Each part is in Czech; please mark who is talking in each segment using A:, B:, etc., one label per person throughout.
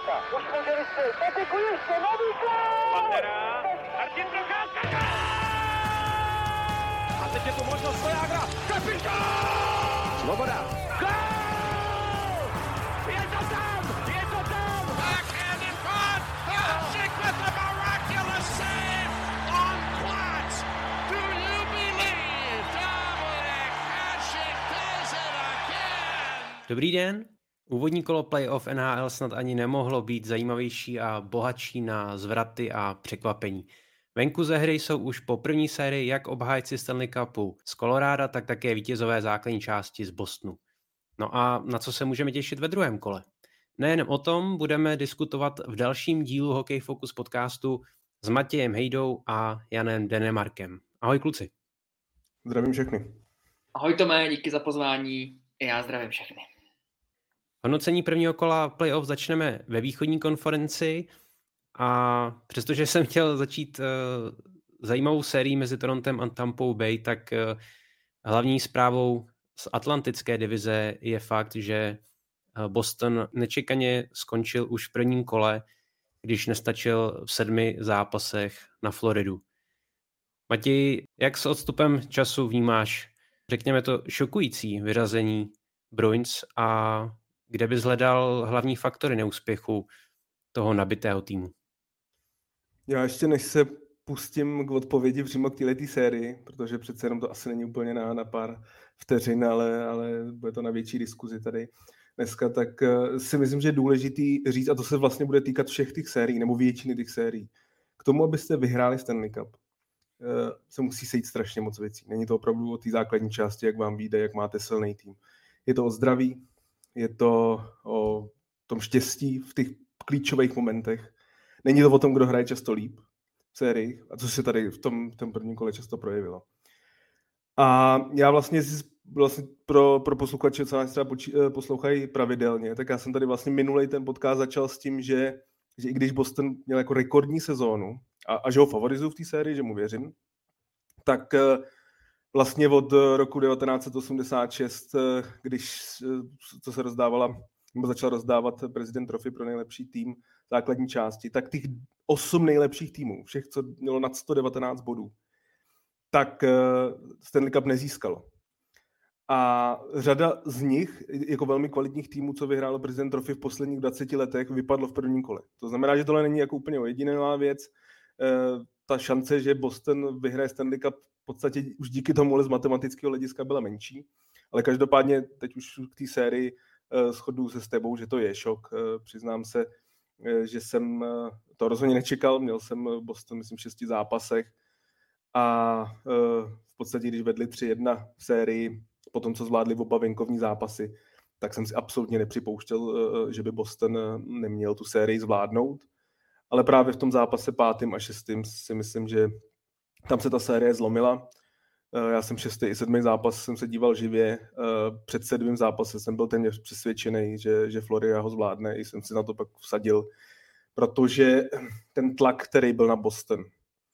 A: Už můželi si, Patiku ještě, nový gól!
B: Pantera, Martin Procházka! A teď je tu možnost Svojágra, kapitán!
C: Svoboda!
B: Gól! Je to tam! Je to tam!
D: Backhand in front! Hasek with the miraculous save on Platz! Do you believe Dominik Hasek does it again?
E: Dobrý den. Úvodní kolo playoff NHL snad ani nemohlo být zajímavější a bohatší na zvraty a překvapení. Venku ze hry jsou už po první sérii jak obhájci Stanley Cupu z Colorada, tak také vítězové základní části z Bostonu. No a na co se můžeme těšit ve druhém kole? Nejen o tom budeme diskutovat v dalším dílu Hockey Focus podcastu s Matějem Hejdou a Janem Denemarkem. Ahoj kluci.
F: Zdravím všechny.
G: Ahoj Tome, díky za pozvání. Já zdravím všechny.
E: Hodnocení prvního kola playoff začneme ve východní konferenci a přestože jsem chtěl začít zajímavou sérií mezi Torontem a Tampou Bay, tak hlavní zprávou z atlantické divize je fakt, že Boston nečekaně skončil už v prvním kole, když nestačil v 7 zápasech na Floridu. Matěj, jak s odstupem času vnímáš, řekněme to, šokující vyřazení Bruins a kde bys hledal hlavní faktory neúspěchu toho nabitého týmu?
F: Já ještě než se pustím k odpovědi přímo k této sérii, protože přece jenom to asi není úplně na pár vteřin, ale bude to na větší diskuzi tady dneska, tak si myslím, že je důležitý říct, a to se vlastně bude týkat všech těch sérií, nebo většiny těch sérií. K tomu, abyste vyhráli Stanley Cup, se musí sejít strašně moc věcí. Není to opravdu o té základní části, jak vám vyjde, jak máte silný tým. Je to o zdraví, je to o tom štěstí v těch klíčových momentech. Není to o tom, kdo hraje často líp v sérii, a co se tady v tom prvním kole často projevilo. A já vlastně pro posluchače, co nás třeba poslouchají pravidelně, tak já jsem tady vlastně minulej ten podcast začal s tím, že i když Boston měl jako rekordní sezónu a že ho favorizuju v té sérii, že mu věřím, tak vlastně od roku 1986, když to se začal rozdávat prezident Trophy pro nejlepší tým základní části, tak těch 8 nejlepších týmů, všech, co mělo nad 119 bodů, tak Stanley Cup nezískalo. A řada z nich, jako velmi kvalitních týmů, co vyhrálo prezident Trophy v posledních 20 letech, vypadlo v prvním kole. To znamená, že tohle není jako úplně ojedinělá věc. Ta šance, že Boston vyhraje Stanley Cup, v podstatě už díky tomu z matematického hlediska byla menší. Ale každopádně teď už k té sérii shoduju se s tebou, že to je šok. Přiznám se, že jsem to rozhodně nečekal. Měl jsem Boston, myslím, v 6 zápasech. A v podstatě, když vedli 3-1 v sérii, po tom, co zvládli oba venkovní zápasy, tak jsem si absolutně nepřipouštěl, že by Boston neměl tu sérii zvládnout. Ale právě v tom zápase 5. a 6. si myslím, že tam se ta série zlomila. Já jsem 6. i 7. zápas jsem se díval živě. Před 7. zápasem jsem byl téměř přesvědčený, že Florida ho zvládne. I jsem si na to pak vsadil, protože ten tlak, který byl na Boston,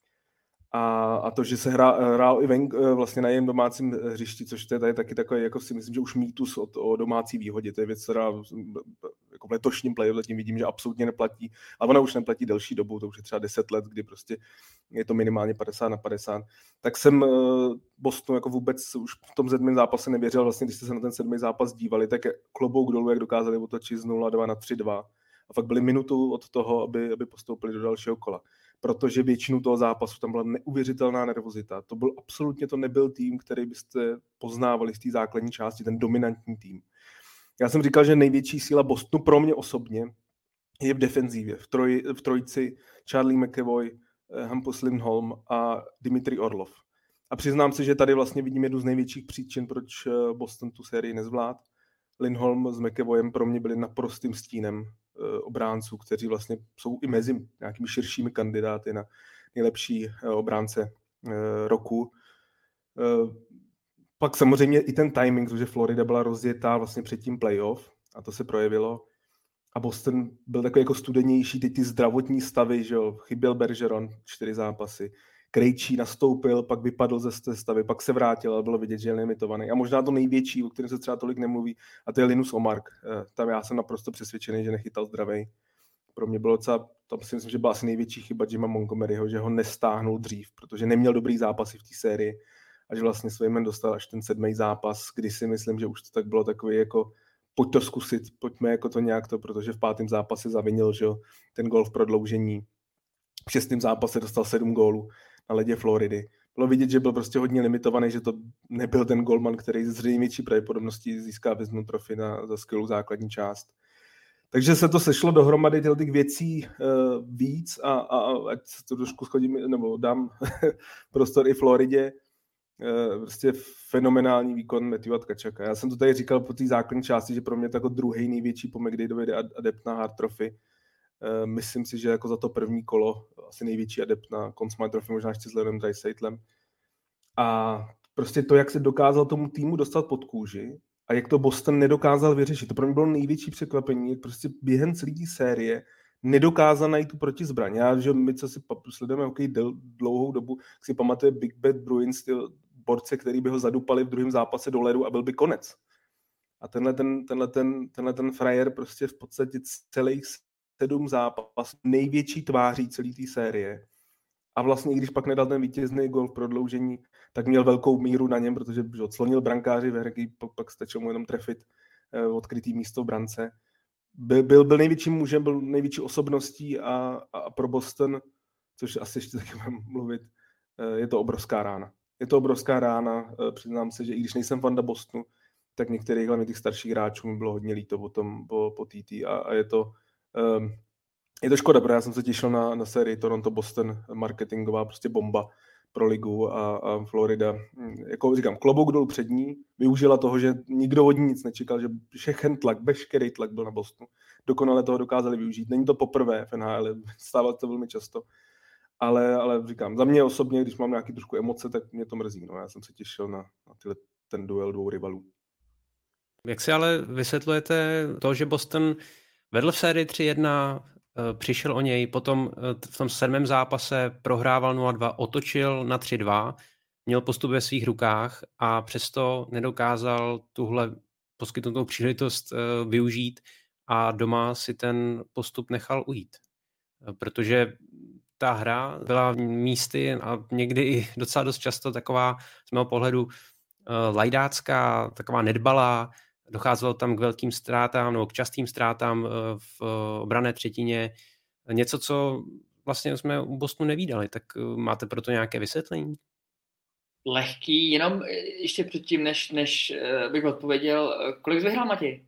F: a to, že se hrál i vlastně na jejím domácím hřišti, což to je tady taky takový, jako si myslím, že už mýtus o domácí výhodě. To je věc, která jako v letošním playoff zatím vidím, že absolutně neplatí, ale ona už neplatí delší dobu, to už je třeba 10 let, kdy prostě je to minimálně 50-50. Tak jsem Bostonu jako vůbec už v tom 7. zápase nevěřil. Vlastně, když jste se na ten 7. zápas dívali, tak klobouk dolů, jak dokázali otočit z 0-2 na 3-2. A fakt byli minutu od toho, aby postoupili do dalšího kola. Protože většinu toho zápasu tam byla neuvěřitelná nervozita. To nebyl tým, který byste poznávali z té základní části, ten dominantní tým. Já jsem říkal, že největší síla Bostonu pro mě osobně je v defenzívě, v trojici Charlie McAvoy, Hampus Lindholm a Dmitry Orlov. A přiznám se, že tady vlastně vidím jednu z největších příčin, proč Boston tu sérii nezvládl. Lindholm s McAvoyem pro mě byli naprostým stínem obránců, kteří vlastně jsou i mezi nějakými širšími kandidáty na nejlepší obránce roku. Pak samozřejmě i ten timing, protože Florida byla rozjetá vlastně před tím playoff a to se projevilo. A Boston byl takový jako studenější, ty zdravotní stavy, že jo, chyběl Bergeron 4 zápasy. Krejčí nastoupil, pak vypadl ze stavy, pak se vrátil, ale bylo vidět, že je limitovaný. A možná to největší, o kterém se třeba tolik nemluví, a to je Linus Omark. Tam já jsem naprosto přesvědčený, že nechytal zdravej. pro mě bylo tam si myslím, že byla asi největší chyba Jima Montgomeryho, že ho nestáhnul dřív, protože neměl dobrý zápasy v té sérii a že vlastně Swayman dostal až ten 7. zápas, kdy si myslím, že už to tak bylo takový jako pojď to zkusit, pojďme jako to nějak to, protože v 5. zápase zavinil, že jo, ten gól v prodloužení. V 6. zápase dostal 7 gólů na ledě Floridy. Bylo vidět, že byl prostě hodně limitovaný, že to nebyl ten golman, který z největší pravděpodobností získá Vezmu trofy za skvělou základní část. Takže se to sešlo dohromady těch věcí víc a ať se to trošku schodím, nebo dám prostor i Floridě, prostě fenomenální výkon Matthewa Tkachaka. Já jsem to tady říkal po té základní části, že pro mě to jako druhý největší po McDavidovi adept na Hart Trophy. Myslím si, že jako za to první kolo asi největší adept na Conn Smythe Trophy, možná ještě s Leonem Draisaitlem. A prostě to, jak se dokázal tomu týmu dostat pod kůži a jak to Boston nedokázal vyřešit. To pro mě bylo největší překvapení, jak prostě během celé série nedokázal najít tu protizbraň. Že my, co si sledujeme hokej dlouhou dobu, si pamatuje Big Bad Bruins, ty borce, který by ho zadupali v druhém zápase do ledu a byl by konec. A tenhle ten frajer prostě v podstatě celých 7 zápasů největší tváří celé té série. A vlastně, i když pak nedal ten vítězný gól v prodloužení, tak měl velkou míru na něm, protože odslonil brankáři ve hry, pak stačilo mu jenom trefit odkrytý místo v brance. Byl největším mužem, byl největší osobností a pro Boston, což asi ještě taky budeme mluvit, je to obrovská rána. Je to obrovská rána, přiznám se, že i když nejsem fanda Bostonu, tak některých hlavně těch starších hráčů mi bylo hodně líto po TT a je to škoda, protože já jsem se těšil na sérii Toronto-Boston, marketingová prostě bomba pro ligu a Florida, jako říkám, klobouk dolů před ní, využila toho, že nikdo od ní nic nečekal, že všechen tlak, veškerý tlak byl na Bostonu. Dokonale toho dokázali využít. Není to poprvé v NHL, stává to velmi často. Ale říkám, za mě osobně, když mám nějaký trošku emoce, tak mě to mrzí. No, já jsem se těšil na ten duel dvou rivalů.
E: Jak si ale vysvětlujete to, že Boston vedl v sérii 3-1, přišel o něj, potom v tom 7. zápase prohrával 0-2, otočil na 3-2, měl postup ve svých rukách a přesto nedokázal tuhle poskytnutou příležitost využít a doma si ten postup nechal ujít. Protože ta hra byla místy a někdy i docela dost často taková z mého pohledu lajdácká, taková nedbalá, docházelo tam k velkým ztrátám nebo k častým ztrátám v obranné třetině. Něco, co vlastně jsme u Bostonu nevídali, tak máte proto nějaké vysvětlení?
G: Lehký, jenom ještě předtím, než bych odpověděl, kolik jsi vyhrál, Matěj?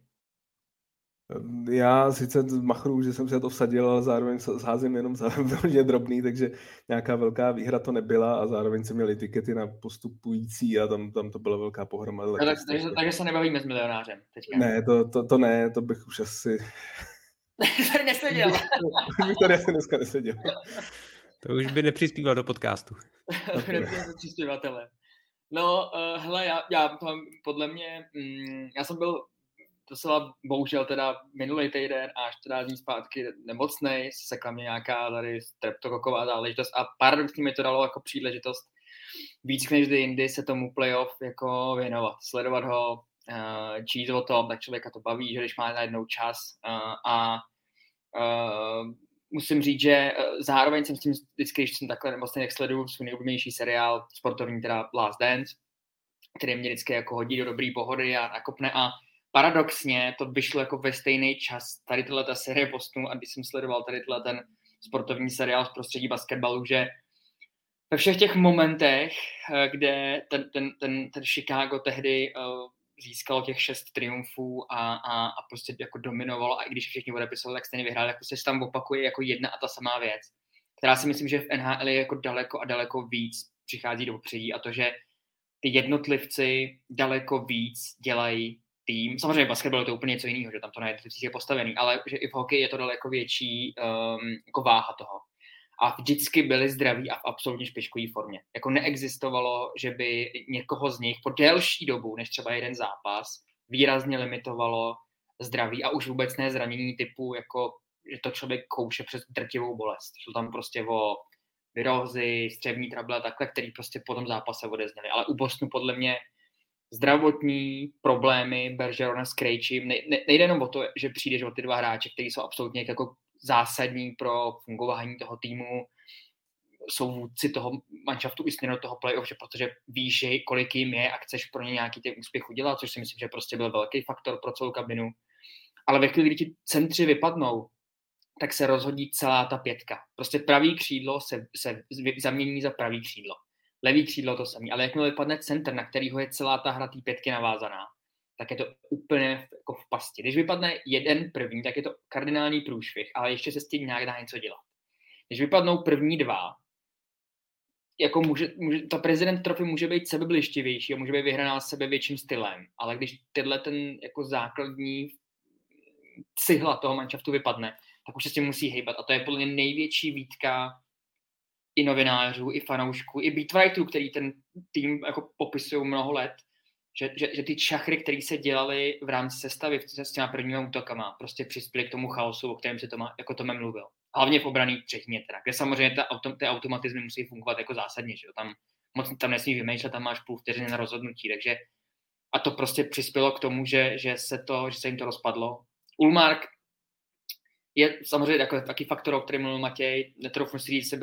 F: Já sice machru, že jsem se to vsadil, ale zároveň házím jenom za velmi drobný, takže nějaká velká výhra to nebyla a zároveň jsem měl etikety na postupující a tam to byla velká pohromada.
G: Takže se nebavíme s milionářem teďka.
F: Ne, to ne, to bych už asi...
G: Tady neseděl.
F: bych tady asi dneska neseděl.
E: To už by nepřispíval do podcastu.
G: Přispěvatele. No, hele, já to mám podle mě, já jsem byl docela bohužel teda minulý týden až teda dní zpátky nemocnej, sekla mě nějaká tady streptokoková záležitost a paradoxně mi to dalo jako příležitost víc než kdy jindy se tomu playoff jako věnovat, sledovat ho, číst o tom, tak člověka to baví, že když má najednou čas musím říct, že zároveň jsem s tím vždycky, když jsem takhle nemocnej, jak sleduju svůj nejoblíbenější seriál sportovní, teda Last Dance, který mě vždycky jako hodí do dobrý pohody a nakopne a paradoxně to vyšlo jako ve stejný čas tady ta série Bostonu a když jsem sledoval tady ten sportovní seriál z prostředí basketbalu, že ve všech těch momentech, kde ten Chicago tehdy získalo těch 6 triumfů a prostě jako dominovalo a i když všichni odepisovali, tak stejně vyhráli, tak prostě se tam opakuje jako jedna a ta samá věc, která si myslím, že v NHL je jako daleko a daleko víc přichází do popředí a to, že ty jednotlivci daleko víc dělají tým. Samozřejmě basketbal je to úplně něco jiného, že tam to na jednotlivcích je postavený, ale že i v hokeji je to daleko větší jako váha toho. A vždycky byli zdraví a v absolutně špičkové formě. Jako neexistovalo, že by někoho z nich po delší dobu, než třeba jeden zápas, výrazně limitovalo zdraví a už vůbec ne zranění typu, jako, že to člověk kouše přes drtivou bolest. Šlo tam prostě o virózy, střevní trable a takhle, který prostě po tom zápase odezněli. Ale u Bostonu podle mě zdravotní problémy Bergerona s Krejčím, nejde jenom o to, že přijdeš o ty dva hráče, kteří jsou absolutně jako zásadní pro fungování toho týmu, jsou vůdci toho manšaftu i směru toho playoff, že protože víš, že kolik jim je a chceš pro ně nějaký ten úspěch udělat, což si myslím, že prostě byl velký faktor pro celou kabinu. Ale ve chvíli, kdy ti centři vypadnou, tak se rozhodí celá ta pětka. Prostě pravý křídlo se zamění za pravý křídlo. Levý křídlo to samé. Ale jakmile vypadne centr, na kterýho je celá ta hra té pětky navázaná, tak je to úplně jako v pasti. Když vypadne jeden první, tak je to kardinální průšvih, ale ještě se s tím nějak dá něco dělat. Když vypadnou první dva, jako ta prezident trofy může být sebeblištivější a může být vyhraná sebevětším stylem, ale když tenhle ten jako základní cihla toho manšaftu vypadne, tak už se s tím musí hejbat. A to je podle mě největší výtka i novinářů, i fanoušků, i beatwriterů, který ten tým jako popisují mnoho let, že ty čachry, které se dělaly v rámci sestavy s těma prvníma útokama, prostě přispěly k tomu chaosu, o kterém se Tome mluvil. Hlavně v obraný třetině teda, kde samozřejmě ty automatizmy musí fungovat jako zásadně, že jo? Tam nesmíš vymýšlet, tam máš půl vteřiny na rozhodnutí, takže a to prostě přispělo k tomu, že se jim to rozpadlo. Ulmark je samozřejmě jako taky faktor, o kterém mluvil Matěj, netroufnu si říct,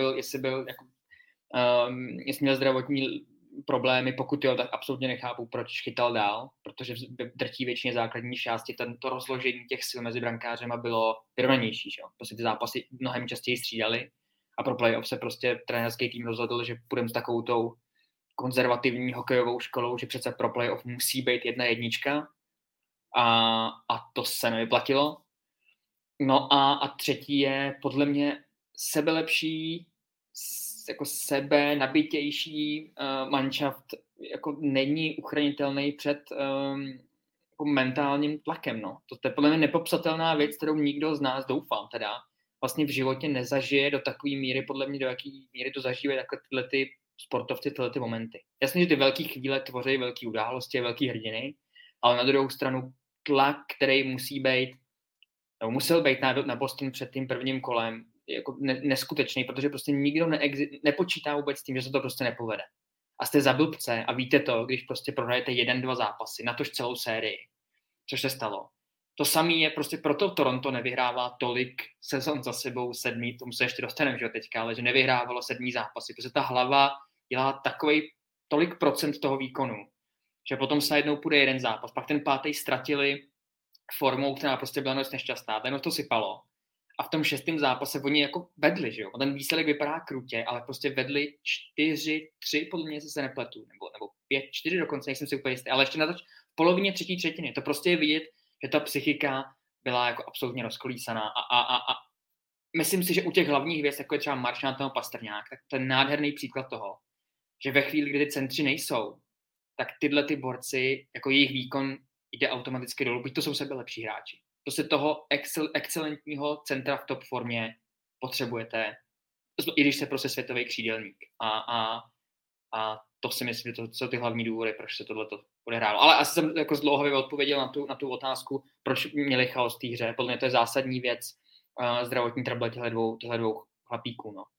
G: jestli měl zdravotní problémy, pokud jo, tak absolutně nechápu, proč chytal dál, protože v drtí většině základní části to rozložení těch sil mezi brankářema bylo vyrovnanější, že jo? Prostě ty zápasy mnohem častěji střídali a pro playoff se prostě trenérský tým rozhodl, že půjdeme s takovou tou konzervativní hokejovou školou, že přece pro playoff musí být 1-1 a to se nevyplatilo. No a třetí je podle mě sebelepší, jako sebe nabitější manšaft jako není uchranitelný před jako mentálním tlakem. No. To je podle mě nepopsatelná věc, kterou nikdo z nás, doufám teda, vlastně v životě nezažije do takové míry, podle mě do jaký míry to zažívají takhle tyhle ty sportovci, tyhle ty momenty. Jasně, že ty velké chvíle tvoří velké události, velké hrdiny, ale na druhou stranu tlak, který musel být na Boston před tím prvním kolem, jako neskutečný, protože prostě nikdo nepočítá vůbec s tím, že se to prostě nepovede. A jste za blbce a víte to, když prostě prohrajete 1-2 zápasy, natož celou sérii, což se stalo. To samé je prostě proto Toronto nevyhrává tolik sezon za sebou 7, tomu se ještě dostaneme, že teďka, ale že nevyhrávalo 7 zápasy, protože ta hlava dělá tolik procent toho výkonu, že potom se najednou půjde jeden zápas, pak ten 5. ztratili formou, která prostě byla dost nešťastná, ten to sypalo. A v tom 6. zápase oni jako vedli, že jo? A ten výsledek vypadá krutě, ale prostě vedli 4-3, podle mě, jestli se nepletu, nebo 5-4 dokonce, nejsem si úplně jistý, ale ještě na to v polovině třetí třetiny. To prostě je vidět, že ta psychika byla jako absolutně rozkolísaná a myslím si, že u těch hlavních věc, jako je třeba Marchand nebo Pastrňák, tak to je nádherný příklad toho, že ve chvíli, kdy ty centři nejsou, tak tyhle ty borci, jako jejich výkon jde automaticky dolů, byť to jsou sebe lepší hráči. Prostě toho excelentního centra v top formě potřebujete, i když jste prostě světový křídelník. A to si myslím, že to jsou ty hlavní důvody, proč se tohleto odehrálo. Ale asi jsem jako zdlouhavě odpověděl na tu otázku, proč měli chaos v té hře. Podle mě to je zásadní věc, zdravotní trable těchto dvou chlapíků. No.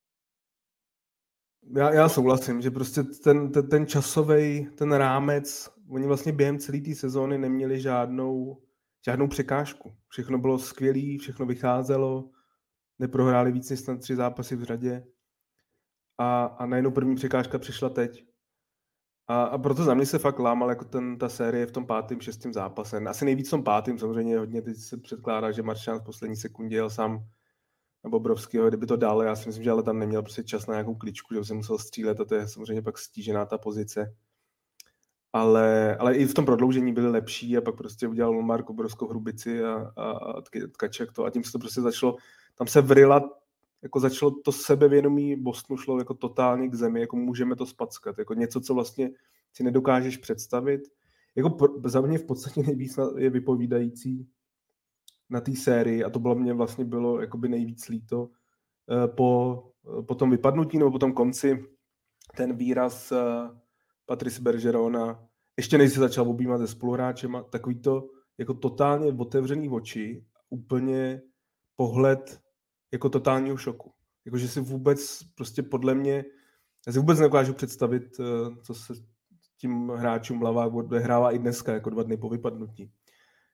F: Já souhlasím, že prostě ten časový, ten rámec, oni vlastně během celé té sezóny neměli žádnou překážku. Všechno bylo skvělé, všechno vycházelo, neprohráli víc než 3 zápasy v řadě a najednou první překážka přišla teď. A proto za mě se fakt lámal jako ta série v tom 5., 6. zápase. Asi nejvíc v tom 5. samozřejmě hodně teď se předkládá, že Marchand v poslední sekundě jel sám na Bobrovského, kdyby to dal, já si myslím, že ale tam neměl prostě čas na nějakou kličku, že se musel střílet a to je samozřejmě pak stížená ta pozice. Ale i v tom prodloužení byli lepší a pak prostě udělal Ulmark obrovskou hrubici a Tkaček to a tím se to prostě začalo, tam se vrila, jako začalo to sebevědomí Bostonu šlo jako totálně k zemi, jako můžeme to spackat, jako něco, co vlastně si nedokážeš představit. Jako za mě v podstatě nejvíc je vypovídající na té sérii a to bylo jakoby nejvíc líto po tom vypadnutí nebo po tom konci ten výraz Patrice Bergerona, ještě než se začal objímat se spoluhráčema, takový to jako totálně otevřený oči, úplně pohled jako totálního šoku. Jakože si vůbec prostě podle mě, já si vůbec nedokážu představit, co se tím hráčům Lavák odehrává i dneska, jako 2 dny po vypadnutí.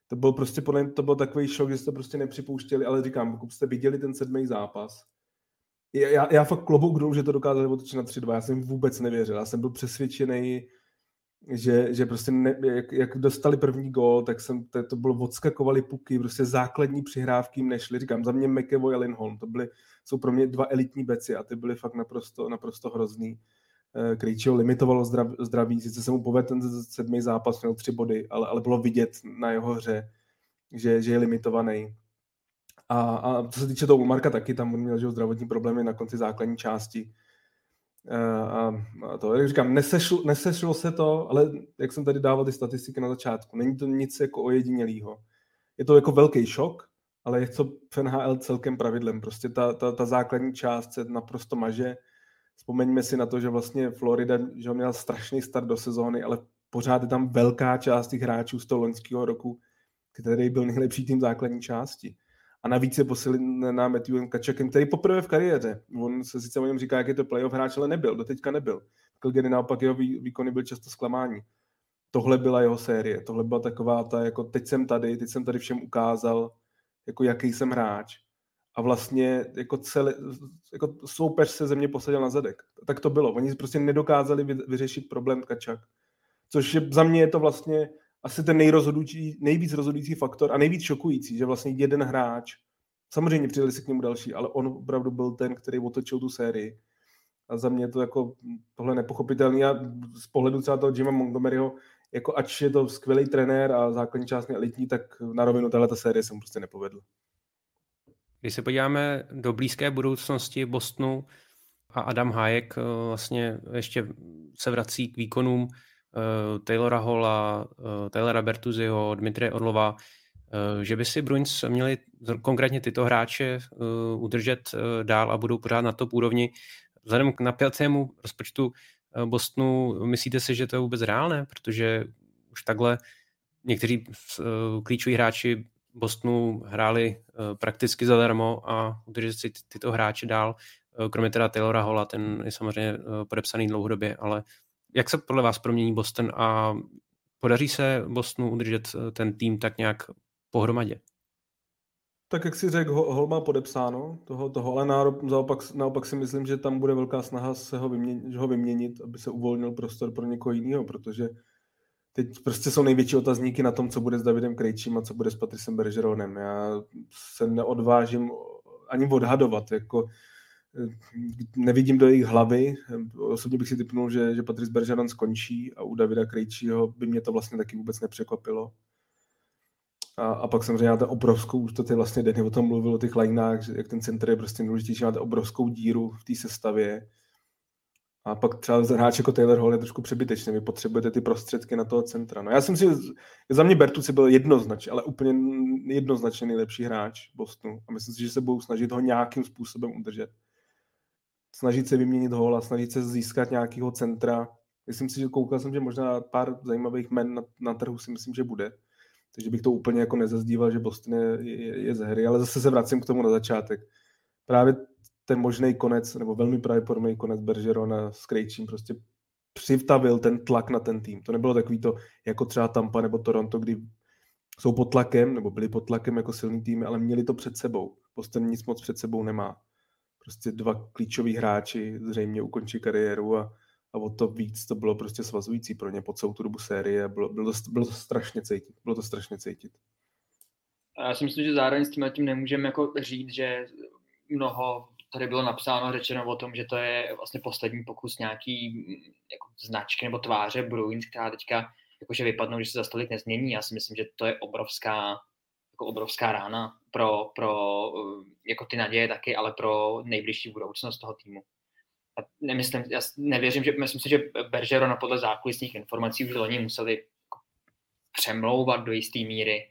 F: To byl prostě podle mě, to byl takový šok, že jste prostě nepřipouštěli, ale říkám, pokud jste viděli ten 7. zápas, já fakt klobouk dolů, že to dokázali otočit na 3-2, já jsem vůbec nevěřil, já jsem byl přesvědčený, že prostě jak dostali první gól, tak to bylo odskakovali puky, prostě základní přihrávky jim nešly. Říkám, za mě McAvoy a Lindholm, jsou pro mě 2 elitní beci a ty byly fakt naprosto hrozný. Krejčího limitovalo zdraví, sice se mu povedl ten 7. zápas, měl 3 body, ale bylo vidět na jeho hře, že je limitovaný. A co se týče toho Ulmarka taky, tam on měl zdravotní problémy na konci základní části. A to, jak říkám, nesešlo se to, ale jak jsem tady dával ty statistiky na začátku, není to nic jako ojedinělýho. Je to jako velký šok, ale je to v NHL celkem pravidlem. Prostě ta základní část se naprosto maže. Vzpomeňme si na to, že vlastně Florida že měla strašný start do sezóny, ale pořád je tam velká část těch hráčů z toho loňského roku, který byl nejlepší tým základní části. A navíc je posilená Matthewem Tkačekem, který poprvé v kariéře. On se sice o něm říká, jak je to playoff hráč, ale doteďka nebyl. Calgary naopak jeho výkony byly často zklamání. Tohle byla jeho série, tohle byla taková ta, jako teď jsem tady všem ukázal, jako jaký jsem hráč. A vlastně jako soupeř se ze mě posadil na zadek. Tak to bylo. Oni prostě nedokázali vyřešit problém Tkačak. Což za mě je to vlastně asi ten nejvíc rozhodující faktor a nejvíc šokující, že vlastně jeden hráč, samozřejmě přidali se k němu další, ale on opravdu byl ten, který otočil tu sérii. A za mě je to jako tohle nepochopitelný a z pohledu třeba toho Jima Montgomeryho, jako ač je to skvělý trenér a základní část elitní, tak na rovinu tato série se mu prostě nepovedla.
E: Když se podíváme do blízké budoucnosti Bostonu a Adam Hájek vlastně ještě se vrací k výkonům Taylora Halla, Taylora Bertuzziho, Dmitrije Orlova, že by si Bruins měli konkrétně tyto hráče udržet dál a budou pořád na top úrovni. Vzhledem k napjatému rozpočtu Bostonu, myslíte si, že to je vůbec reálné? Protože už takhle někteří klíčoví hráči Bostonu hráli prakticky zadarmo a udržet si tyto hráče dál, kromě teda Taylora Halla, ten je samozřejmě podepsaný dlouhodobě, ale jak se podle vás promění Boston a podaří se Bostonu udržet ten tým tak nějak pohromadě?
F: Tak jak si řekl, Hall má podepsáno toho, ale naopak si myslím, že tam bude velká snaha ho vyměnit, aby se uvolnil prostor pro někoho jiného, protože teď prostě jsou největší otazníky na tom, co bude s Davidem Krejčím a co bude s Patricem Bergeronem. Já se neodvážím ani odhadovat, jako nevidím do jejich hlavy. Osobně bych si tipnul, že Patrice Bergeron skončí a u Davida Krejčího by mě to vlastně taky vůbec nepřekvapilo. A pak samozřejmě máte obrovskou, už to ty vlastně Denny o tom mluvil, o těch lineách, jak ten center je prostě nejdůležitější, máte obrovskou díru v té sestavě. A pak třeba hráč jako Taylor Hall je trošku přebytečný, vy potřebujete ty prostředky na toho centra. No já jsem si, za mě Bertuzzi byl jednoznačně, ale úplně jednoznačně nejlepší hráč Bostonu a myslím si, že se budou snažit ho nějakým způsobem udržet. Snažit se vyměnit Halla, snažit se získat nějakého centra. Myslím si, že koukal jsem, že možná pár zajímavých men na trhu si myslím, že bude. Takže bych to úplně jako nezazdíval, že Boston je ze hry, ale zase se vracím k tomu na začátek. Právě ten možný konec, nebo velmi pravděpodobný konec Bergerona s Krejčím prostě přivtavil ten tlak na ten tým. To nebylo takový to, jako třeba Tampa nebo Toronto, kdy jsou pod tlakem, nebo byli pod tlakem jako silný týmy, ale měli to před sebou. Boston nic moc před sebou nemá. Prostě 2 klíčoví hráči zřejmě ukončí kariéru a o to víc to bylo prostě svazující pro ně po celou tu dobu série. Bylo to strašně cítit.
G: Já si myslím, že zároveň s tím nemůžeme jako říct, že mnoho tady bylo napsáno, řečeno o tom, že to je vlastně poslední pokus nějaký jako značky nebo tváře Bruins, která teďka jakože vypadnou, že se za stolik nezmění. Já si myslím, že to je obrovská rána pro jako ty naděje taky, ale pro nejbližší budoucnost toho týmu. Já myslím si, že Bergeron podle zákulisních informací už loni museli jako přemlouvat do jisté míry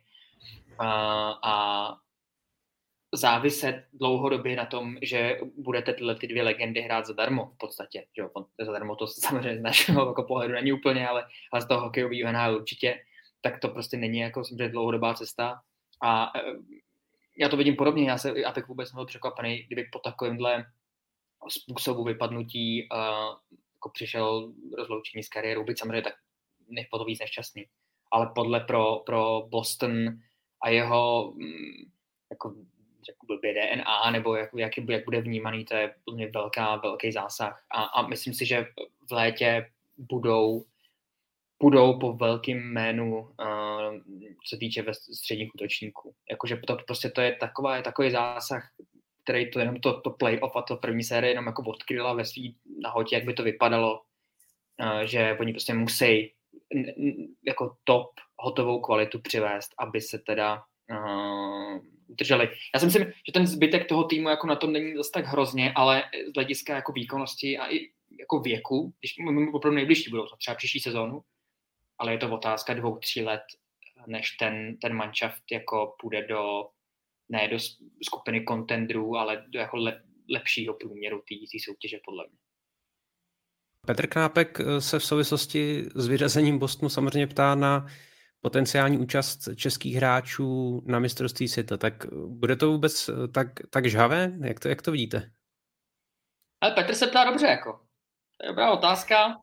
G: a záviset dlouhodobě na tom, že budete ty 2 legendy hrát zadarmo v podstatě. Že zadarmo to samozřejmě z našeho jako pohledu není úplně, ale z toho hokejového NHL určitě, tak to prostě není jako samozřejmě dlouhodobá cesta. A já to vidím podobně, já bych vůbec nebyl překvapený, kdyby po takovémhle způsobu vypadnutí jako přišel rozloučení s kariérou, byť samozřejmě tak po to víc nešťastný. ale pro Boston a jeho jako řekl blbě DNA, nebo jak bude vnímaný, to je plně velký zásah. A myslím si, že v létě budou po velkým jménu, co se týče středních útočníků. Jakože to je takový zásah, který to jenom to playoff a to první série jenom jako odkryla ve svý nahotě, jak by to vypadalo, že oni prostě musí jako top hotovou kvalitu přivést, aby se teda udrželi. Já si myslím, že ten zbytek toho týmu jako na tom není zase tak hrozně, ale z hlediska jako výkonnosti a i jako věku, když mluvím opravdu nejbližší budoucnost, třeba příští sezónu, ale je to otázka 2-3 let, než ten manšaft jako půjde ne do skupiny contendrů, ale do jako lepšího průměru té soutěže podle mě.
E: Petr Knápek se v souvislosti s vyřazením Bostonu samozřejmě ptá na potenciální účast českých hráčů na mistrovství světa. Tak bude to vůbec tak žhavé? Jak to vidíte?
G: Ale Petr se ptá dobře, jako. To je dobrá otázka,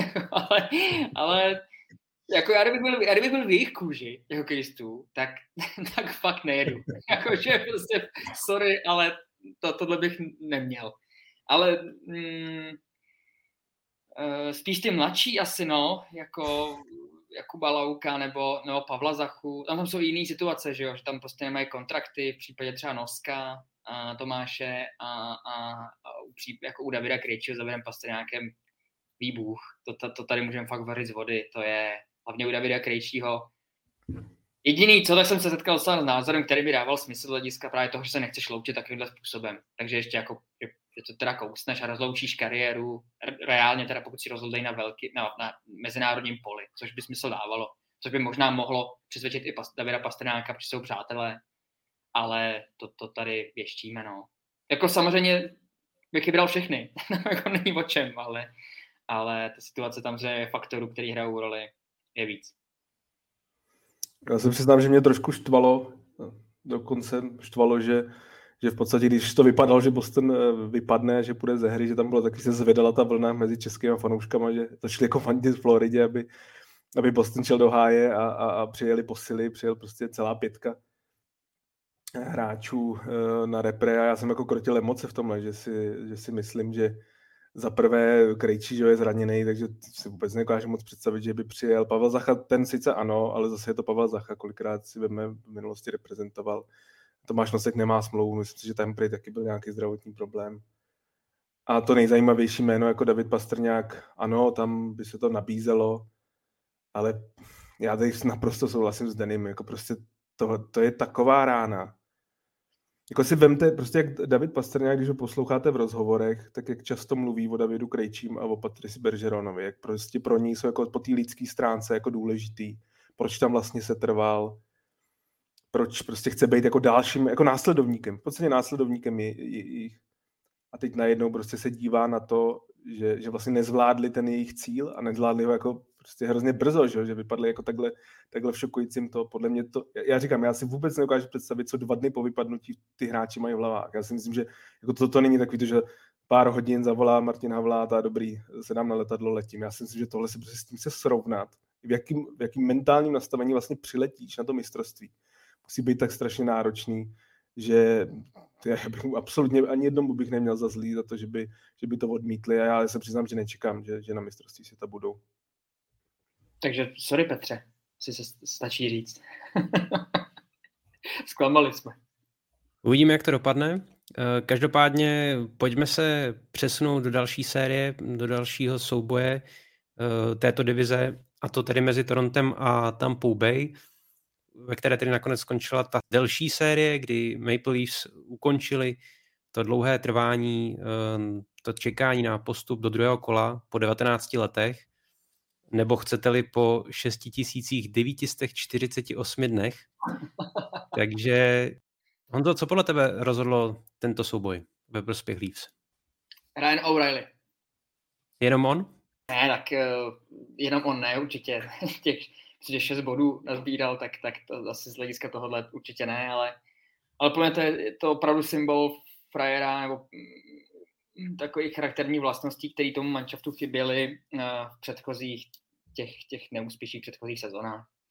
G: ale jako já kdybych byl v jejich kůži, jako hokejistů, tak fakt nejedu. Jakože prostě, sorry, ale tohle bych neměl. Ale spíš ty mladší asi, jako Jakuba Lauka nebo Pavla Zachu, tam jsou jiné situace, že tam prostě nemají kontrakty, v případě třeba Noska, a Tomáše a jako u Davida Krejčího s Davidem Pastrňákem výbuch. To tady můžeme fakt vařit z vody, to je hlavně u Davida Krejčího. Jediný, co tak jsem se setkal s názorem, který by dával smysl z hlediska právě toho, že se nechceš loučit takovýmhle způsobem. Takže ještě jako, že to teda kousneš a rozloučíš kariéru, reálně teda pokud si rozhodnej na mezinárodním poli, což by smysl dávalo, což by možná mohlo přesvědčit i Davida Pastrňáka, protože jsou přátelé, ale to tady věštíme, Jako samozřejmě bych vybral všechny, jako není o čem, ale ta situace tam, že faktorů, který hrajou roli, je víc.
F: Já se přiznám, že mě trošku dokonce štvalo, že v podstatě, když to vypadalo, že Boston vypadne, že půjde ze hry, že tam bylo taky se zvedala ta vlna mezi českými fanouškama, že začali jako fandit v Floridě, aby Boston šel do háje a přijel prostě celá 5 hráčů na repre a já jsem jako krotil emoce v tomhle, že si myslím, že za prvé Krejčí, že je zraněný, takže si vůbec nedokážu moc představit, že by přijel. Pavel Zacha, ten sice ano, ale zase je to Pavel Zacha, kolikrát si v minulosti reprezentoval. Tomáš Nosek nemá smlouvu, myslím si, že tam prý taky byl nějaký zdravotní problém. A to nejzajímavější jméno jako David Pastrňák, ano, tam by se to nabízelo, ale já tady naprosto souhlasím s Danym, jako prostě to je taková rána. Jako si vemte, prostě jak David Pastrňák, když ho posloucháte v rozhovorech, tak jak často mluví o Davidu Krejčím a o Patrici Bergeronovi, jak prostě pro ní jsou jako po té lidské stránce jako důležitý, proč tam vlastně se trval, proč prostě chce být jako dalším, jako následovníkem, v podstatě následovníkem jich. A teď najednou prostě se dívá na to, že vlastně nezvládli ten jejich cíl a nezvládli ho jako prostě hrozně brzo, že vypadli jako takhle v šokujícím to. Podle mě to, já říkám, já si vůbec nedokážu představit, co 2 dny po vypadnutí ty hráči mají v hlavách. Já si myslím, že jako to není takový, že pár hodin zavolá Martin Havlát a dobrý, se dám na letadlo, letím. Já si myslím, že tohle se prostě s tím se srovnat. V jakým mentálním nastavení vlastně přiletíš na to mistrovství. Musí být tak strašně náročný, že já bych absolutně ani jednomu bych neměl za zlý za to, že by to odmítli a já se přiznám, že nečekám, že na mistrovství světa budou.
G: Takže sorry Petře, si se stačí říct. Zklamali jsme.
E: Uvidíme, jak to dopadne. Každopádně pojďme se přesunout do další série, do dalšího souboje této divize, a to tedy mezi Torontem a Tampou Bay, ve které tedy nakonec skončila ta delší série, kdy Maple Leafs ukončili to dlouhé trvání, to čekání na postup do druhého kola po 19 letech, nebo chcete-li po 6948 dnech. Takže Honzo, co podle tebe rozhodlo tento souboj ve prospěch Leafs?
G: Ryan O'Reilly.
E: Jenom on?
G: Ne, tak jenom on ne, určitě. Těch 6 bodů nazbíral, tak to asi z hlediska tohohle určitě ne, ale pro mě je to opravdu symbol frajera nebo takových charakterních vlastností, které tomu manšaftu chyběly v předchozích těch neúspěšných předchozích sezónách.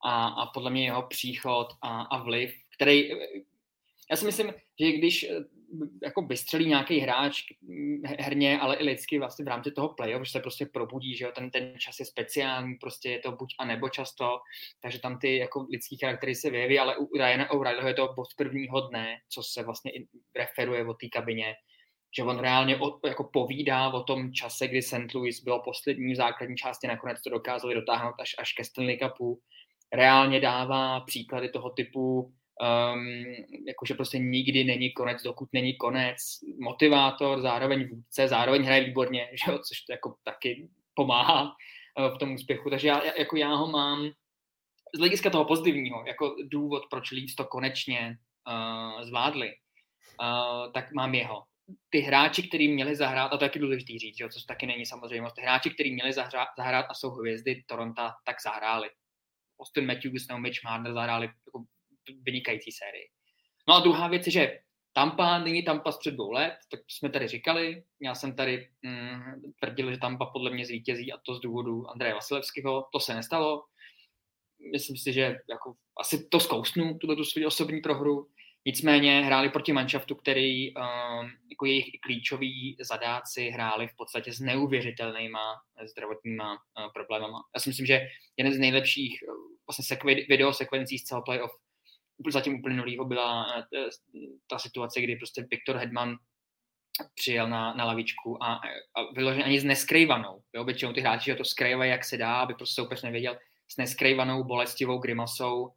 G: a podle mě jeho příchod a vliv, který, já si myslím, že když jako vystřelí nějaký hráč herně, ale i lidsky vlastně v rámci toho playoff, že se prostě probudí, že jo, ten čas je speciální, prostě je to buď a nebo často, takže tam ty jako lidský charaktery se vyjeví, ale u Ryana O'Reillyho je to od prvního dne, co se vlastně referuje o té kabině, že on reálně jako povídá o tom čase, kdy St. Louis bylo poslední v základní části, nakonec to dokázali dotáhnout až ke Stanley Cupu. Reálně dává příklady toho typu, jakože prostě nikdy není konec, dokud není konec. Motivátor, zároveň vůdce, zároveň hraje výborně, že jo, což to jako taky pomáhá v tom úspěchu. Takže já ho mám z hlediska toho pozitivního, jako důvod, proč Leafs to konečně zvládli, tak mám jeho. Ty hráči, kteří měli zahrát, a to je taky důležitý říct, jo, což taky není samozřejmě, ty hráči, kteří měli zahrát a jsou hvězdy Toronto, tak zahráli. Austin Matthews nebo Mitch Marner zahráli jako vynikající sérii. No a druhá věc je, že Tampa není Tampa z před 2 let, tak jsme tady říkali, já jsem tady tvrdil, že Tampa podle mě zvítězí a to z důvodu Andreje Vasilevského, to se nestalo. Myslím si, že jako asi to zkousnu, tuto svou osobní prohru. Nicméně hráli proti manšaftu, který jako jejich klíčoví zadáci hráli v podstatě s neuvěřitelnýma zdravotníma problémama. Já si myslím, že jeden z nejlepších vlastně videosekvencí z celého playoff zatím uplynulýho byla ta situace, kdy prostě Victor Hedman přijel na lavičku a vyloženě ani s neskrývanou. Většinou ty hráči že to skrývají, jak se dá, aby prostě soupeř nevěděl, s neskrývanou bolestivou grimasou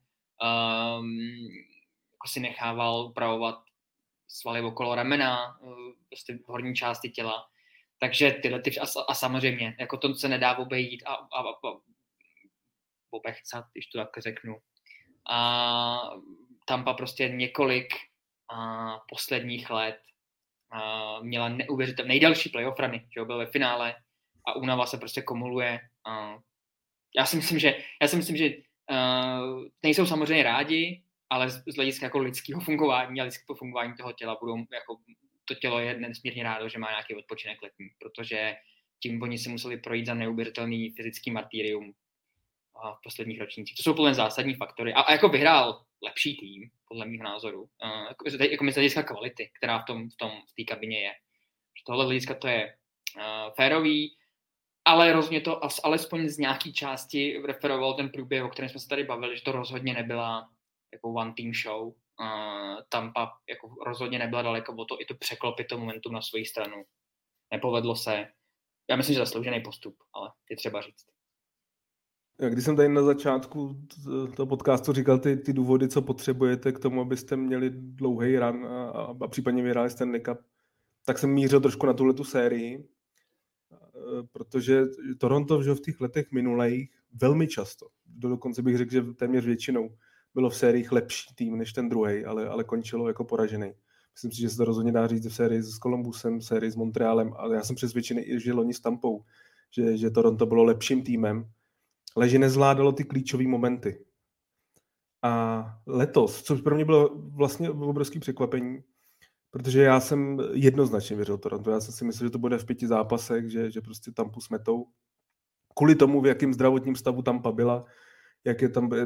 G: jako si nechával upravovat svaly okolo ramena, prostě v horní části těla. Takže tyhle a samozřejmě, jako to se nedá obejít a obechcat, když to tak řeknu. A Tampa prostě několik posledních let měla neuvěřitelně nejdelší playoff runy, že byl ve finále a únava se prostě kumuluje. Já si myslím, že nejsou samozřejmě rádi, ale z hlediska jako lidského fungování a lidského fungování toho těla budou, jako to tělo je nesmírně rádo, že má nějaký odpočinek letní, protože tím oni si museli projít za neuvěřitelný fyzický martyrium v posledních ročnících. To jsou podle zásadní faktory. A jako vyhrál lepší tým, podle mého názoru, jako z hlediska kvality, která v té kabině je. Z tohohle hlediska to je férový, ale rozhodně to alespoň z nějaký části referoval ten průběh, o kterém jsme se tady bavili, že to rozhodně nebyla jako one team show. Tampa jako rozhodně nebyla daleko o to i to překlopit to momentum na svoji stranu. Nepovedlo se. Já myslím, že zasloužený postup, ale je třeba říct.
F: Když jsem tady na začátku toho podcastu říkal ty důvody, co potřebujete k tomu, abyste měli dlouhý run a případně vyhráli Stanley Cup, tak jsem mířil trošku na tuhletu sérii, protože Toronto v těch letech minulých velmi často, dokonce bych řekl, že téměř většinou bylo v sériích lepší tým než ten druhý, ale končilo jako poražený. Myslím si, že se to rozhodně dá říct v sérii s Columbusem, v sérii s Montrealem, ale já jsem přesvědčený, že loni s Tampou, že Toronto bylo lepším týmem, ale že nezvládalo ty klíčové momenty. A letos, což pro mě bylo vlastně obrovské překvapení, protože já jsem jednoznačně věřil Toronto. Já jsem si myslel, že to bude v 5 zápasech, že prostě Tampu smetou. Kvůli tomu, v jakém zdravotním stavu Tampa byla, jak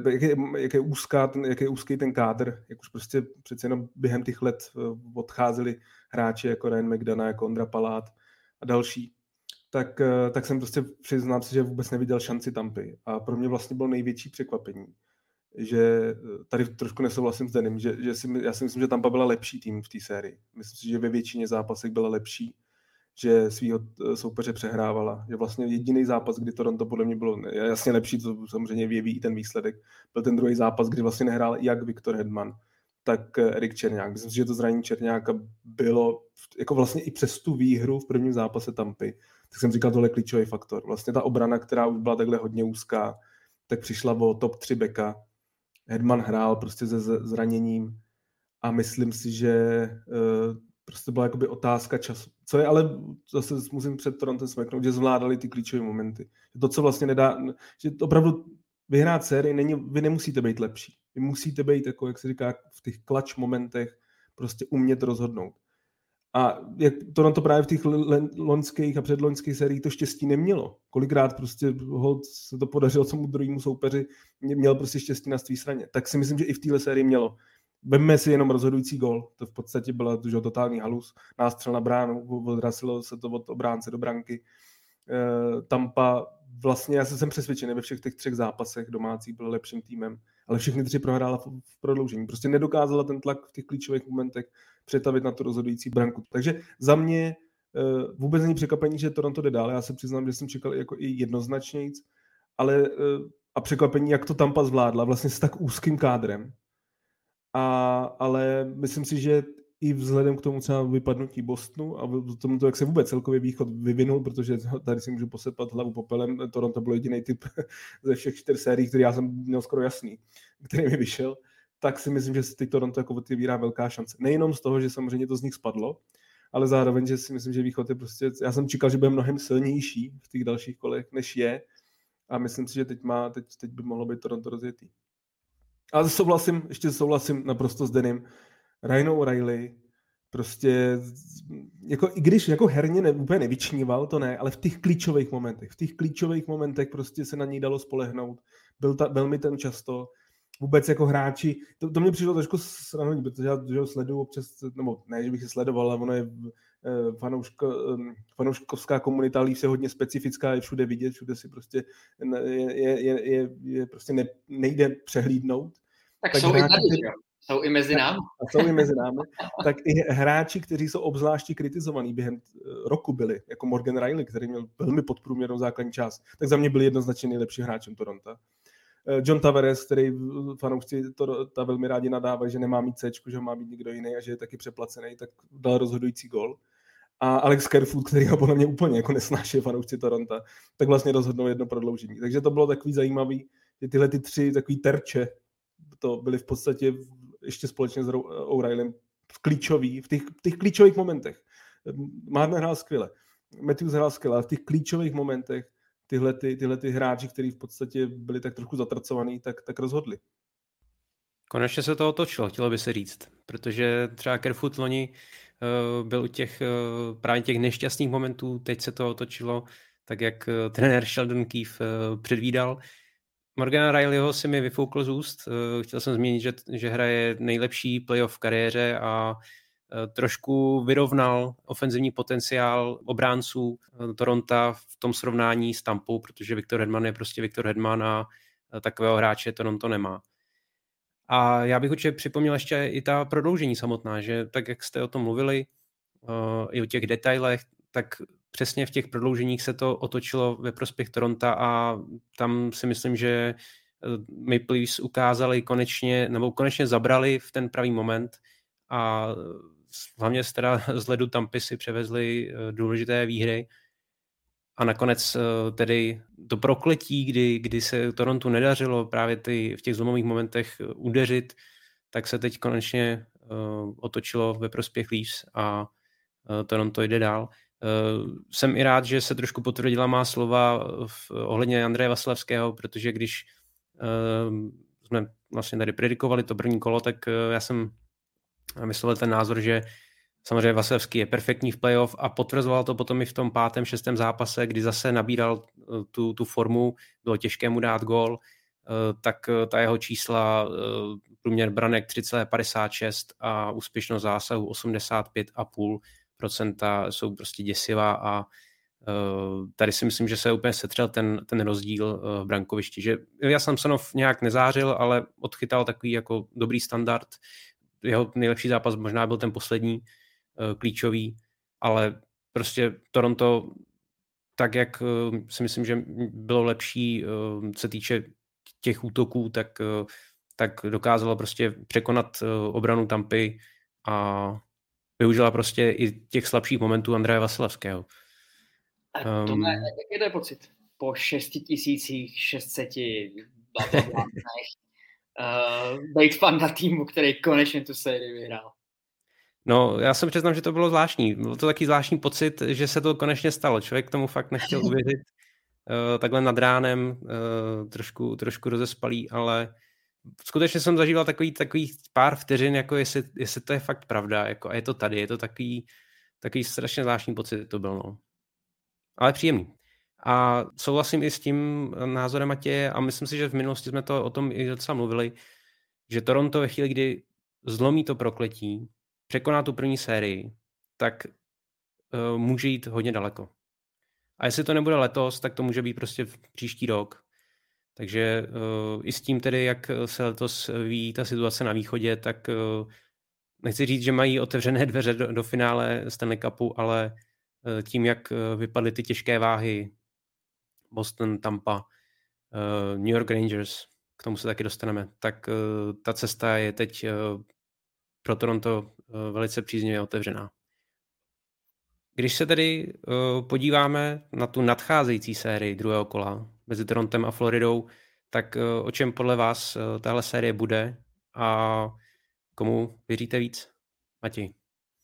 F: je úzký ten kádr, jak už prostě přece jenom během těch let odcházeli hráči jako Ryan McDonough, jako Ondra Palát a další, tak jsem prostě přiznám si, že vůbec neviděl šanci Tampy. A pro mě vlastně bylo největší překvapení, že tady trošku nesouhlasím s Denim, já si myslím, že Tampa byla lepší tým v té sérii. Myslím si, že ve většině zápasech byla lepší, že svýho soupeře přehrávala. Že vlastně jediný zápas, kdy Toronto podle mě bylo jasně lepší, to samozřejmě věví i ten výsledek, byl ten druhý zápas, kdy vlastně nehrál jak Viktor Hedman, tak Erik Čerňák. Myslím si, že to zranění Čerňáka bylo jako vlastně i přes tu výhru v prvním zápase Tampy. Tak jsem říkal, tohle je klíčový faktor. Vlastně ta obrana, která už byla takhle hodně úzká, tak přišla o top 3 beka. Hedman hrál prostě se zraněním a myslím si, že prostě byla jakoby otázka času. Co je, ale zase musím před Torontem smeknout, že zvládali ty klíčové momenty. To, co vlastně nedá, že opravdu vyhrát sérii, vy nemusíte být lepší. Vy musíte být, jako, jak se říká, v těch clutch momentech prostě umět rozhodnout. A jak Toronto právě v těch loňských a předloňských sériích to štěstí nemělo. Kolikrát prostě se to podařilo tomu druhému soupeři, měl prostě štěstí na své straně. Tak si myslím, že i v téhle sérii mělo. Vemme si jenom rozhodující gól. To v podstatě byla totální halus. Nástřel na bránu, odrasilo se to od obránce do branky. Tampa, vlastně já jsem přesvědčený, ve všech těch 3 zápasech domácí byl lepším týmem, ale všechny 3 prohrála v prodloužení. Prostě nedokázala ten tlak v těch klíčových momentech přetavit na tu rozhodující branku. Takže za mě vůbec není překvapení, že Toronto jde dál. Já se přiznám, že jsem čekal jako i jednoznačnějc, ale a překvapení, jak to Tampa zvládla vlastně s tak úzkým kádrem. Ale myslím si, že i vzhledem k tomu třeba vypadnutí Bostonu a tomu, jak se vůbec celkově východ vyvinul, protože tady si můžu posepat hlavu popelem, Toronto byl jediný typ ze všech 4 sérií, který já jsem měl skoro jasný, který mi vyšel, tak si myslím, že se teď Toronto jako otvírá velká šance. Nejenom z toho, že samozřejmě to z nich spadlo, ale zároveň, že si myslím, že východ je prostě, já jsem čekal, že bude mnohem silnější v těch dalších kolech, než je, a myslím si, že teď by mohlo být Toronto rozjetý. Ale souhlasím naprosto s Denim. Ryan O'Reilly prostě, jako, i když jako herně úplně nevyčníval, to ne, ale v těch klíčových momentech prostě se na něj dalo spolehnout. Byl velmi ten často, vůbec jako hráči, to mě přišlo trošku sranovní, protože já sleduju občas, nebo ne, že bych je sledoval, ale ono je fanouškovská komunita Leafs je hodně specifická, je všude vidět, všude si prostě je prostě nejde přehlídnout.
G: Tak jsou hráči, i tady, jsou i mezi námi.
F: Tak i hráči, kteří jsou obzvláště kritizovaní během roku byli, jako Morgan Rielly, který měl velmi podprůměrnou základní část, tak za mě byl jednoznačně nejlepším hráčem Toronto. John Tavares, který fanoušci to velmi rádi nadávají, že nemá mít C, že ho má mít někdo jiný a že je taky přeplacený, tak dal rozhodující gól. A Alex Kerfoot, který ho podle mě úplně jako nesnáší fanoušci Toronto, tak vlastně rozhodnou jedno prodloužení. Takže to bylo takový zajímavý, že tyhle 3 takový terče to byly v podstatě ještě společně s O'Reillym v těch klíčových momentech. Marner hrál skvěle, Matthews hrál skvěle, ale v těch klíčových momentech tyhle hráči, kteří v podstatě byli tak trochu zatracovaný, tak rozhodli.
E: Konečně se to otočilo, chtělo by se říct, protože třeba Kerfoot loni byl u právě těch nešťastných momentů, teď se to otočilo, tak jak trenér Sheldon Keefe předvídal. Morgana Riellyho si mi vyfoukl z úst. Chtěl jsem zmínit, že hraje nejlepší playoff v kariéře a trošku vyrovnal ofenzivní potenciál obránců Toronto v tom srovnání s Tampou, protože Victor Hedman je prostě Victor Hedman a takového hráče Toronto nemá. A já bych určitě připomněl ještě i ta prodloužení samotná, že tak, jak jste o tom mluvili, i o těch detailech, tak přesně v těch prodlouženích se to otočilo ve prospěch Toronto a tam si myslím, že Maple Leafs ukázali konečně zabrali v ten pravý moment a hlavně z ledu Tampy si převezli důležité výhry a nakonec tedy to prokletí, kdy se Torontu nedařilo právě v těch zlomových momentech udeřit, tak se teď konečně otočilo ve prospěch Leafs a Toronto jde dál. Jsem i rád, že se trošku potvrdila má slova ohledně Andreje Vasilevského, protože když jsme vlastně tady predikovali to první kolo, tak já jsem vyslovil ten názor, že samozřejmě Vasilevský je perfektní v playoff a potvrzoval to potom i v tom 5., 6. zápase, kdy zase nabíral tu formu, bylo těžké mu dát gól, tak ta jeho čísla, průměr branek 3,56 a úspěšnost zásahu 85,5% jsou prostě děsivá a tady si myslím, že se úplně setřel ten rozdíl v brankovišti, že Ilja Samsonov nějak nezářil, ale odchytal takový jako dobrý standard. Jeho nejlepší zápas možná byl ten poslední, klíčový, ale prostě Toronto, tak jak si myslím, že bylo lepší, se týče těch útoků, tak dokázalo prostě překonat obranu Tampy a využila prostě i těch slabších momentů Andreje Vasilevského.
G: Jaký to je pocit? Po 6600 blablabla být fan na týmu, který konečně tu sérii vyhrál.
E: No, já jsem přiznám, že to bylo zvláštní. Byl to taky zvláštní pocit, že se to konečně stalo. Člověk tomu fakt nechtěl uvěřit. Takhle nad ránem, trošku rozespalý, ale skutečně jsem zažíval takový pár vteřin, jako jestli to je fakt pravda, jako a je to tady, je to takový Takový strašně zvláštní pocit to byl, no. Ale příjemný. A souhlasím i s tím názorem Matěje a myslím si, že v minulosti jsme to o tom i docela mluvili, že Toronto ve chvíli, kdy zlomí to prokletí, překoná tu první sérii, tak může jít hodně daleko. A jestli to nebude letos, tak to může být prostě příští rok. Takže i s tím tedy, jak se letos ví ta situace na východě, tak nechci říct, že mají otevřené dveře do finále Stanley Cupu, ale tím, jak vypadly ty těžké váhy Boston, Tampa, New York Rangers, k tomu se taky dostaneme, tak ta cesta je teď pro Toronto velice příznivě otevřená. Když se tedy podíváme na tu nadcházející sérii druhého kola mezi Torontem a Floridou, tak o čem podle vás tahle série bude a komu věříte víc? Matěj.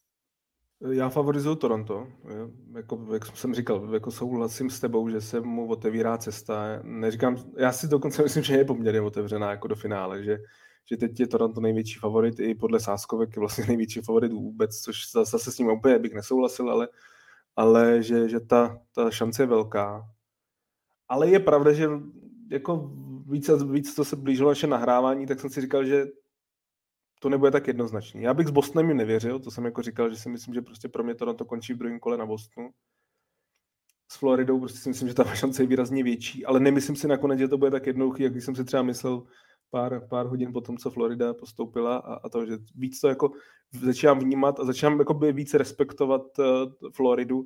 F: Já favorizuju Toronto. Jak jsem říkal, jako souhlasím s tebou, že se mu otevírá cesta. Neříkám, já si dokonce myslím, že je poměrně otevřená jako do finále, že teď je Toronto největší favorit, i podle sázkovek je vlastně největší favorit vůbec, což zase s ním úplně bych nesouhlasil, ale že ta šance je velká. Ale je pravda, že jako víc to se blížilo naše nahrávání, tak jsem si říkal, že to nebude tak jednoznačný. Já bych s Bostonem nevěřil, to jsem jako říkal, že si myslím, že prostě pro mě Toronto končí v druhém kole na Bostonu. S Floridou prostě si myslím, že ta šance je výrazně větší, ale nemyslím si nakonec, že to bude tak jednoduchý, jak jsem si třeba myslel pár hodin po tom, co Florida postoupila a to, že víc to jako začínám vnímat a začínám jakoby víc respektovat Floridu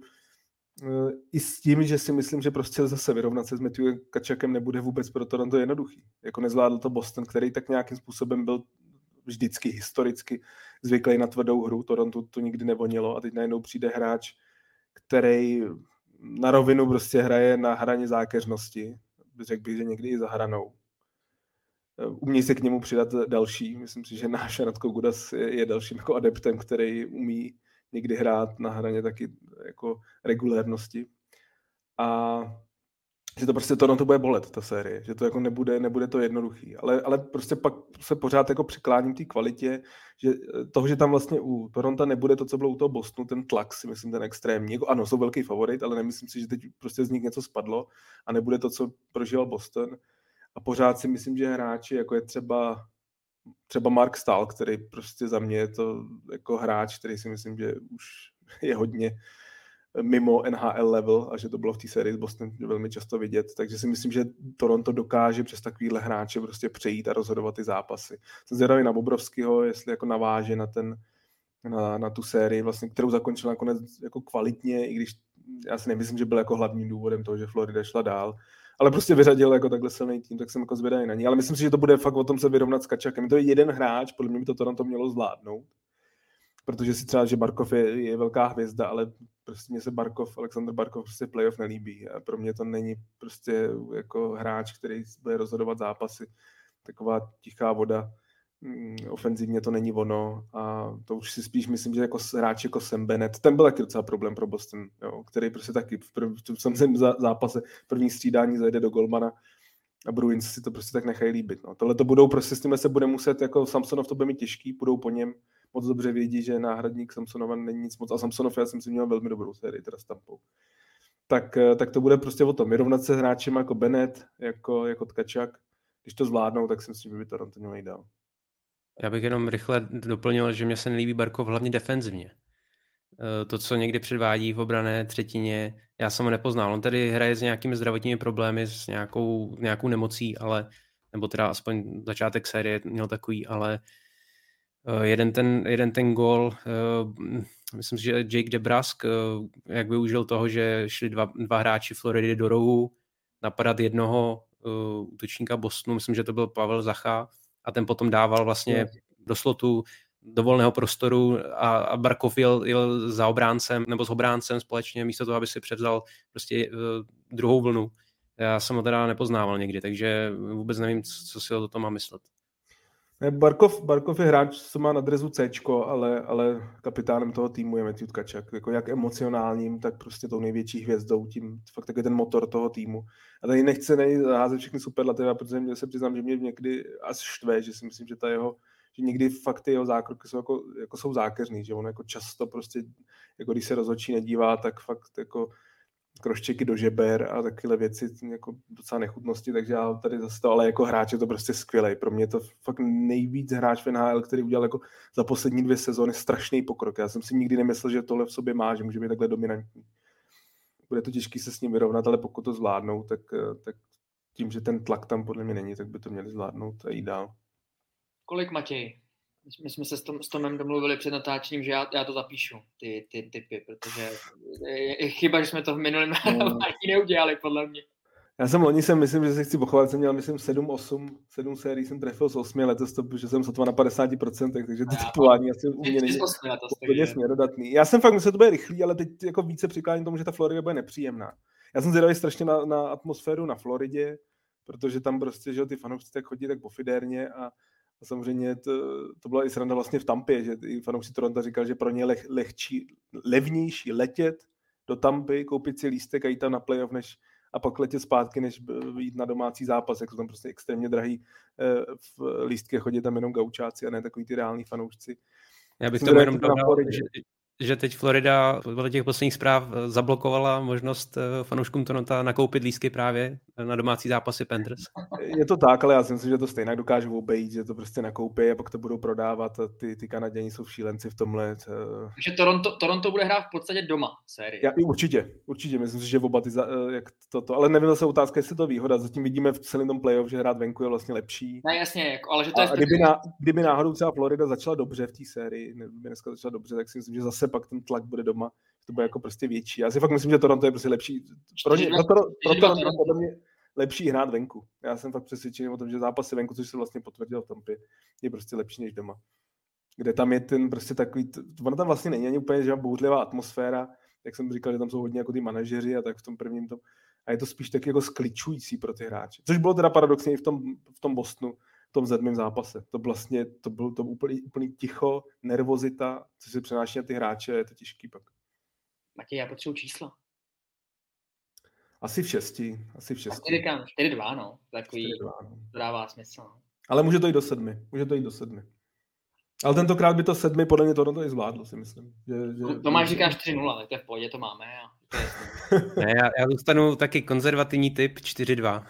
F: i s tím, že si myslím, že prostě zase vyrovnat se s Matthewem Tkačakem nebude vůbec pro Toronto jednoduchý. Jako nezvládl to Boston, který tak nějakým způsobem byl vždycky historicky zvyklý na tvrdou hru. Toronto to nikdy nevonilo a teď najednou přijde hráč, který na rovinu prostě hraje na hraně zákeřnosti. Řekl bych, že někdy i za hranou. Umí se k němu přidat další. Myslím si, že náš Radko Gudas je dalším jako adeptem, který umí někdy hrát na hraně taky jako regulérnosti. A že to prostě Toronto bude bolet, ta série, že to jako nebude to jednoduchý, ale prostě pak se pořád jako přikláním té kvalitě, že toho, že tam vlastně u Toronto nebude to, co bylo u toho Bostonu, ten tlak si myslím, ten extrémní, jako ano, jsou velký favorit, ale nemyslím si, že teď prostě z nich něco spadlo a nebude to, co prožíval Boston a pořád si myslím, že hráči, jako je třeba Mark Stahl, který prostě za mě je to jako hráč, který si myslím, že už je hodně mimo NHL level a že to bylo v té sérii s Bostonem velmi často vidět, takže si myslím, že Toronto dokáže přes takovýhle hráče prostě přejít a rozhodovat ty zápasy. Jsem zvědavý na Bobrovskýho, jestli jako naváže na tu sérii, vlastně, kterou zakončil nakonec jako kvalitně, i když já si nemyslím, že byl jako hlavním důvodem toho, že Florida šla dál, ale prostě vyřadil jako takhle silný tým, tak jsem jako zvědavý na ní. Ale myslím si, že to bude fakt o tom se vyrovnat s Tkačakem. To je jeden hráč, podle mě by to Toronto mělo zvládnout. Protože si třeba, že Barkov je velká hvězda, ale prostě mě se Alexander Barkov prostě playoff nelíbí a pro mě to není prostě jako hráč, který bude rozhodovat zápasy. Taková tichá voda, ofenzivně to není ono a to už si spíš myslím, že jako hráč jako Sam Bennett, ten byl taky docela problém pro Boston, jo, který prostě taky v tom zápase první střídání zajde do golmana a Bruins si to prostě tak nechají líbit. No. Tohle to budou prostě s tím se bude muset, jako Samsonov to bude mít těžký, půjdou po něm, moc dobře vědí, že náhradník Samsonova není nic moc a Samsonov já jsem si měl velmi dobrou sérii teda s Tampou. Tak to bude prostě o tom, vyrovnat se hráčem jako Bennett, jako Tkačak, když to zvládnou, tak si myslím, že by Toronto mělo jít dál.
E: Já bych jenom rychle doplnil, že mě se nelíbí Barkov hlavně defenzivně. To, co někdy předvádí v obranné třetině, já jsem ho nepoznal. On tady hraje s nějakými zdravotními problémy, s nějakou nemocí, ale, nebo teda aspoň začátek série měl takový, ale jeden ten gól, myslím si, že Jake DeBrusk, jak využil toho, že šli dva hráči Floridy do rohu napadat jednoho útočníka Bostonu, myslím, že to byl Pavel Zacha, a ten potom dával vlastně do slotu, do volného prostoru a Barkov jel za obráncem nebo s obráncem společně, místo toho, aby si převzal prostě druhou vlnu. Já jsem ho teda nepoznával někdy, takže vůbec nevím, co si o tom mám myslet.
F: Barkov je hráč, co má na dresu Cčko, ale kapitánem toho týmu je Matthew Tkačak. Jako jak emocionálním, tak prostě tou největší hvězdou, tím fakt taky ten motor toho týmu. A tady nechce házet všechny superlativy, protože se přiznám, že mě někdy až štve, že si myslím, že ta jeho že někdy fakt ty jeho zákroky jsou jako jsou zákeřný, že on jako často prostě, jako když se rozhodčí nedívá, tak fakt jako kroščeky do žeber a takové věci, jako docela nechutnosti, takže já tady zase to, ale jako hráč je to prostě skvělej. Pro mě je to fakt nejvíc hráč v NHL, který udělal jako za poslední 2 sezóny strašný pokrok. Já jsem si nikdy nemyslel, že tohle v sobě má, že může být takhle dominantní. Bude to těžký se s ním vyrovnat, ale pokud to zvládnou, tak tím, že ten tlak tam podle mě není, tak by to měli zvládnout a jít dál.
G: Kolik, Matěj? My jsme se s Tomem domluvili před natáčením, že já to zapíšu, ty tipy, protože je chyba, že jsme to v minulém nahrávání neudělali, podle mě.
F: Já jsem myslím, že se chci pochovat, jsem měl, myslím, 7 sérií jsem trefil z 8, letos to, že jsem sotva na 50%, takže to typování asi u mě není úplně směrodatný. Já jsem fakt myslel, že to bude rychlý, ale teď jako více přikláním tomu, že ta Florida bude nepříjemná. Já jsem zvědavý strašně na atmosféru na Floridě, protože tam prostě, že ty fanoušci tak chodí tak pofidérně a samozřejmě to byla i sranda vlastně v Tampě, že i fanoušci Toronto říkal, že pro ně je levnější letět do Tampy, koupit si lístek a jít tam na playoff, a pak letět zpátky, než jít na domácí zápas, jak jsou tam prostě extrémně drahý v lístky, chodí tam jenom gaučáci a ne takový ty reální fanoušci.
E: Já bych tomu jenom dodal, že teď Florida podle těch posledních zpráv zablokovala možnost fanouškům Toronto nakoupit lístky právě na domácí zápasy Panthers.
F: Je to tak, ale já si myslím, že to stejně dokážou obejít, že to prostě nakoupí a pak to budou prodávat a ty Kanaděni jsou šílenci v tomhle.
G: Takže Toronto bude hrát v podstatě doma série.
F: Určitě, myslím si, že oba ty, jak toto, ale nevím zase otázka, jestli to výhoda, zatím vidíme v celém tom playoff, že hrát venku je vlastně lepší.
G: Ne, jasně, ale že to je...
F: Kdyby náhodou třeba Florida začala dobře v té sérii, kdyby dneska začala dobře, tak si myslím, že zase pak ten tlak bude doma, to bude jako prostě větší. Já si fakt myslím, že Toronto je prostě lepší. Pro Toronto podle mě lepší hrát venku. Já jsem fakt přesvědčený o tom, že zápasy venku, což se vlastně potvrdilo v Tampě, je prostě lepší než doma. Kde tam je ten prostě takový, ono tam vlastně není ani úplně že bouřlivá atmosféra, jak jsem říkal, že tam jsou hodně jako ty manažeři a tak v tom prvním tom. A je to spíš taky jako skličující pro ty hráče. Což bylo teda paradoxně i v tom Bostonu, v tom 7. zápase. To vlastně, to bylo to úplný ticho, nervozita, co se přenáší na ty hráče, je to těžký pak.
G: Matěj, já potřebuji čísla.
F: Asi v 6.
G: Já ti říkám 4-2, no. Takový,
F: 4-2, no.
G: To dává smysl. No.
F: Ale může to jít do 7. Ale tentokrát by to 7 podle mě to i zvládlo, si myslím.
G: Tomáš říká 4-0, tak to je v pohodě, to máme.
E: Ne, já dostanu taky konzervativní typ 4-2.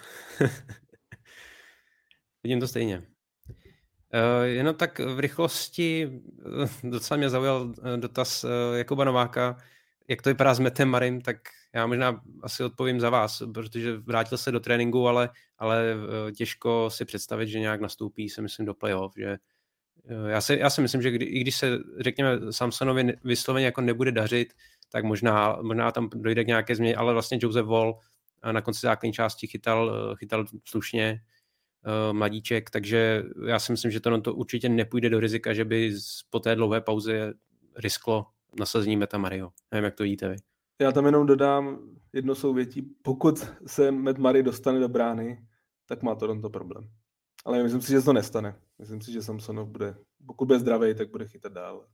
E: Vidím to stejně. Jenom tak v rychlosti docela mě zaujal dotaz Jakuba Nováka, jak to vypadá s Mattem Marrym, tak já možná asi odpovím za vás, protože vrátil se do tréninku, ale těžko si představit, že nějak nastoupí, si myslím, do playoff. Že já si myslím, že i když se, řekněme, Samsonovi vysloveně jako nebude dařit, tak možná tam dojde k nějaké změně, ale vlastně Joseph Woll na konci základní části chytal slušně, mladíček, takže já si myslím, že to určitě nepůjde do rizika, že by po té dlouhé pauze risklo nasazení Matta Murrayho. Nevím, jak to vidíte vy. Já
F: tam jenom dodám jedno souvětí. Pokud se Matt Murray dostane do brány, tak má Toronto problém. Ale myslím si, že to nestane. Myslím si, že Samsonov bude, pokud bude zdravý, tak bude chytat dál.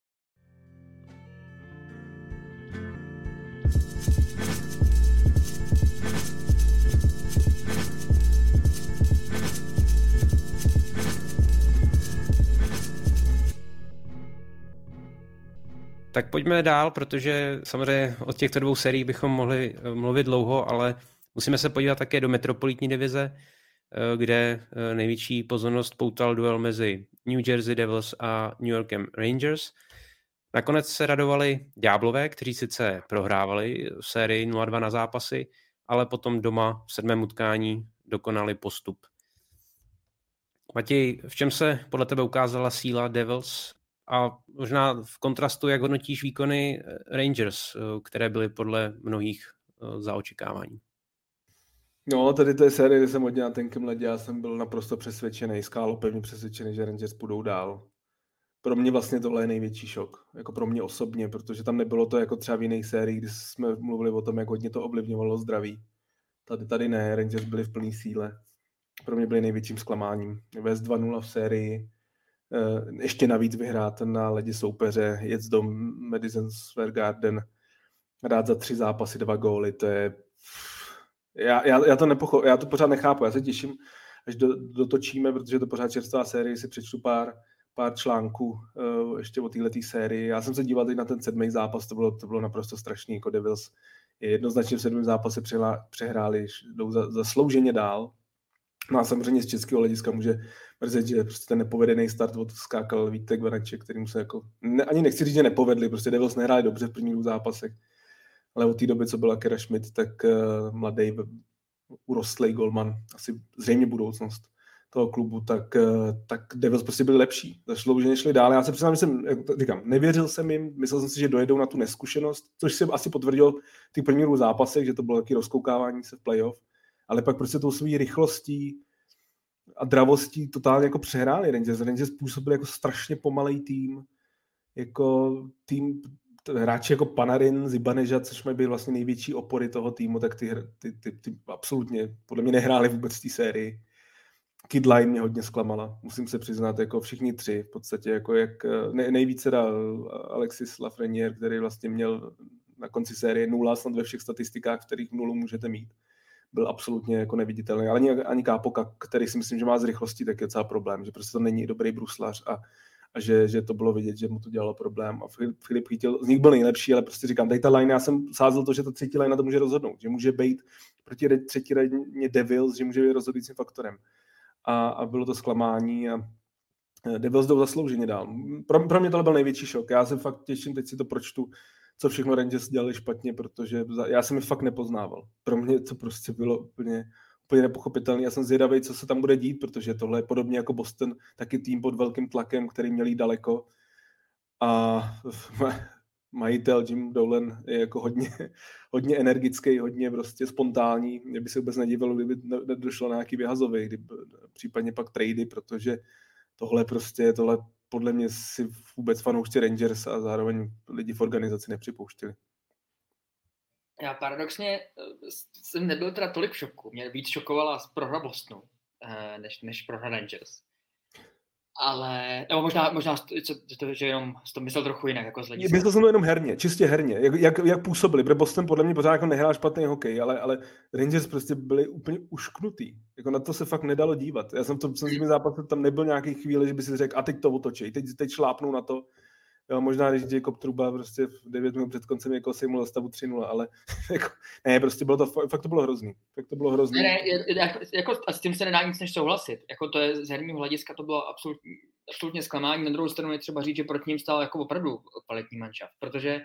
E: Tak pojďme dál, protože samozřejmě od těchto 2 sérií bychom mohli mluvit dlouho, ale musíme se podívat také do metropolitní divize, kde největší pozornost poutal duel mezi New Jersey Devils a New Yorkem Rangers. Nakonec se radovali Ďáblové, kteří sice prohrávali v sérii 0-2 na zápasy, ale potom doma v 7. utkání dokonali postup. Matěj, v čem se podle tebe ukázala síla Devils a možná v kontrastu, jak hodnotíš výkony Rangers, které byly podle mnohých za očekávání?
F: No, tady to je série, kde jsem hodně na tenkém ledě, já jsem byl naprosto přesvědčený, skálopevně přesvědčený, že Rangers půjdou dál. Pro mě vlastně tohle je největší šok, jako pro mě osobně, protože tam nebylo to jako třeba v jiných sériích, kdy jsme mluvili o tom, jak hodně to ovlivňovalo zdraví. Tady ne, Rangers byli v plné síle. Pro mě byli největším zklamáním. Vést 2-0 v sérii, ještě navíc vyhrát na ledě soupeře, jet do Madison Square Garden, dát za 3 zápasy 2 góly, to je... Já to pořád nechápu, já se těším, až dotočíme, protože to pořád čerstvá série, si přečtu pár článků ještě o této sérii. Já jsem se díval teď na ten 7. zápas, to bylo naprosto strašný, jako Devils jednoznačně v 7. zápase přehráli, jdou zaslouženě dál. No a samozřejmě z českého hlediska může mrzet, že prostě ten nepovedený start odskákal Vítek Vaneček, kterým se jako, ani nechci říct, že nepovedli, prostě Devils nehráli dobře v prvních zápasech, ale od té doby, co byla Kera Schmidt, tak mladý urostlej golman, asi zřejmě budoucnost toho klubu, tak Devils prostě byli lepší, zaslouženě šli dál. Já se přiznám, že jsem, říkám, nevěřil jsem jim, myslel jsem si, že dojedou na tu neskušenost, což jsem asi potvrdil v těch prvních zápasech, že to bylo taky rozkoukávání se v playoff, ale pak prostě tou svou rychlostí a dravostí totálně jako přehráli Rangers. Rangers působili jako strašně pomalej tým, jako tým hráči jako Panarin, Zibanejad, což mají být vlastně největší opory toho týmu, tak ty absolutně podle mě nehráli vůbec v té sérii. Kid Line mě hodně zklamala, musím se přiznat, jako všichni tři v podstatě, jako jak nejvíce dal Alexis Lafreniere, který vlastně měl na konci série 0 snad ve všech statistikách, v kterých 0 můžete mít. Byl absolutně jako neviditelný, ale ani Kápoka, který si myslím, že má z rychlostí tak je celý problém, že prostě to není dobrý bruslař a že to bylo vidět, že mu to dělalo problém a Filip Chytil, z nich byl nejlepší, ale prostě říkám, tady ta line, já jsem sázel to, že ta třetí line to může rozhodnout, že může být proti třetí line Devils, že může být rozhodujícím faktorem. A bylo to zklamání a Devils jdou zaslouženě dál. Pro mě to byl největší šok. Já se fakt těším, teď si to pročtu, co všechno Rangers dělali špatně, protože já jsem je fakt nepoznával. Pro mě to prostě bylo úplně nepochopitelné. Já jsem zvědavý, co se tam bude dít, protože tohle je podobně jako Boston, taky tým pod velkým tlakem, který měl jít daleko. A majitel Jim Dolan je jako hodně energický, hodně prostě spontánní. Mě by se vůbec nedivilo, kdyby došlo na nějaký vyhazový, případně pak trady, protože tohle podle mě si vůbec fanoušci Rangers a zároveň lidi v organizaci nepřipouštěli.
G: Já paradoxně jsem nebyl teda tolik v šoku. Mě víc šokovala prohra Bostonu, než prohra Rangers. Ale, nebo možná že jenom to myslel trochu jinak, jako z hlediska.
F: Myslel jsem to jenom herně, čistě herně, jak působili, protože Boston podle mě pořád jako nehrál špatný hokej, ale Rangers prostě byli úplně ušknutý, jako na to se fakt nedalo dívat. Já jsem s tím zápasem tam nebyl nějaký chvíli, že by si řekl, a teď to otočí, teď šlápnou na to. Jo, možná, když Jacob Trouba prostě v 9 minut před koncem jako sejmul za stavu 3-0, ale jako, ne, prostě bylo to, fakt to bylo hrozný.
G: Ne, jako s tím se nedá nic než souhlasit. Jako to je z herního hlediska, to bylo absolutně zklamání. Na druhou stranu je třeba říct, že proti ním stál jako opravdu kvalitní manšaft, protože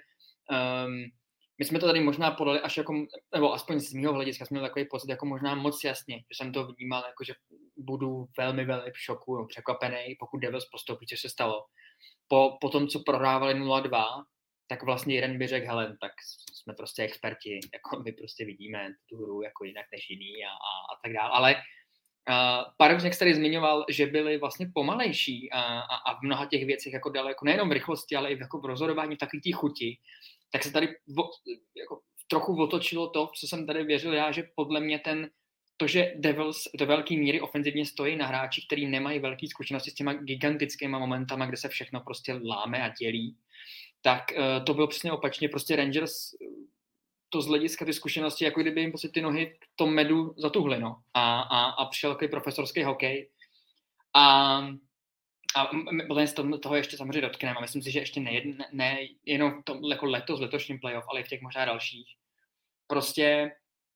G: my jsme to tady možná podali až jako, nebo aspoň z mého hlediska jsme měli takový pocit jako možná moc jasně, že jsem to vnímal jako, že budu velmi, velmi v šoku, překvapený, pokud Devils postoupí, co se stalo. Po tom, co prohrávali 0-2, tak vlastně jeden by řekl, hele, tak jsme prostě experti, jako my prostě vidíme tu hru jako jinak než jiný a tak dále. Ale paradoxně, jak jsi tady zmiňoval, že byli vlastně pomalejší a v mnoha těch věcech jako daleko, nejenom v rychlosti, ale i jako v rozhodování v takový té chuti, tak se tady jako trochu otočilo to, co jsem tady věřil já, že podle mě to, že Devils do velké míry ofenzivně stojí na hráči, kteří nemají velké zkušenosti s těma gigantickými momentama, kde se všechno prostě láme a dělí, tak to bylo přesně opačně. Prostě Rangers to z hlediska ty zkušenosti, jako kdyby jim prostě ty nohy v tom medu zatuhly, no. A přišel takový profesorský hokej. A podle mě toho ještě samozřejmě dotkneme. A myslím si, že ještě ne jenom v tom jako letos, letošním playoff, ale i v těch možná dalších. Prostě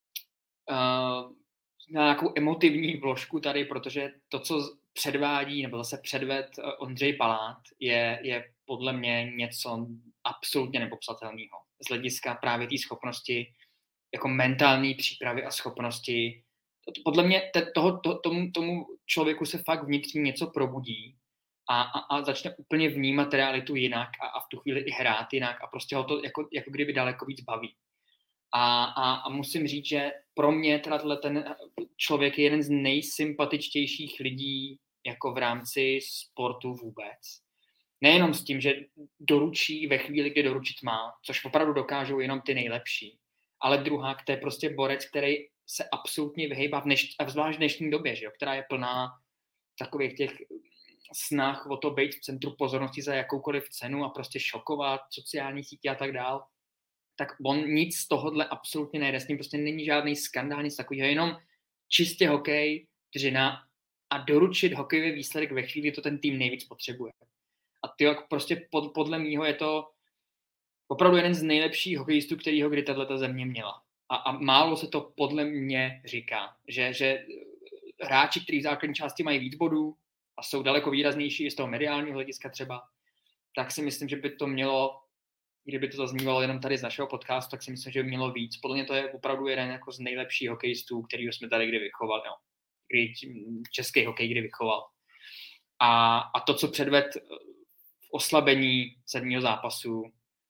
G: na nějakou emotivní vložku tady, protože to, co předvádí, nebo zase předved Ondřej Palát, je podle mě něco absolutně nepopsatelného. Z hlediska právě té schopnosti, jako mentální přípravy a schopnosti. Podle mě tomu člověku se fakt vnitřně něco probudí a začne úplně vnímat realitu jinak a v tu chvíli i hrát jinak a prostě ho to jako kdyby daleko víc baví. A musím říct, že pro mě teda ten člověk je jeden z nejsympatičtějších lidí jako v rámci sportu vůbec. Nejenom s tím, že doručí ve chvíli, kdy doručit má, což opravdu dokážou jenom ty nejlepší, ale druhá, to je prostě borec, který se absolutně vyhejbá a zvlášť v dnešní době, že jo, která je plná takových těch snah o to být v centru pozornosti za jakoukoliv cenu a prostě šokovat sociální sítě a tak dál. Tak on nic z tohohle absolutně nejde, s ním prostě není žádný skandál, nic takového, jenom čistě hokej, dřina a doručit hokejový výsledek ve chvíli, to ten tým nejvíc potřebuje. A prostě podle mýho je to opravdu jeden z nejlepších hokejistů, kterýho kdy tato země měla. A málo se to podle mě říká, že hráči, kteří v základní části mají víc bodů a jsou daleko výraznější z toho mediálního hlediska třeba, tak si myslím, že by to mělo, kdyby to zaznívalo jenom tady z našeho podcastu, tak si myslím, že by mělo víc. Podle mě to je opravdu jeden jako z nejlepších hokejistů, kterýho jsme tady kdy vychovali. No. Český hokej kdy vychoval. A to, co předved v oslabení 7. zápasu,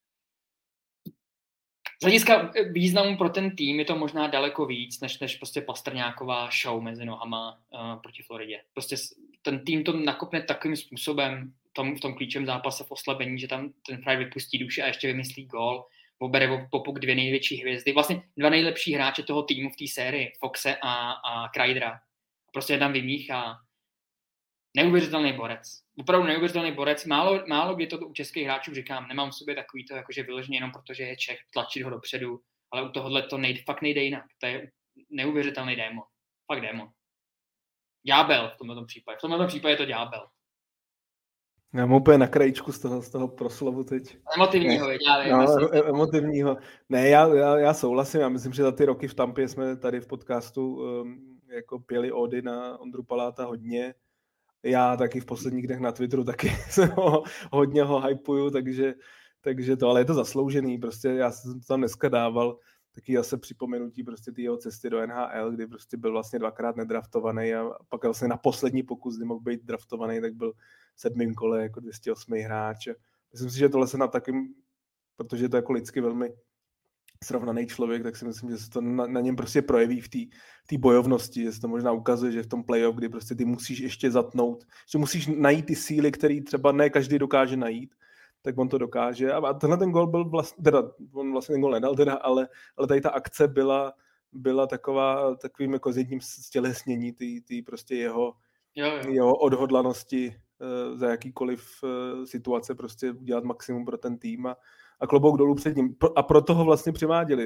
G: z hlediska významu pro ten tým je to možná daleko víc, než prostě Pastrňáková show mezi nohama proti Floridě. Prostě ten tým to nakopne takovým způsobem v tom klíčovém zápase v oslabení, že tam ten Fry vypustí duši a ještě vymyslí gól, obere popuk 2 největší hvězdy, vlastně 2 nejlepší hráče toho týmu v té sérii, Foxe a Kreidera. Prostě je tam vymíchá. Neuvěřitelný borec. Opravdu neuvěřitelný borec. Málo kdy to u českých hráčů říkám. Nemám v sobě takový to, jakože vyloženě jenom protože je Čech, tlačit ho dopředu, ale u tohohle to fakt nejde jinak. To je neuvěřitelný démon. Fakt démon. Ďábel v tomto případě. V tomto případě je to ďábel.
F: Já mám úplně na krajíčku z toho proslovu teď.
G: Emotivního,
F: emotivního. Ne, já souhlasím. Já myslím, že za ty roky v Tampě jsme tady v podcastu jako pěli ódy na Ondru Paláta hodně. Já taky v posledních dnech na Twitteru taky hodně ho hypuju, takže to, ale je to zasloužený. Prostě já jsem to tam dneska dával taky zase připomenutí prostě ty jeho cesty do NHL, kdy prostě byl vlastně 2krát nedraftovaný a pak vlastně na poslední pokus, kdy mohl být draftovaný, tak byl v 7. kole jako 208. hráč. Myslím si, že tohle se na takým, protože je to jako lidsky velmi srovnaný člověk, tak si myslím, že se to na něm prostě projeví v té bojovnosti, že se to možná ukazuje, že v tom playoff, kdy prostě ty musíš ještě zatnout, že musíš najít ty síly, které třeba ne každý dokáže najít, tak on to dokáže. A tenhle ten gól byl vlastně, on vlastně ten gól nedal, ale tady ta akce byla takovým jako z jedním stělesnění ty prostě jeho odhodlanosti za jakýkoliv situace prostě udělat maximum pro ten tým a klobouk dolů před ním. A proto ho vlastně přiváděli.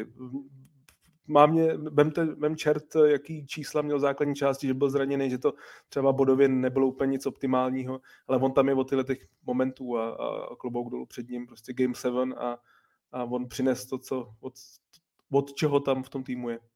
F: Vem čert, jaký čísla měl v základní části, že byl zraněný, že to třeba bodově nebylo úplně nic optimálního, ale on tam je od těch momentů a klobouk dolů před ním, prostě Game 7 a on přines to, co od čeho tam v tom týmu je.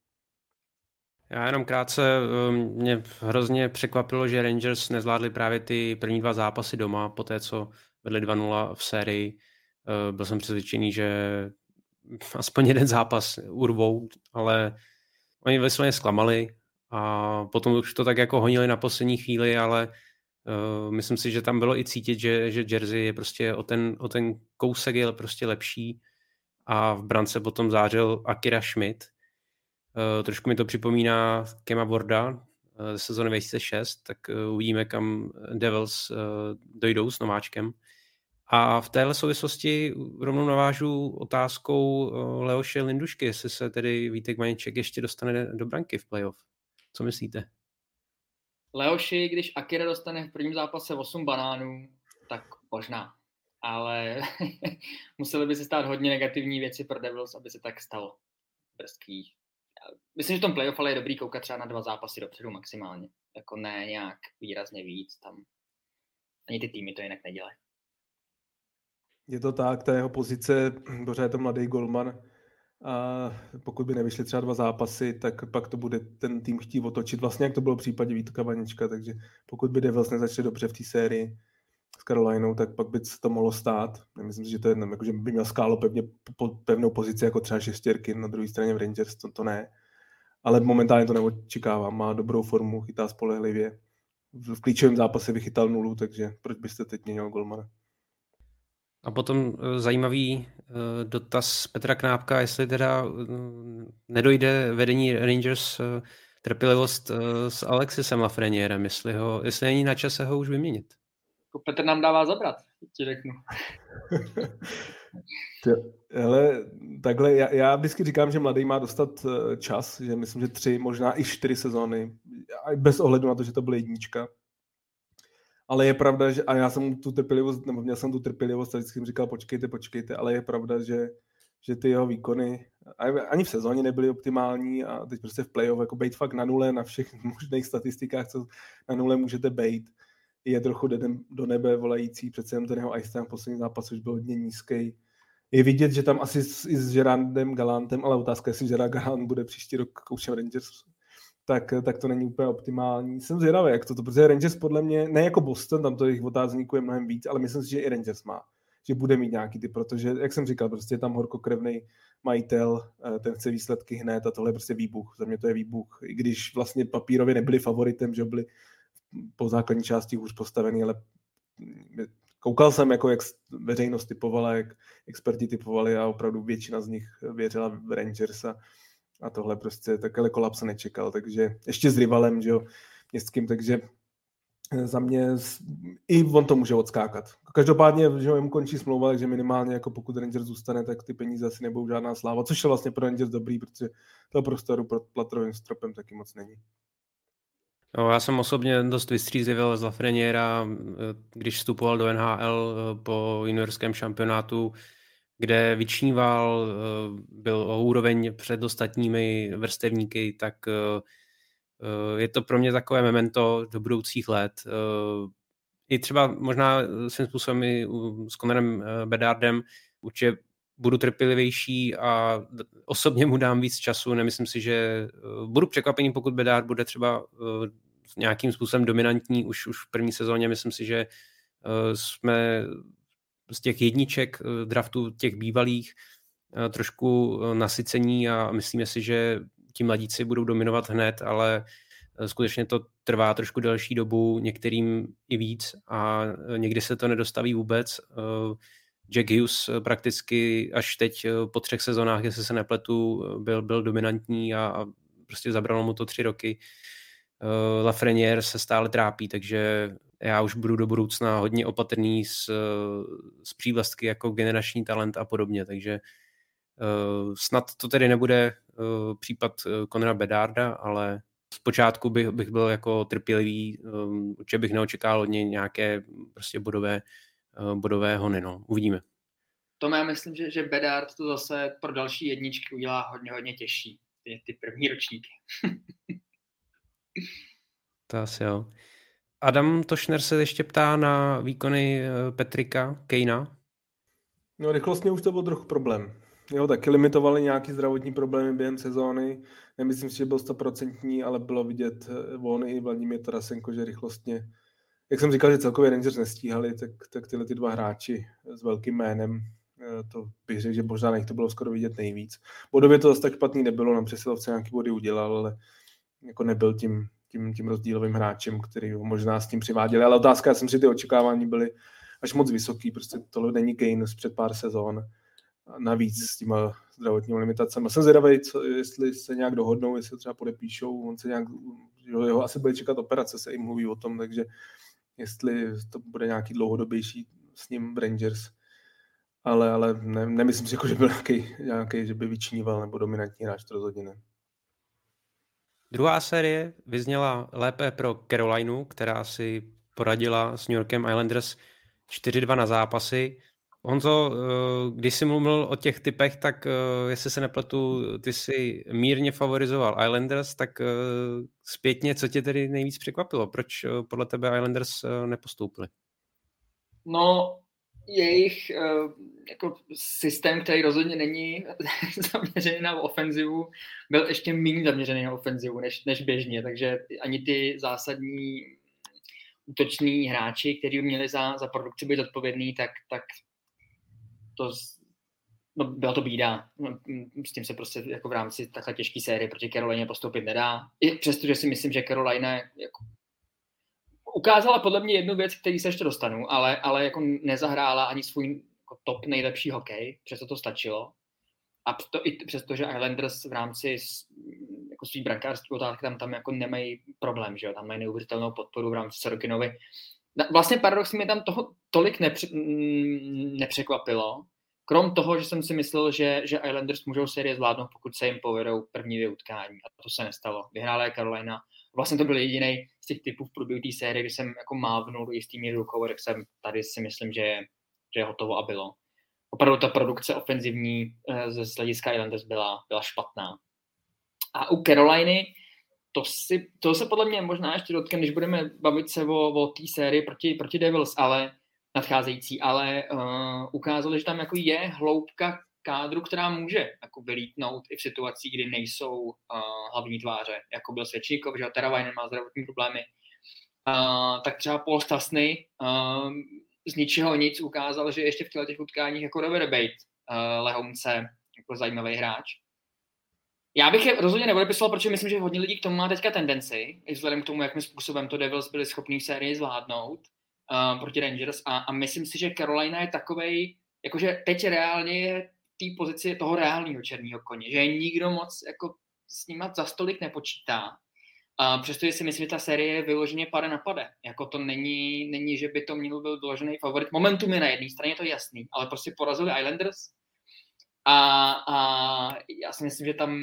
E: Já jenom krátce, mě hrozně překvapilo, že Rangers nezvládli právě ty první 2 zápasy doma, po té, co vedli 2-0 v sérii. Byl jsem přesvědčený, že aspoň jeden zápas urvou, ale oni vysloveně zklamali a potom už to tak jako honili na poslední chvíli, ale myslím si, že tam bylo i cítit, že Jersey je prostě o ten kousek je prostě lepší a v brance potom zářil Akira Schmidt. Trošku mi to připomíná Kema Warda ze sezóny 2006, tak uvidíme, kam Devils dojdou s nováčkem. A v téhle souvislosti rovnou navážu otázkou Leoše Lindušky, jestli se tedy Vítek Vaněček ještě dostane do branky v playoff. Co myslíte?
G: Leoši, když Akira dostane v prvním zápase 8 banánů, tak možná. Ale museli by se stát hodně negativní věci pro Devils, aby se tak stalo. Brzký. Myslím, že v tom playoff ale je dobrý koukat třeba na 2 zápasy dopředu maximálně. Jako ne nějak výrazně víc. Tam ani ty týmy to jinak nedělají.
F: Je to tak, ta jeho pozice, pořád je to mladý golman a pokud by nevyšly třeba 2 zápasy, tak pak to bude ten tým chtít otočit. Vlastně jak to bylo v případě Vítka Vaněčka, takže pokud by Devils nezačali dobře v té sérii s Carolinou, tak pak by se to mohlo stát. Myslím si, že to je jako, že by měl Skálo pevnou pozici jako třeba Šestěrkin, na druhé straně v Rangers to ne. Ale momentálně to neočekávám, má dobrou formu, chytá spolehlivě. V klíčovém zápase vychytal 0, takže proč byste teď měnil golmana?
E: A potom zajímavý dotaz Petra Knápka, jestli teda nedojde vedení Rangers trpělivost s Alexisem Lafreniereem, jestli není na čase ho už vyměnit.
G: Petr nám dává zabrat, ti řeknu.
F: Hele, takhle, já vždycky říkám, že mladý má dostat čas, že myslím, že 3, možná i 4 sezóny, bez ohledu na to, že to byla jednička. Ale je pravda, že, a já jsem tu trpělivost, nebo měl jsem tu trpělivost, a vždycky jsem říkal, počkejte, ale je pravda, že že ty jeho výkony ani v sezóně nebyly optimální a teď prostě v playoff jako bejt fakt na nule na všech možných statistikách, co na nule můžete bejt, je trochu do nebe volající, přece jen ten jeho ice time v poslední zápas už byl hodně nízký. Je vidět, že tam asi i s Gerardem Gallantem, ale otázka, jestli Gerard Gallant bude příští rok koučem Rangers, tak to není úplně optimální. Jsem zvědavý, jak to, protože Rangers podle mě, ne jako Boston, tam to jejich otázníků je mnohem víc, ale myslím si, že i Rangers má, že bude mít nějaký ty, protože, jak jsem říkal, prostě je tam horkokrevný majitel, ten chce výsledky hned a tohle je prostě výbuch. Za mě to je výbuch, i když vlastně papírově nebyli favoritem, že byli po základní části hůř postavený, ale koukal jsem, jako jak veřejnost typovala, jak experti typovali a opravdu většina z nich věřila v Rangers a tohle prostě takhle kolaps se nečekal, takže ještě s rivalem, že jo, městským, takže za mě i on to může odskákat. Každopádně, že jim končí smlouva, takže minimálně jako pokud Rangers zůstane, tak ty peníze asi nebudou žádná sláva, což je vlastně pro Rangers dobrý, protože toho prostoru pod platrovým stropem taky moc není.
E: No, já jsem osobně dost vystřízlivěl z Lafreniera, když vstupoval do NHL po juniorském šampionátu, kde vyčníval, byl o úroveň před ostatními vrstevníky, tak je to pro mě takové memento do budoucích let. I třeba možná svým způsobem i s Connorem Bedardem určitě budu trpělivější a osobně mu dám víc času. Nemyslím si, že budu překvapený, pokud Bedard bude třeba nějakým způsobem dominantní už v první sezóně. Myslím si, že jsme z těch jedniček draftu těch bývalých trošku nasycení a myslíme si, že ti mladíci budou dominovat hned, ale skutečně to trvá trošku delší dobu, některým i víc a někdy se to nedostaví vůbec. Jack Hughes prakticky až teď po 3 sezónách, jestli se nepletu, byl dominantní a prostě zabralo mu to 3 roky. Lafrenière se stále trápí, takže já už budu do budoucna hodně opatrný s přívlastky jako generační talent a podobně, takže snad to tedy nebude případ Connora Bedarda, ale zpočátku bych byl jako trpělivý, určitě bych neočekával od něj nějaké prostě bodové hony, no. Uvidíme.
G: Tom, já myslím, že Bedard to zase pro další jedničky udělá hodně těžší, ty první ročníky.
E: To asi jo. Adam Tošner se ještě ptá na výkony Patricka Kanea.
F: No rychlostně už to byl trochu problém. Jo, taky limitovali nějaký zdravotní problémy během sezóny. Nemyslím si, že byl 100%, ale bylo vidět on i Vladimír Tarasenko, že rychlostně, jak jsem říkal, že celkově Rangers nestíhali, tak tyhle ty 2 hráči s velkým jménem, to bych řekl, že možná nech to bylo skoro vidět nejvíc. Bodově to zase tak špatný nebylo, na přesilovce nějaký body udělal, ale jako nebyl tím rozdílovým hráčem, který ho možná s tím přiváděli. Ale otázka, já jsem si ty očekávání byly až moc vysoký, prostě tohle není Kane z před pár sezón. Navíc s těma zdravotními limitacemi. Jsem zvědavý, jestli se nějak dohodnou, jestli třeba podepíšou, on se nějak, jeho asi bude čekat operace, se jim mluví o tom, takže jestli to bude nějaký dlouhodobější s ním Rangers. Ale nemyslím si, jako, že byl nějaký, že by vyčníval nebo dominantní hráč, to rozhodně ne.
E: Druhá série vyzněla lépe pro Carolinu, která si poradila s New Yorkem Islanders 4-2 na zápasy. Honzo, když jsi mluvil o těch typech, tak jestli se nepletu, ty jsi mírně favorizoval Islanders, tak zpětně, co tě tedy nejvíc překvapilo? Proč podle tebe Islanders nepostoupili?
G: No, jejich jako systém, který rozhodně není zaměřený na ofenzivu, byl ještě méně zaměřený na ofenzivu než běžně, takže ani ty zásadní útoční hráči, kteří měli za produkci být odpovědný, tak to, no, byla to bída. S tím se prostě jako v rámci takhle těžké série proti Carolině postoupit nedá. I přestože si myslím, že Carolina jako ukázala podle mě jednu věc, který se ještě dostanu, ale jako nezahrála ani svůj jako top nejlepší hokej, přesto to stačilo. A to i přesto, že Islanders v rámci jako svý brankářství otázky tam jako nemají problém, že jo? Tam mají neuvěřitelnou podporu v rámci Sorokinovy. Vlastně paradoxně mě tam toho tolik nepřekvapilo, krom toho, že jsem si myslel, že Islanders můžou série zvládnout, pokud se jim povedou první 2 utkání. A to se nestalo. Vyhrála je Carolina. Vlastně to byl jediný z těch typů v průběhu té série, kdy jsem jako mávnul jistý míru rukou, tak jsem tady si myslím, že je hotovo a bylo. opravdu ta produkce ofenzivní z hlediska Islanders byla špatná. A u Caroliny to se podle mě možná ještě dotkne, když budeme bavit se o té sérii proti Devils, ale nadcházející, ale ukázalo, že tam jako je hloubka kádru, která může jako vylítnout i v situacích, kdy nejsou hlavní tváře, jako byl Svečníkov, že Teravainen má zdravotní problémy. Tak třeba Paul Stastny z ničeho nic ukázal, že ještě v těch utkáních jako Robert Bate lehounce jako zajímavý hráč. Já bych je rozhodně neodepisoval, protože myslím, že hodně lidí k tomu má teďka tendenci, i vzhledem k tomu, jakým způsobem to Devils byli schopní v sérii zvládnout proti Rangers a myslím si, že Carolina je takovej, jakože teď reálně je v té pozici toho reálního černého koně, že nikdo moc jako s nima za stolik nepočítá. Přestože si myslím, že ta série je vyloženě pade na pade. Jako to není, že by to měl byl vyložený favorit. Momentum je na jedné straně, to je jasný, ale prostě porazili Islanders a já si myslím, že tam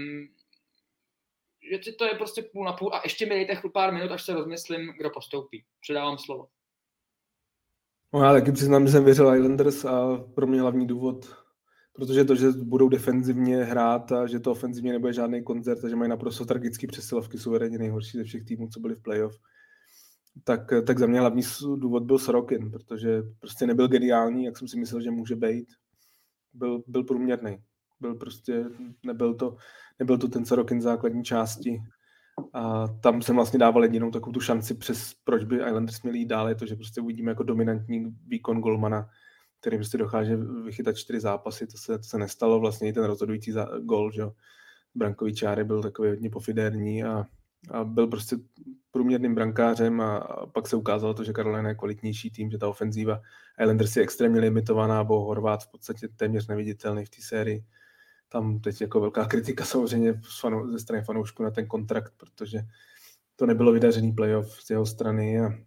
G: že to je prostě půl na půl a ještě mi dejte pár minut, až se rozmyslím, kdo postoupí. Předávám slovo.
F: No já taky přiznám, že jsem věřil Islanders a pro mě hlavní důvod, protože to, že budou defenzivně hrát a že to ofenzivně nebude žádný koncert a že mají naprosto tragický přesilovky, suverénně nejhorší ze všech týmů, co byli v playoff, tak za mě hlavní důvod byl Sorokin, protože prostě nebyl geniální, jak jsem si myslel, že může být. Byl průměrný. Nebyl to ten Sorokin základní části. A tam jsem vlastně dával jedinou takovou tu šanci, proč by Islanders měli jít dál, je to, že prostě uvidíme jako dominantní výkon golmana, který prostě dokáže vychytat 4 zápasy, to se nestalo, vlastně i ten rozhodující gól, že jo, brankový čáry byl takový hodně pofidérní a byl prostě průměrným brankářem a pak se ukázalo to, že Carolina je kvalitnější tým, že ta ofenzíva Islanders je extrémně limitovaná, bo Horvát v podstatě téměř neviditelný v té sérii. Tam teď jako velká kritika samozřejmě ze strany fanoušků na ten kontrakt, protože to nebylo vydařený playoff z jeho strany a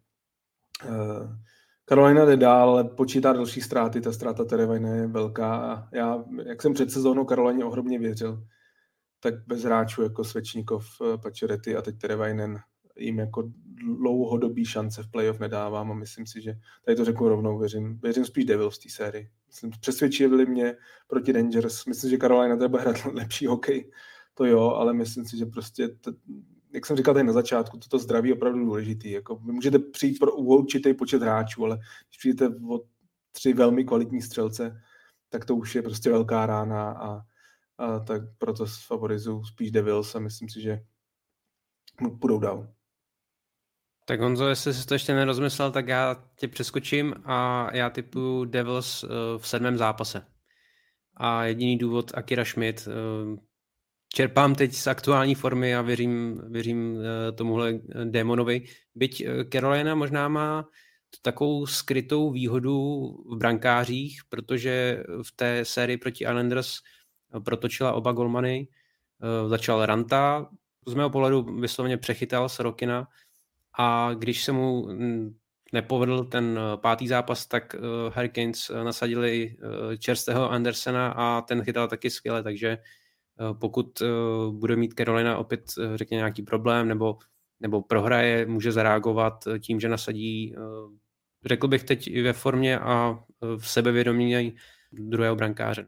F: Carolina jde dál, ale počítá další ztráty, ta ztráta Teravainena je velká a já, jak jsem před sezónou Carolině ohromně věřil, tak bez hráčů jako Svečníkov, Pacioretty a teď Teravainen jim jako dlouhodobý šance v playoff nedávám a myslím si, že tady to řeknu rovnou, věřím spíš Devils v té sérii. Přesvědčili mě proti Rangers, myslím, že Carolina tady bude hrát lepší hokej, to jo, ale myslím si, že prostě, jak jsem říkal tady na začátku, toto zdraví je opravdu důležitý. Jako vy můžete přijít pro určitý počet hráčů, ale když přijdete o 3 velmi kvalitní střelce, tak to už je prostě velká rána a tak proto favorizuju spíš Devils a myslím si, že půjdou dál.
E: Tak Honzo, jestli jsi to ještě nerozmyslel, tak já tě přeskočím a já tipuju Devils v 7. zápase. A jediný důvod Akira Schmidt. Čerpám teď z aktuální formy a věřím tomuhle démonovi. Byť Carolina možná má takovou skrytou výhodu v brankářích, protože v té sérii proti Islanders protočila oba golmany. Začal Ranta, z mého pohledu vysloveně přechytal Sorokina a když se mu nepovedl ten 5. zápas, tak Hurricanes nasadili čerstvého Andersena a ten chytal taky skvěle, takže pokud bude mít Carolina opět řekněme nějaký problém nebo prohraje, může zareagovat tím, že nasadí, řekl bych teď i ve formě a v sebevědomí druhého brankáře.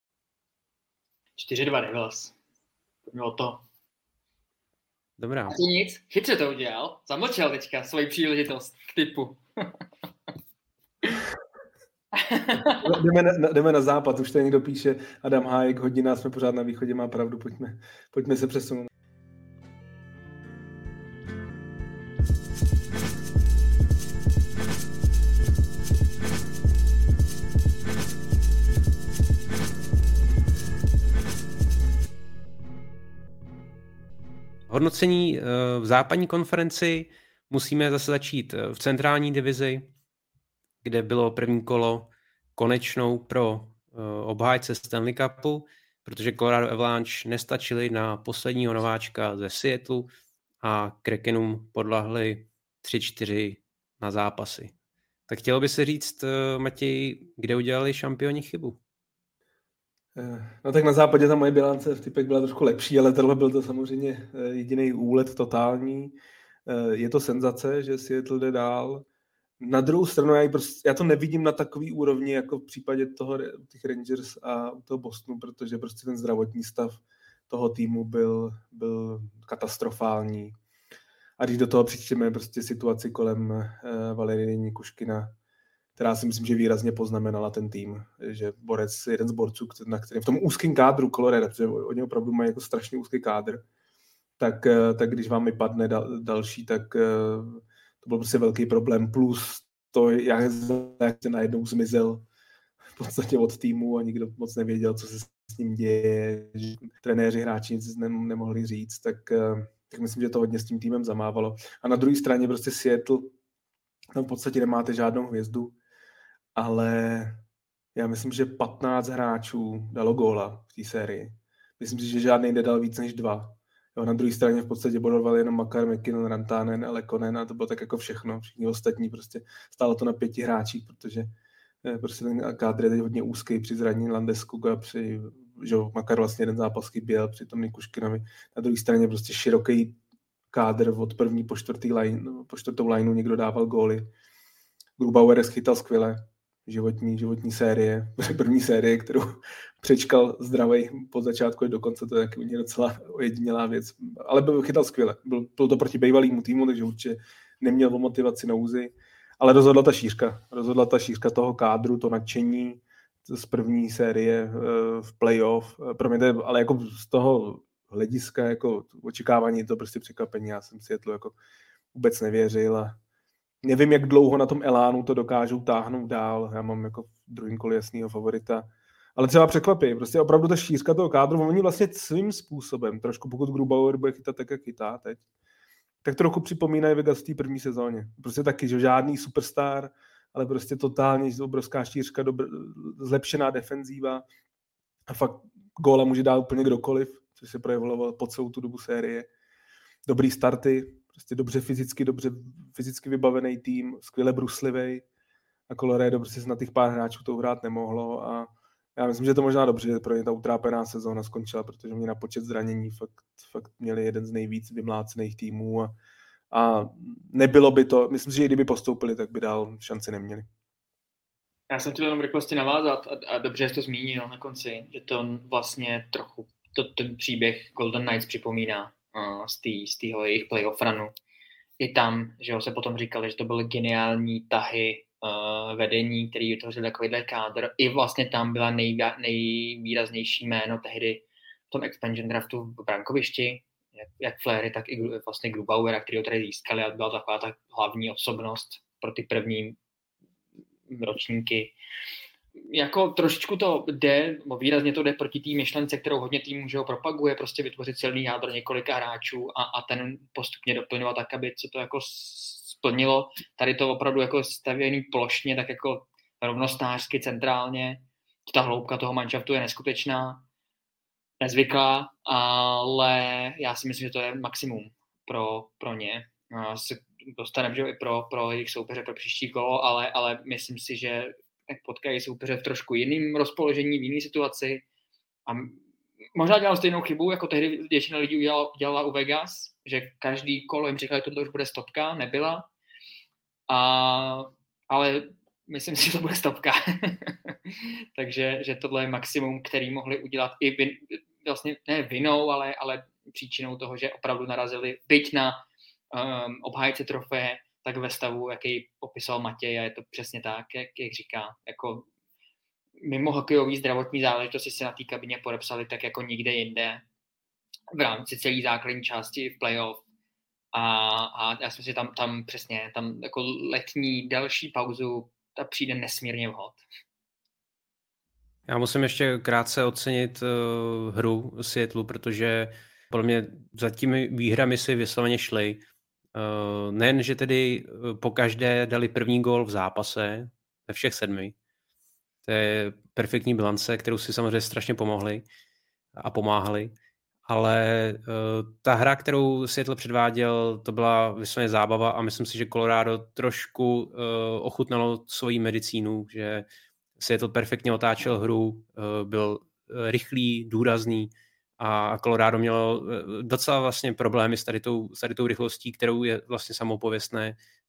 G: 4-2 Devils. Mělo to.
E: Dobrá.
G: A nic, chytře to udělal. Zamlčel teďka svoji příležitost k typu.
F: Jdeme na západ, už tady někdo píše Adam Hájek, hodina, jsme pořád na východě, má pravdu, pojďme se přesunout.
E: Hodnocení v západní konferenci musíme zase začít v centrální divizi, kde bylo první kolo konečnou pro obhájce Stanley Cupu, protože Colorado Avalanche nestačili na posledního nováčka ze Seattle a Krakenům podlahli 3-4 na zápasy. Tak chtělo by se říct, Matěj, kde udělali šampioni chybu?
F: No tak na západě ta moje bilance v typech byla trošku lepší, ale tohle byl to samozřejmě jediný úlet totální. Je to senzace, že Seattle jde dál. Na druhou stranu já to nevidím na takový úrovni jako v případě těch Rangers a toho Bostonu, protože prostě ten zdravotní stav toho týmu byl katastrofální. A když do toho přičteme prostě situaci kolem Valerie Nikuškina, která si myslím, že výrazně poznamenala ten tým, že jeden z borců, na kterém v tom úzkém kádru Colorado, protože oni opravdu mají jako strašně úzký kádr, tak když vám vypadne další, tak to byl prostě velký problém. Plus to, jak se najednou zmizel v podstatě od týmu a nikdo moc nevěděl, co se s ním děje, že trenéři, hráči nic nemohli říct, tak myslím, že to hodně s tím týmem zamávalo. A na druhé straně prostě Seattle, tam v podstatě nemáte žádnou hvězdu, ale já myslím, že 15 hráčů dalo góla v té sérii. Myslím si, že žádný nedal víc než 2. Jo, na druhé straně v podstatě bodoval jenom Makar, McKinnon, Rantanen, Lekonen a to bylo tak jako všechno. Všichni ostatní prostě stálo to na 5 hráčích, protože prostě ten kádr je teď hodně úzký při zranění Landeskog a že Makar vlastně jeden zápas chyběl při tom Nikuškinovi. Na druhé straně prostě široký kádr od první po čtvrtou lineu někdo dával góly. Grubauer schytal skvěle. Životní série, první série, kterou přečkal zdravej po začátku do konce, to je taky docela ojedinělá věc, ale chytal skvěle. Byl to proti bývalýmu týmu, takže určitě neměl o motivaci nouzy, ale rozhodla ta šířka toho kádru, to nadšení z první série v playoff, ale jako z toho hlediska, jako očekávání je to prostě překvapení, já jsem Seattle jako vůbec nevěřil a nevím, jak dlouho na tom elánu to dokážou táhnout dál. Já mám jako v druhém kole jasného favorita. Ale třeba překvapí. Prostě opravdu ta šířka toho kádru, oni vlastně svým způsobem, trošku pokud Grubauer bude chytat tak, jak chytá teď, tak trochu připomínají Vegas v té první sezóně. Prostě taky, že žádný superstar, ale prostě totálně obrovská šířka, zlepšená defenzíva a fakt góla může dát úplně kdokoliv, což se projevilo po celou tu dobu série. Dobrý starty, prostě dobře fyzicky vybavený tým, skvěle bruslivý a Colorado prostě se na těch pár hráčů to hrát nemohlo a já myslím, že to možná dobře, že pro ně ta utrápená sezóna skončila, protože mě na počet zranění fakt měli jeden z nejvíc vymlácených týmů a nebylo by to, myslím si, že i kdyby postoupili, tak by dál šanci neměli.
G: Já jsem chtěl jenom rychlosti navázat a dobře jsi to zmínil na konci, že to vlastně trochu ten příběh Golden Knights připomíná z tého jejich playoff runu. I tam, že se potom říkali, že to byly geniální tahy vedení, který vytvořili takovýhle kádr. I vlastně tam byla nejvýraznější jméno tehdy v tom expansion draftu v brankovišti, jak Fleury, tak i vlastně Grubauera, který ho tady získali a byla taková ta hlavní osobnost pro ty první ročníky. Jako trošičku to jde, výrazně to jde proti té myšlence, kterou hodně týmů propaguje, prostě vytvořit silný jádro několika hráčů a ten postupně doplňovat tak, aby se to jako splnilo. Tady to opravdu jako stavěný plošně, tak jako rovnostářsky centrálně. Ta hloubka toho manšaftu je neskutečná, nezvyklá, ale já si myslím, že to je maximum pro ně. Se dostaneme, že i pro jejich soupeře pro příští kolo, ale myslím si, že potkají soupeře v trošku jiným rozpoložení, v jiné situaci. A možná dělal stejnou chybu, jako tehdy většina lidí dělala u Vegas, že každý kolo jim říkali, že tohle už bude stopka, nebyla. Ale myslím si, že to bude stopka. Takže že tohle je maximum, který mohli udělat i vlastně ne vinou, ale příčinou toho, že opravdu narazili byť na obhájce trofeje, tak ve stavu, jaký popisoval Matěj, a je to přesně tak, jak říká. Jako mimo hokejový zdravotní záležitosti se na té kabině podepsali tak jako nikde jinde v rámci celé základní části v playoff. A já si myslím, že tam přesně, tam jako letní další pauzu, ta přijde nesmírně vhod.
E: Já musím ještě krátce ocenit hru Seattle, protože podle mě za těmi výhrami si vysloveně šli. Nejen, že tedy pokaždé dali první gól v zápase ve všech 7. To je perfektní bilance, kterou si samozřejmě strašně pomohli a pomáhali. Ale ta hra, kterou Seattle předváděl, to byla vysloveně zábava a myslím si, že Colorado trošku ochutnalo svoji medicínu, že Seattle perfektně otáčel hru, byl rychlý, důrazný a Colorado mělo docela vlastně problémy s tady tou rychlostí, kterou je vlastně samopověstné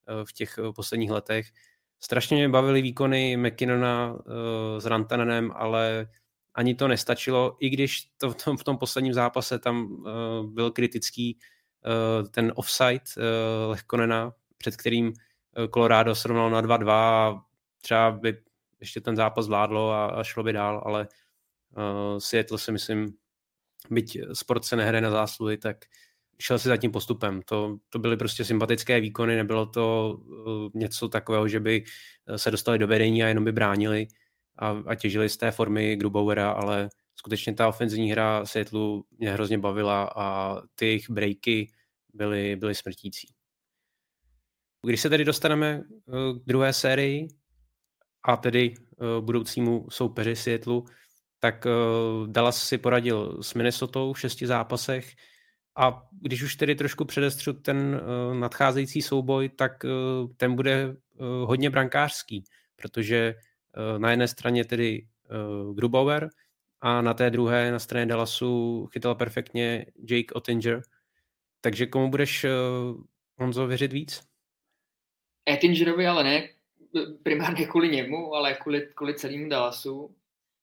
E: v těch posledních letech. Strašně mě bavily výkony McKinnona s Rantanenem, ale ani to nestačilo, i když v tom posledním zápase tam byl kritický ten offside Lehkonena, před kterým Colorado srovnalo na 2-2 a třeba by ještě ten zápas zvládlo a šlo by dál, ale Seattle si myslím, byť sport se nehraje na zásluhy, tak šel si za tím postupem. To byly prostě sympatické výkony, nebylo to něco takového, že by se dostali do vedení a jenom by bránili a těžili z té formy Grubauera, ale skutečně ta ofenzivní hra Seattle mě hrozně bavila a ty jejich breaky byly smrtící. Když se tedy dostaneme k druhé sérii a tedy budoucímu soupeři Seattle, tak Dallas si poradil s Minnesotou v 6 zápasech a když už tedy trošku předestřu ten nadcházející souboj, tak ten bude hodně brankářský, protože na jedné straně tedy Grubauer a na té druhé, na straně Dallasu, chytal perfektně Jake Ottinger. Takže komu budeš, Honzo, věřit víc?
G: Ottingerovi ale ne primárně kvůli němu, ale kvůli celému Dallasu.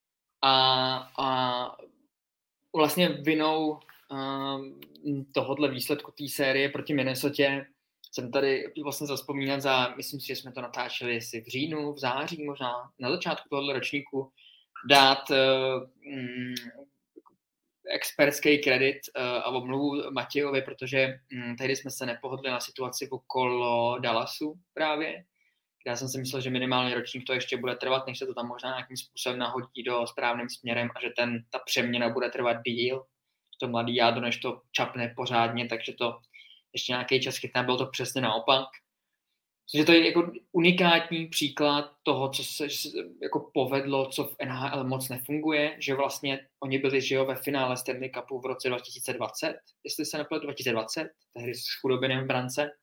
G: A vlastně vinou tohohle výsledku té série proti Minnesotě jsem tady vlastně zavzpomínat myslím si, že jsme to natáčeli jestli v říjnu, v září možná, na začátku tohohle ročníku, dát expertský kredit a omluvu Matějovi, protože tehdy jsme se nepohodli na situaci okolo Dallasu právě. Já jsem si myslel, že minimálně ročník to ještě bude trvat, než se to tam možná nějakým způsobem nahodí do správným směrem a že ta přeměna bude trvat díl. To mladý jádro, než to čapne pořádně, takže to ještě nějaký čas chytá, bylo to přesně naopak. Takže to je jako unikátní příklad toho, co se jako povedlo, co v NHL moc nefunguje, že vlastně oni byli ve finále Stanley Cupu v roce 2020, jestli se nepletu 2020, tehdy s chudobinem v brance.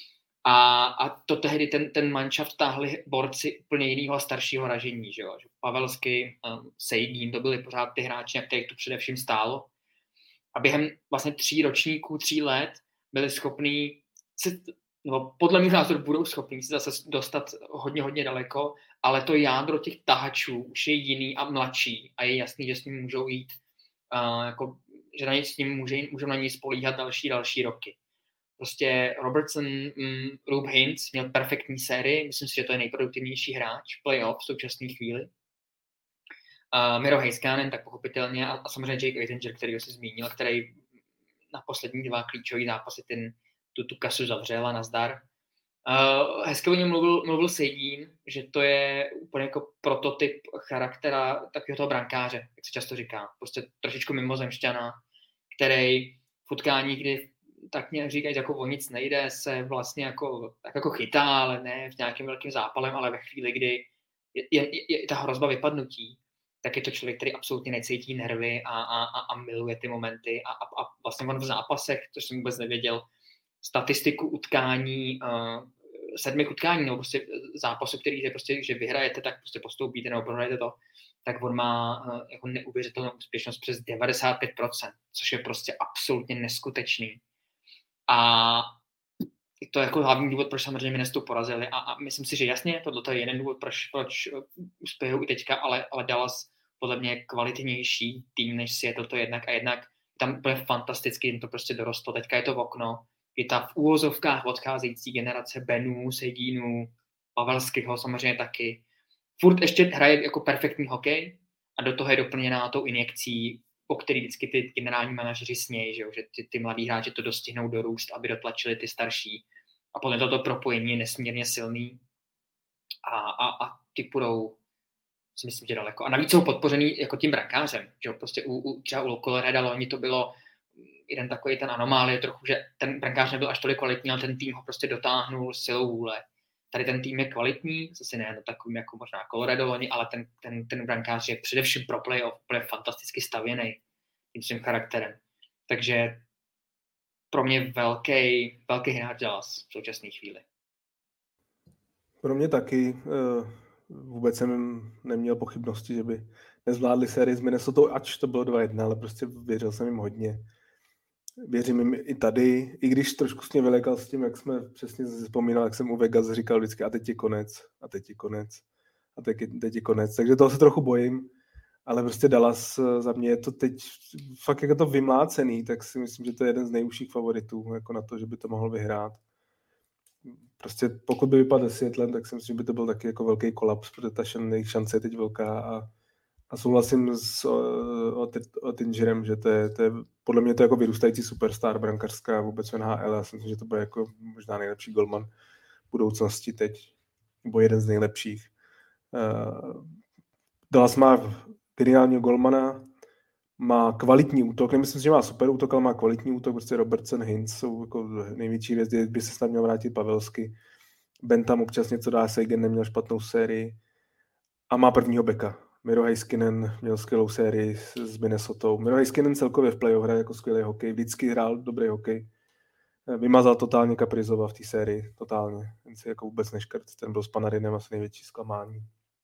G: A to tehdy ten manšaft táhli borci úplně jiného staršího ražení, že Pavelský, Seguin, to byli pořád ty hráči, na kterých to především stálo. A během vlastně 3 let byli schopní, podle mých názorů budou schopní se zase dostat hodně daleko, ale to jádro těch tahačů už je jiný a mladší a je jasný, že s ním můžou jít, že na něj s ním můžou na něj spolíhat další roky. Prostě Robertson, Rube Hintz měl perfektní sérii, myslím si, že to je nejproduktivnější hráč playoff v současné chvíli. Miro Heiskanen, tak pochopitelně, a samozřejmě Jake Ottinger, který si zmínil, který na poslední 2 klíčové zápasy tu kasu zavřel a nazdar. Hezky o něm mluvil Seguin, že to je úplně jako prototyp charaktera takového toho brankáře, jak se často říká. Prostě trošičku mimozemšťana, který v utkání, kdy tak nějak říkají, jako o nic nejde, se vlastně jako chytá, ale ne v nějakým velkým zápalem, ale ve chvíli, kdy je ta hrozba vypadnutí, tak je to člověk, který absolutně necítí nervy a miluje ty momenty a vlastně on v zápasech, což jsem vůbec nevěděl, statistiku utkání, 7 utkání, nebo prostě zápasu, který je prostě, že vyhrajete, tak prostě postoupíte nebo prohrajete to, tak on má jako neuvěřitelnou úspěšnost přes 95%, což je prostě absolutně neskutečný. A to je jako hlavní důvod, proč samozřejmě Minnesotu porazili a myslím si, že jasně, tohle je jeden důvod, proč uspějou i teďka, ale Dallas podle mě je kvalitnější tým, než Seattle to jednak a jednak tam úplně fantasticky jim to prostě dorostlo, teďka je to v okno, je ta v úvozovkách odcházející generace Benů, Seguinů, Pavelského samozřejmě taky. Furt ještě hraje jako perfektní hokej a do toho je doplněná tou injekcí, po který vždycky ty generální manažeři snějí, že ty mladí hráči to dostihnou dorůst, aby dotlačili ty starší. A podle toto propojení je nesmírně silný a ty půjdou, si myslím, že daleko. A navíc jsou podpořený jako tím brankářem, že prostě třeba u Colorado loni to bylo jeden takový ten anomálie trochu, že ten brankář nebyl až tolik kvalitní, ale ten tým ho prostě dotáhnul silou vůle. Tady ten tým je kvalitní, zase ne takovým jako možná Colorado loni, ale ten brankář je především pro playoff úplně fantasticky stavěný tím svým charakterem. Takže pro mě velký hráč Dallas v současné chvíli.
F: Pro mě taky. Vůbec jsem neměl pochybnosti, že by nezvládli sérii s Minnesotou, ač to bylo 2-1, ale prostě věřil jsem jim hodně. Věřím jim i tady, i když trošku s mě vylekal s tím, jak jsme přesně vzpomínal, jak jsem u Vegas říkal vždycky, a teď je konec, a teď je konec, a teď je konec. Takže toho se trochu bojím, ale prostě Dallas za mě je to teď fakt jako to vymlácený, tak si myslím, že to je jeden z nejúžších favoritů jako na to, že by to mohl vyhrát. Prostě pokud by vypadl Seattlem, tak si myslím, že by to byl taky jako velký kolaps, protože ta šance je teď velká a souhlasím s Ottingerem, že to je podle mě to je jako vyrůstající superstar brankařská vůbec v NHL. Já si myslím, že to bude jako možná nejlepší golman budoucnosti teď, nebo jeden z nejlepších. Dallas má geniálního golmana, má kvalitní útok, nemyslím si, že má super útok, ale má kvalitní útok, prostě Robertson, Hintz jsou jako největší hvězdy, by se snad měl vrátit Pavelsky. Ben tam občas něco dá, Sagan neměl špatnou sérii a má prvního beka. Miro Heiskanen měl skvělou sérii s Minnesotou. Miro Heiskanen celkově v playoff hraje jako skvělý hokej, vždycky hrál dobrý hokej. Vymazal totálně Kaprizova v té sérii, totálně. Ten si jako vůbec neškrt, ten byl s Panarinem asi největší zklamání.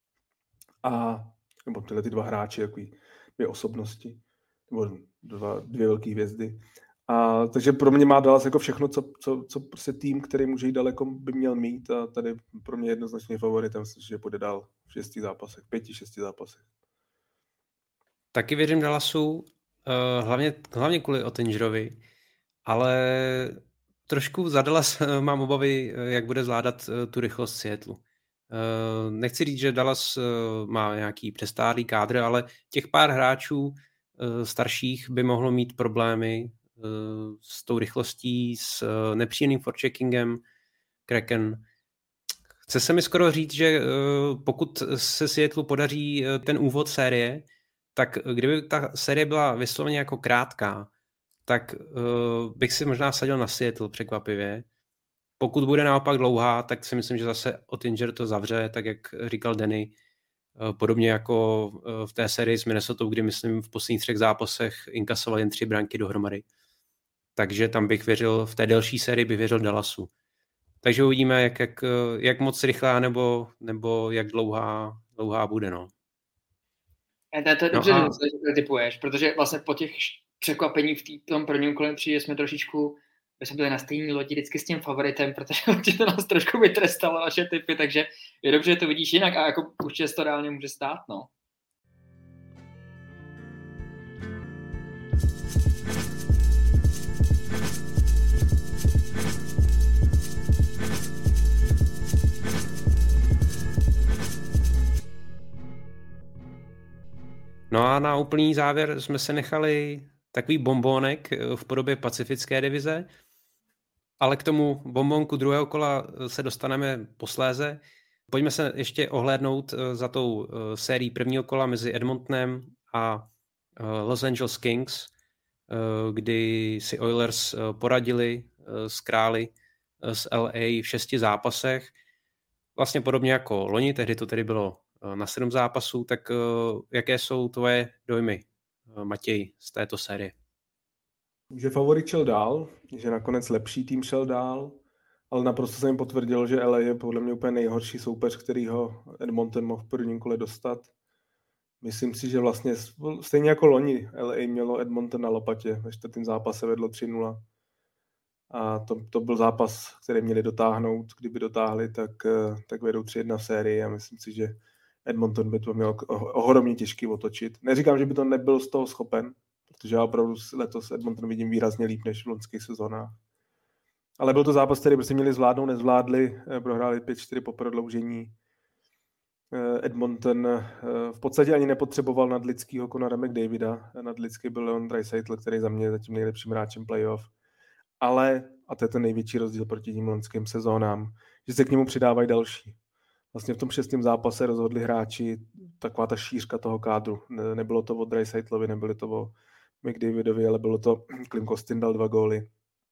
F: Nebo tyhle ty dva hráči, takový dvě osobnosti, nebo dvě velké hvězdy. Takže pro mě má Dallas jako všechno, co prostě tým, který může jít daleko, by měl mít a tady pro mě jednoznačně favoritem, myslím, že půjde dál v 5-6 zápasech.
E: Taky věřím Dallasu, hlavně kvůli Ottingerovi, ale trošku za Dallas mám obavy, jak bude zvládat tu rychlost Seattlu. Nechci říct, že Dallas má nějaký přestárlý kádr, ale těch pár hráčů starších by mohlo mít problémy s tou rychlostí, s nepříjemným forecheckingem Kraken. Chce se mi skoro říct, že pokud se Seattlu podaří ten úvod série, tak kdyby ta série byla vysloveně jako krátká, tak bych si možná vsadil na Seattle překvapivě. Pokud bude naopak dlouhá, tak si myslím, že zase Ottinger to zavře, tak jak říkal Danny, podobně jako v té sérii s Minnesotou, kdy myslím v posledních 3 zápasech inkasoval jen 3 branky dohromady. Takže tam bych věřil, v té delší sérii bych věřil Dallasu. Takže uvidíme, jak moc rychlá nebo jak dlouhá bude. No.
G: To je dobře, že to typuješ, protože vlastně po těch překvapení v tom prvním kolem přijde jsme trošičku, my jsme byli na stejné lodi vždycky s tím favoritem, protože to nás trošku vytrestalo naše typy, takže je dobře, že to vidíš jinak a jako určitě to reálně může stát, no.
E: No a na úplný závěr jsme se nechali takový bombónek v podobě pacifické divize, ale k tomu bombónku druhého kola se dostaneme posléze. Pojďme se ještě ohlédnout za tou sérií prvního kola mezi Edmontonem a Los Angeles Kings, kdy si Oilers poradili s Králi z LA v 6 zápasech. Vlastně podobně jako loni, tehdy to tedy bylo na 7 zápasů, tak jaké jsou tvoje dojmy, Matěj, z této série?
F: Že favorit šel dál, že nakonec lepší tým šel dál, ale naprosto se jim potvrdilo, že LA je podle mě úplně nejhorší soupeř, kterýho Edmonton mohl v prvním kole dostat. Myslím si, že vlastně stejně jako loni LA mělo Edmonton na lopatě, ve 4. zápase vedlo 3-0. A to byl zápas, který měli dotáhnout. Kdyby dotáhli, tak vedou 3-1 v sérii a myslím si, že Edmonton by to měl ohromně těžký otočit. Neříkám, že by to nebyl z toho schopen, protože já opravdu letos Edmonton vidím výrazně líp než v loňských sezónách. Ale byl to zápas, který prostě měli zvládnout, nezvládli, prohráli 5-4 po prodloužení. Edmonton v podstatě ani nepotřeboval nadlidskýho Connora McDavida. Nadlidský byl Leon Draisaitl, který za mě je zatím nejlepším hráčem playoff. Ale, a to je ten největší rozdíl proti tím loňským sezónám, že se k němu přidávají další. Vlastně v tom 6. zápase rozhodli hráči, taková ta šířka toho kádru. Nebylo to o Draisaitlovi, nebylo to o McDavidovi, ale bylo to Klim Kostin dal 2 góly.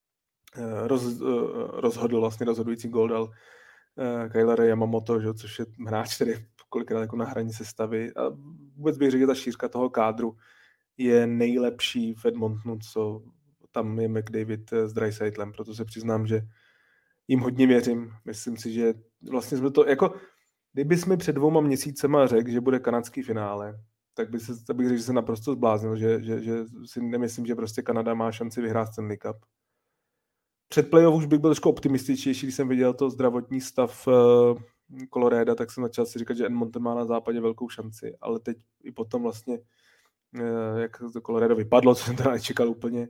F: Rozhodl vlastně rozhodující gól dal Kylera Yamamoto, že, což je hráč, který kolikrát jako na hraní sestavy. A vůbec bych řekl, že ta šířka toho kádru je nejlepší v Edmontonu, co tam je McDavid s Draisaitlem, proto se přiznám, že jim hodně věřím. Myslím si, že vlastně jsme to, jako kdybys mi před 2 měsícema řekl, že bude kanadský finále tak bych řekl, že se naprosto zbláznil, že si nemyslím, že prostě Kanada má šanci vyhrát Stanley Cup. Před playoff už bych byl trošku optimističtější, když jsem viděl to zdravotní stav Colorada, tak jsem začal si říkat, že Edmonton má na západě velkou šanci, ale teď i potom vlastně, jak to Colorado vypadlo, co jsem teda nečekal úplně,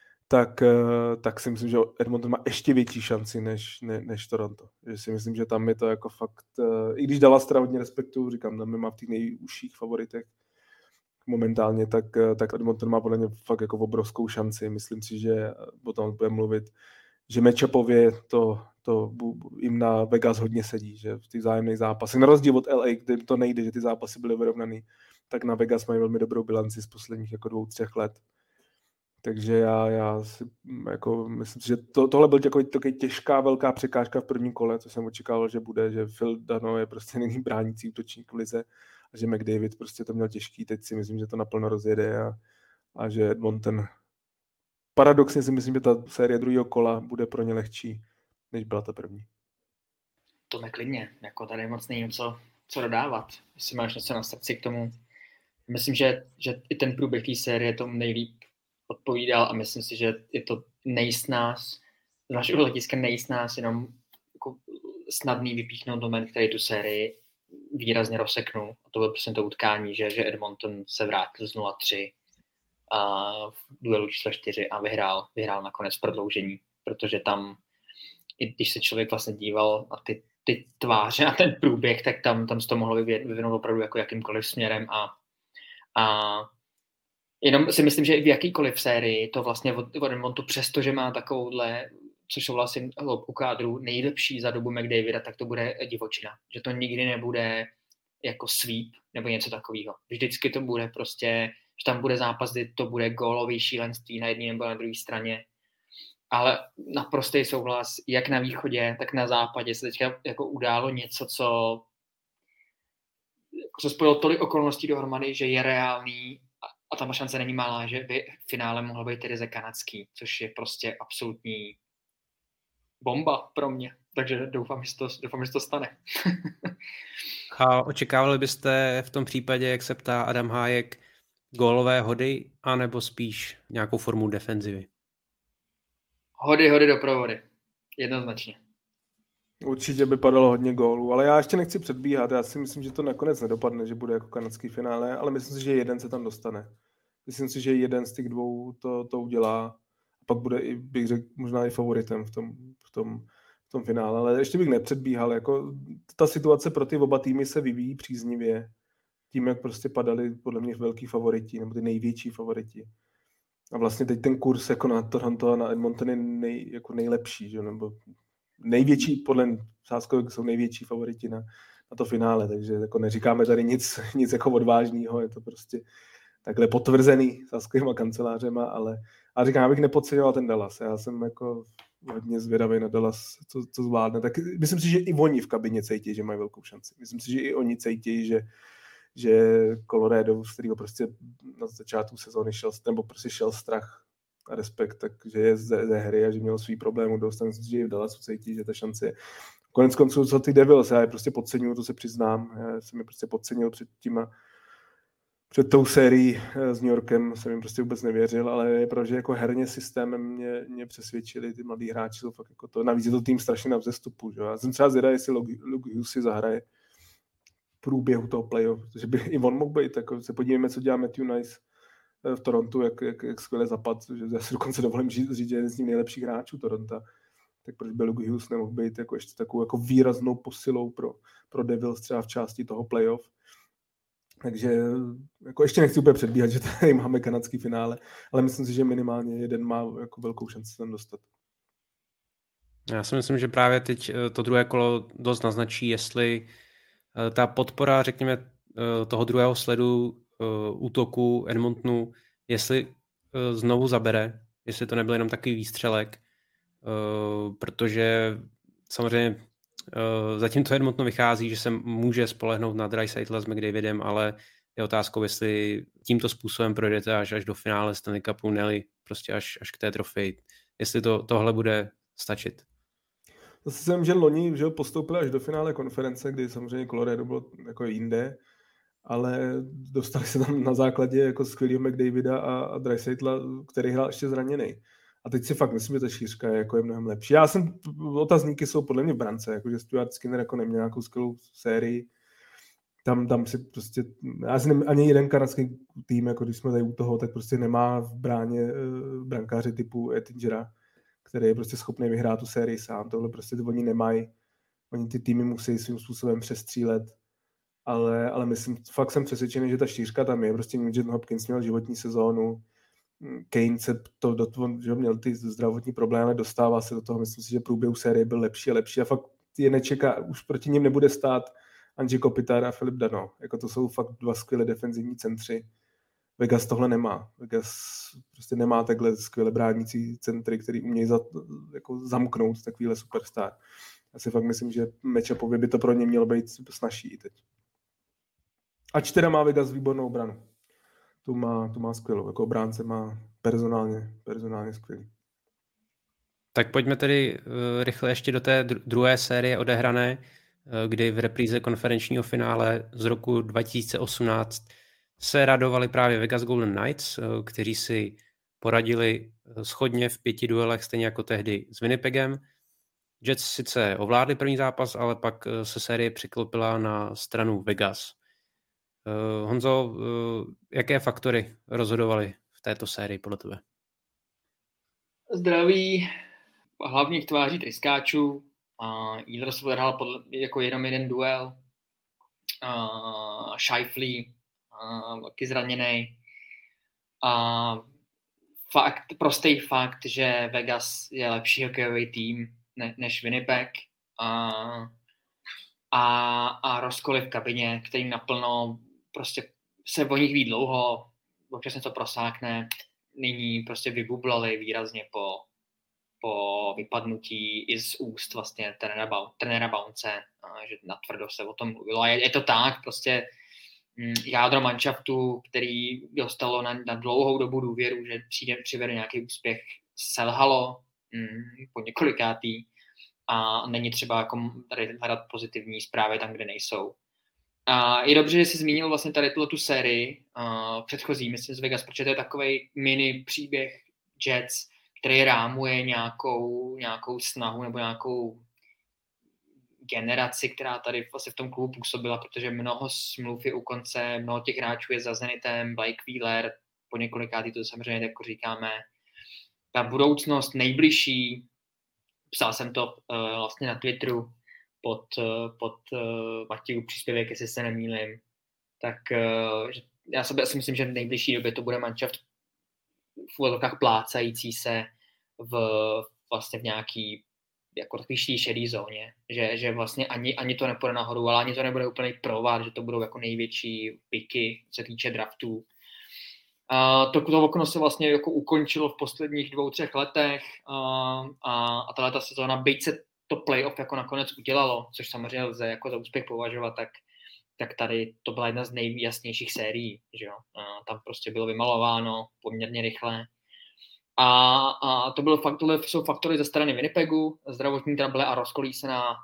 F: tak si myslím, že Edmonton má ještě větší šanci než Toronto. Že si myslím, že tam je to jako fakt, i když Dallas teda hodně respektuju, říkám, tam má v těch nejužších favoritech momentálně, tak Edmonton má podle mě fakt jako obrovskou šanci. Myslím si, že o tom budeme mluvit, že matchupově to jim na Vegas hodně sedí, že v těch vzájemných zápasech, na rozdíl od LA, kde to nejde, že ty zápasy byly vyrovnaný, tak na Vegas mají velmi dobrou bilanci z posledních jako 2-3 let. Takže já si jako myslím si, že tohle byl takový těžká velká překážka v prvním kole, co jsem očekával, že bude, že Phil Dano je prostě není bránící útočník v lize a že McDavid prostě to měl těžký, teď si myslím, že to naplno rozjede a že Edmonton paradoxně si myslím, že ta série druhého kola bude pro ně lehčí, než byla ta první.
G: To neklidně, jako tady moc není co dodávat. Jestli máš něco na srdci k tomu. Myslím, že i ten průběh té série tomu nejlíp odpovídal a myslím si, že je to nejsnáz, z našeho hlediska nejsnáz jenom jako snadný vypíchnout moment, který tu sérii výrazně rozseknul. A to bylo prostě to utkání, že Edmonton se vrátil z 0-3 a v duelu číslo 4 a vyhrál nakonec prodloužení, protože tam, i když se člověk vlastně díval na ty tváře a ten průběh, tak tam se to mohlo vyvinout opravdu jako jakýmkoliv směrem a jenom si myslím, že i v jakýkoliv sérii to vlastně od Edmontonu, přestože má takovouhle, což jsou vlastně hloubku kádru, nejlepší za dobu McDavida, tak to bude divočina. Že to nikdy nebude jako sweep nebo něco takového. Vždycky to bude prostě, že tam bude zápas, kdy to bude gólový šílenství na jedné nebo na druhé straně. Ale naprostý souhlas, jak na východě, tak na západě se teďka jako událo něco, co se spojilo tolik okolností dohromady, že je reálný a ta šance není malá, že by v finále mohlo být ryze kanadský, což je prostě absolutní bomba pro mě. Takže doufám, že to stane.
E: A očekávali byste v tom případě, jak se ptá Adam Hájek, gólové hody, anebo spíš nějakou formu defenzivy?
G: Hody do provody. Jednoznačně.
F: Určitě by padalo hodně gólů, ale já ještě nechci předbíhat. Já si myslím, že to nakonec nedopadne, že bude jako kanadský finále, ale myslím si, že jeden se tam dostane. Myslím si, že jeden z těch dvou to udělá. A pak bude, i, bych řekl, možná i favoritem v tom finále. Ale ještě bych nepředbíhal. Jako, ta situace pro ty oba týmy se vyvíjí příznivě. Tím, jak prostě padali podle mě velký favoriti, nebo ty největší favoriti. A vlastně teď ten kurz jako na Toronto a na Edmonton je jako nejlepší, že? Nebo největší, podle sázkovek jsou největší favoriti na to finále, takže jako neříkáme tady nic jako odvážného, je to prostě takhle potvrzený sázkovýma kancelářema, ale říkám, abych nepodceňoval ten Dallas. Já jsem jako hodně zvědavý na Dallas, co zvládne. Tak myslím si, že i oni v kabině cítí, že mají velkou šanci. Myslím si, že i oni cítí, že Colorado, z kterého prostě na začátku sezóny šel strach a respekt, takže je ze hry a že měl svý problémy dost, myslím si, že i v Dallasu cítí, že ta šance je. Konec konců, co ty Devils, já je prostě podceňuju, to se přiznám, já jsem je prostě podcenil před tou sérií s New Yorkem, jsem jim prostě vůbec nevěřil, ale je pravda, že jako herně systémem mě přesvědčili, ty mladí hráči jsou fakt jako to, navíc je to tým strašně na vzestupu, že? Já jsem třeba zvědavý, jestli Luke Hughes si zahraje průběhu toho playoff, protože by i on mohl být, tak se podívejme, co dělá Matthew Nice v Torontu, jak skvěle zapad, že já si dokonce dovolím říct, že je jeden z nejlepších hráčů Toronto, tak proč by Luke Hughes nemohl být jako ještě takovou jako výraznou posilou pro Devils třeba v části toho playoff. Takže jako ještě nechci úplně předbíhat, že tady máme kanadský finále, ale myslím si, že minimálně jeden má jako velkou šanci tam dostat.
E: Já si myslím, že právě teď to druhé kolo dost naznačí, jestli ta podpora, řekněme, toho druhého sledu útoku Edmontonu, jestli znovu zabere, jestli to nebyl jenom takový výstřelek, protože samozřejmě zatím to Edmontonu vychází, že se může spolehnout na Draisaitla s McDavidem, ale je otázkou, jestli tímto způsobem projdete až do finále Stanley Cupu, ne prostě až k té trofeji. Jestli tohle bude stačit.
F: Zase jsem, že loni postoupil až do finále konference, kdy samozřejmě Colorado bylo jako jinde ale dostali se tam na základě jako skvělého McDavida a Dreisaitla, který hrál ještě zraněný. A teď si fakt myslím, že ta šířka je mnohem lepší. Otazníky jsou podle mě v brance, jakože Stuart Skinner jako neměl nějakou skvělou sérii. Tam si prostě, ani jeden kanadský tým, jako když jsme tady u toho, tak prostě nemá v bráně brankáře typu Ettingera, který je prostě schopný vyhrát tu sérii sám. Tohle prostě oni nemají. Oni ty týmy musí svým způsobem přestřílet. Ale myslím, fakt jsem přesvědčený, že ta šířka tam je. Prostě Nugent Hopkins měl životní sezónu, Kane se že měl ty zdravotní problémy, dostává se do toho, myslím si, že průběhu série byl lepší a lepší a fakt je nečeká, už proti ním nebude stát Anže Kopitar a Filip Dano. Jako to jsou fakt dva skvělé defenzivní centři. Vegas tohle nemá. Vegas prostě nemá takhle skvěle bránící centry, který umějí jako zamknout takovýhle superstar. Já si fakt myslím, že matchupově by to pro ně mělo být snazší i teď. Ač teda má Vegas výbornou obranu. Tu má skvělou. Jako obránce má personálně skvělý.
E: Tak pojďme tedy rychle ještě do té druhé série odehrané, kdy v repríze konferenčního finále z roku 2018 se radovali právě Vegas Golden Knights, kteří si poradili shodně v 5 duelech, stejně jako tehdy s Winnipegem. Jets sice ovládli první zápas, ale pak se série přiklopila na stranu Vegas. Honzo, jaké faktory rozhodovaly v této sérii podle tebe?
G: Zdraví hlavních tváří tryskáčů. Jídler se odehrál jako jenom jeden duel. Scheifele taky zraněný. Prostý fakt, že Vegas je lepší hokejový tým než Winnipeg. A rozkoly v kabině, který naplno prostě se o nich ví dlouho, občas něco prosákne, nyní prostě vybublali výrazně po vypadnutí i z úst vlastně trenéra Bounce, že natvrdo se o tom mluvilo. A je to tak, prostě jádro manšaftu, který dostalo na dlouhou dobu důvěru, že přivede nějaký úspěch, selhalo po několikátý a není třeba jako tady hledat pozitivní zprávy tam, kde nejsou. A je dobře, že jsi zmínil vlastně tady tu sérii předchozí, myslím z Vegas, protože to je takovej mini příběh Jets, který rámuje nějakou snahu nebo nějakou generaci, která tady vlastně v tom klubu působila, protože mnoho smluv je u konce, mnoho těch hráčů je za Zenitem, Blake Wheeler, po několikátý to samozřejmě jako říkáme. Ta budoucnost nejbližší, psal jsem to vlastně na Twitteru pod Matějův příspěvek, jestli se nemýlím, tak já si myslím, že v nejbližší době to bude manšaft v úvodovkách plácající se vlastně v nějaký jako takový šedý zóně, že vlastně ani to nepůjde nahoru, ale ani to nebude úplný provar, že to budou jako největší piky, co se týče draftů. To okno se vlastně jako ukončilo v posledních 2-3 letech a tato sezóna, byť se to playoff jako nakonec udělalo, což samozřejmě lze jako za úspěch považovat, tak tady to byla jedna z nejjasnějších sérií, že jo. Tam prostě bylo vymalováno poměrně rychle. A tohle jsou faktory ze strany Winnipegu, zdravotní trable a rozkolísená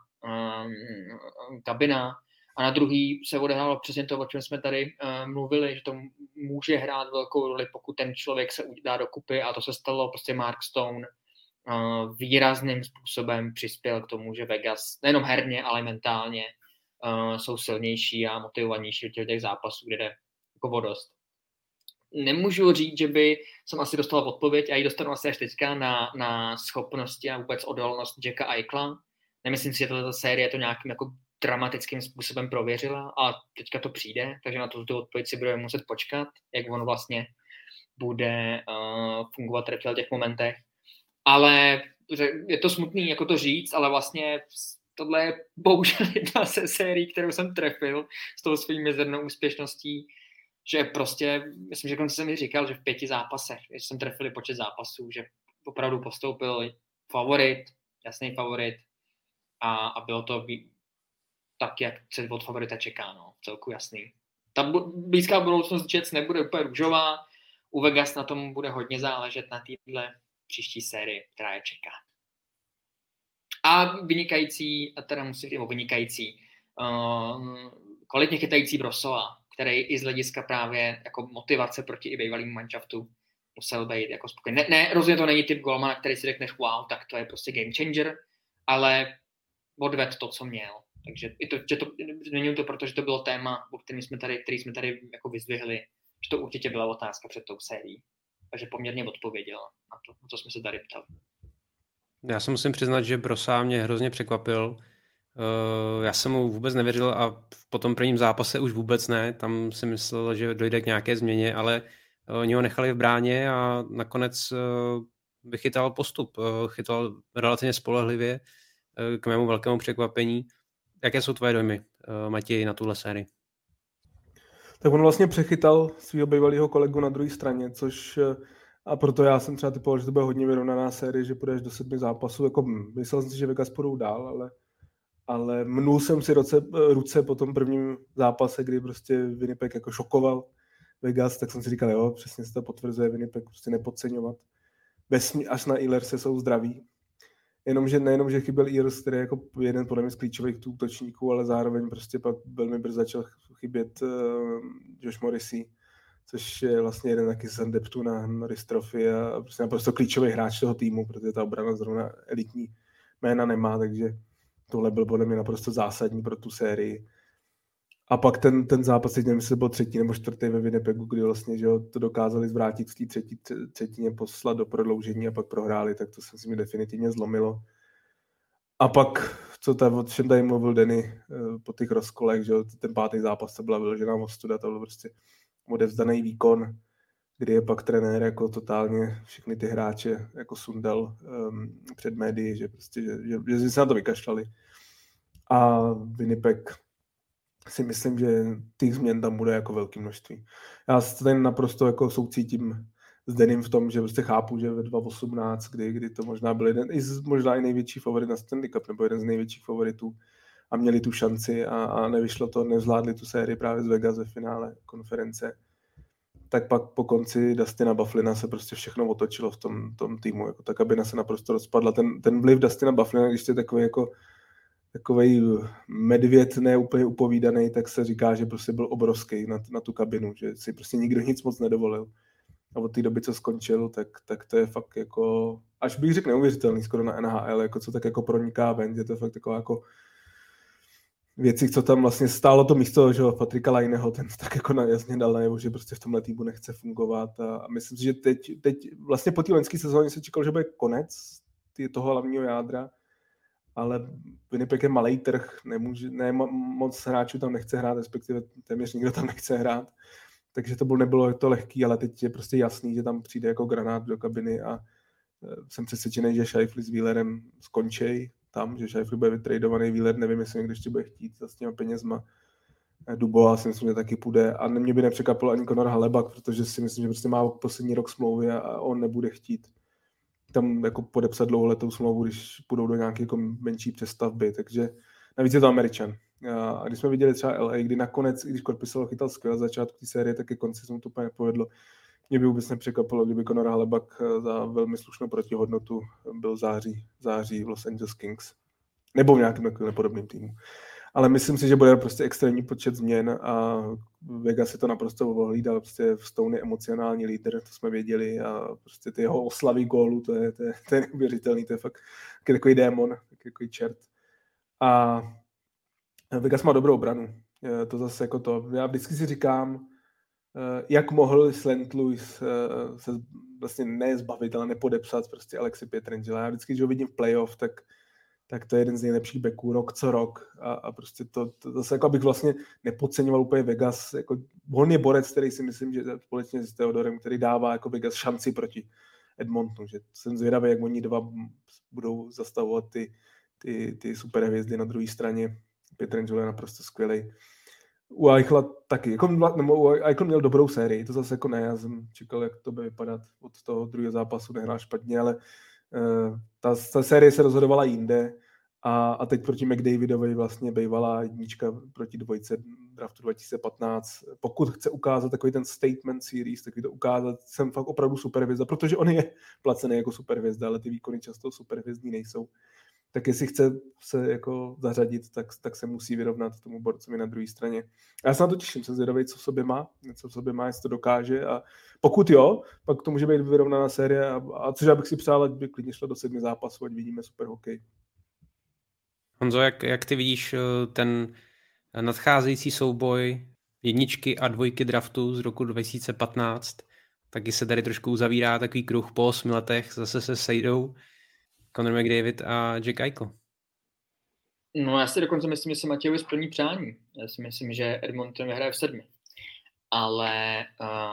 G: kabina. A na druhý se odehrálo přesně to, o čem jsme tady mluvili, že to může hrát velkou roli, pokud ten člověk se dá dokupy, a to se stalo. Prostě Mark Stone výrazným způsobem přispěl k tomu, že Vegas nejenom herně, ale mentálně jsou silnější a motivovanější od těch zápasů, kde jde jako vodost. Nemůžu říct, že jsem asi dostal odpověď, a ji dostanu asi až teďka na schopnosti a vůbec odolnost Jacka Eichla. Nemyslím si, že tato série to nějakým jako dramatickým způsobem prověřila a teďka to přijde, takže na tu odpověď si budeme muset počkat, jak on vlastně bude fungovat v těch momentech. Ale je to smutný jako to říct, ale vlastně tohle je bohužel jedna ze sérií, kterou jsem trefil s tou svým mizernou úspěšností, že prostě, myslím, že konce jsem mi říkal, že v 5 zápasech, když jsem trefil počet zápasů, že opravdu postoupil favorit, jasný favorit a bylo to tak, jak se od favorita čeká, no, celku jasný. Ta blízká budoucnost Jets nebude úplně růžová, u Vegas na tom bude hodně záležet na téhle příští sérii, která je čeká. A vynikající, kvalitně chytající Brosova, který i z hlediska právě jako motivace proti i bývalým manšaftu musel být jako spokojený. Ne, rozhodně to není typ golmana, který si řekneš wow, tak to je prostě game changer, ale odved to, co měl. Takže i to, že to změnil to, protože to bylo téma, který jsme tady jako vyzdvihli, že to určitě byla otázka před tou sérií. Takže poměrně odpověděl na to, co jsme se tady ptali.
E: Já se musím přiznat, že Brosa mě hrozně překvapil. Já jsem mu vůbec nevěřil a po tom prvním zápase už vůbec ne. Tam si myslel, že dojde k nějaké změně, ale oni ho nechali v bráně a nakonec vychytal postup. Chytal relativně spolehlivě k mému velkému překvapení. Jaké jsou tvoje dojmy, Matěj, na tuhle sérii?
F: Tak on vlastně přechytal svého bývalého kolegu na druhé straně, což a proto já jsem třeba typoval, že to bude hodně vyrovnaná série, že půjdeš do 7 zápasů. Jako myslel jsem si, že Vegas půjdou dál, ale mnul jsem si ruce po tom prvním zápase, kdy prostě Winnipeg jako šokoval Vegas, tak jsem si říkal, jo, přesně se to potvrzuje, Winnipeg prostě nepodceňovat. Až na Ealerse jsou zdraví. Nejenom, že chyběl Ehlers, který je jako jeden podle mě z klíčových útočníků, ale zároveň prostě pak velmi brzy začal chybět Josh Morrissey, což je vlastně jeden taky z adeptů na Norris Trophy a prostě naprosto klíčový hráč toho týmu, protože ta obrana zrovna elitní jména nemá, takže tohle byl podle mě naprosto zásadní pro tu sérii. A pak ten zápas, nevím, jestli byl 3. nebo 4. ve Winnipegu, kdy vlastně že to dokázali zvrátit v té třetině, poslat do prodloužení a pak prohráli, tak to se mi definitivně zlomilo. A pak, o čem tady mluvil Denny po těch rozkolech, že ten 5. zápas to byla vyložená ostuda, to byl prostě odevzdaný výkon, kdy je pak trenér jako totálně všechny ty hráče jako sundal před médii, že prostě, že se na to vykašlali. A Winnipeg si myslím, že těch změn tam bude jako velké množství. Já se tady naprosto jako soucítím s Denim v tom, že prostě chápu, že ve 2018, kdy to možná byl možná i největší favorit na Stanley Cup, nebo jeden z největších favoritů a měli tu šanci a nevyšlo to, nezvládli tu sérii právě z Vegas ve finále konference, tak pak po konci Dustina Byfugliena se prostě všechno otočilo v tom týmu. Jako ta kabina se naprosto rozpadla. Ten vliv Dustina Byfugliena, když je takovej medvěd, ne úplně upovídaný, tak se říká, že prostě byl obrovský na tu kabinu, že si prostě nikdo nic moc nedovolil. A od té doby, co skončil, tak to je fakt jako, až bych řekl neuvěřitelný skoro na NHL, jako co tak jako proniká ven, že to je fakt taková jako věci, co tam vlastně stálo to místo, že Patricka Laineho, ten tak jako jasně dal najevo, že prostě v tomhle týmu nechce fungovat a myslím si, že teď vlastně po té loňské sezóně se čekalo, že bude konec toho hlavního jádra, ale Winnipeg je malej trh, moc hráčů tam nechce hrát, respektive téměř nikdo tam nechce hrát, takže nebylo to lehký, ale teď je prostě jasný, že tam přijde jako granát do kabiny a jsem přesvědčený, že Scheifele s Wheelerem skončí tam, že Scheifele bude vytradovaný, Wheeler nevím, jestli někdo ještě bude chtít s těma penězma. Dubois si myslím, že taky půjde a mě by nepřekvapil ani Conor Hellebuyck, protože si myslím, že prostě má poslední rok smlouvy a on nebude chtít tam jako podepsat dlouholetou smlouvu, když půjdou do nějaké jako menší přestavby, takže navíc je to Američan. A když jsme viděli třeba LA, kdy nakonec, když Korpisalo chytal skvěle začátku té série, tak ke konci se mu to úplně nepovedlo. Mě by vůbec nepřekvapilo, kdyby Conor Hellebuyck za velmi slušnou protihodnotu byl září v Los Angeles Kings. Nebo v nějakém nepodobném týmu. Ale myslím si, že bude prostě extrémní počet změn a Vegas si to naprosto ohlídal. Prostě Stone je emocionální lídr, to jsme věděli a prostě ty jeho oslavy gólu, to je neuvěřitelný, to je fakt takový démon, takový čert. A Vegas má dobrou obranu. To zase jako to. Já vždycky si říkám, jak mohl St. Louis se vlastně nezbavit, ale nepodepsat prostě Alexi Pietrangela. Já vždycky, když ho vidím v playoff, tak to je jeden z nejlepších backů rok co rok a prostě to zase jako abych vlastně nepodceňoval úplně Vegas, jako on je borec, který si myslím, že společně s Theodorem, který dává jako Vegas šanci proti Edmontonu, že jsem zvědavý, jak oni dva budou zastavovat ty superhvězdy na druhé straně. Pietrangelo je naprosto skvělej. U Eichla taky, Eichel měl dobrou sérii, to zase jako ne, já jsem čekal, jak to bude vypadat od toho druhého zápasu, nehrál špatně, ale ta série se rozhodovala jinde a teď proti McDavidovi vlastně bývalá jednička proti dvojce draftu 2015. Pokud chce ukázat takový ten statement series, tak to ukázat, jsem fakt opravdu superhvězda, protože on je placený jako superhvězda, ale ty výkony často superhvězdní nejsou. tak jestli chce se jako zařadit, tak se musí vyrovnat tomu borcovi na druhé straně. Já se na to těším, jsem zvědavý, co v sobě má, jestli to dokáže a pokud jo, pak to může být vyrovnaná série a což já bych si přál, ať by klidně šlo do 7 zápasů, ať vidíme super hokej.
E: Honzo, jak ty vidíš ten nadcházející souboj 1 a 2 draftu z roku 2015, taky se tady trošku uzavírá takový kruh po 8 letech, zase se sejdou Connor McDavid a Jack Eichel.
G: No já si dokonce myslím, že se Matějovi splní přání. Já si myslím, že Edmonton vyhraje v 7. Ale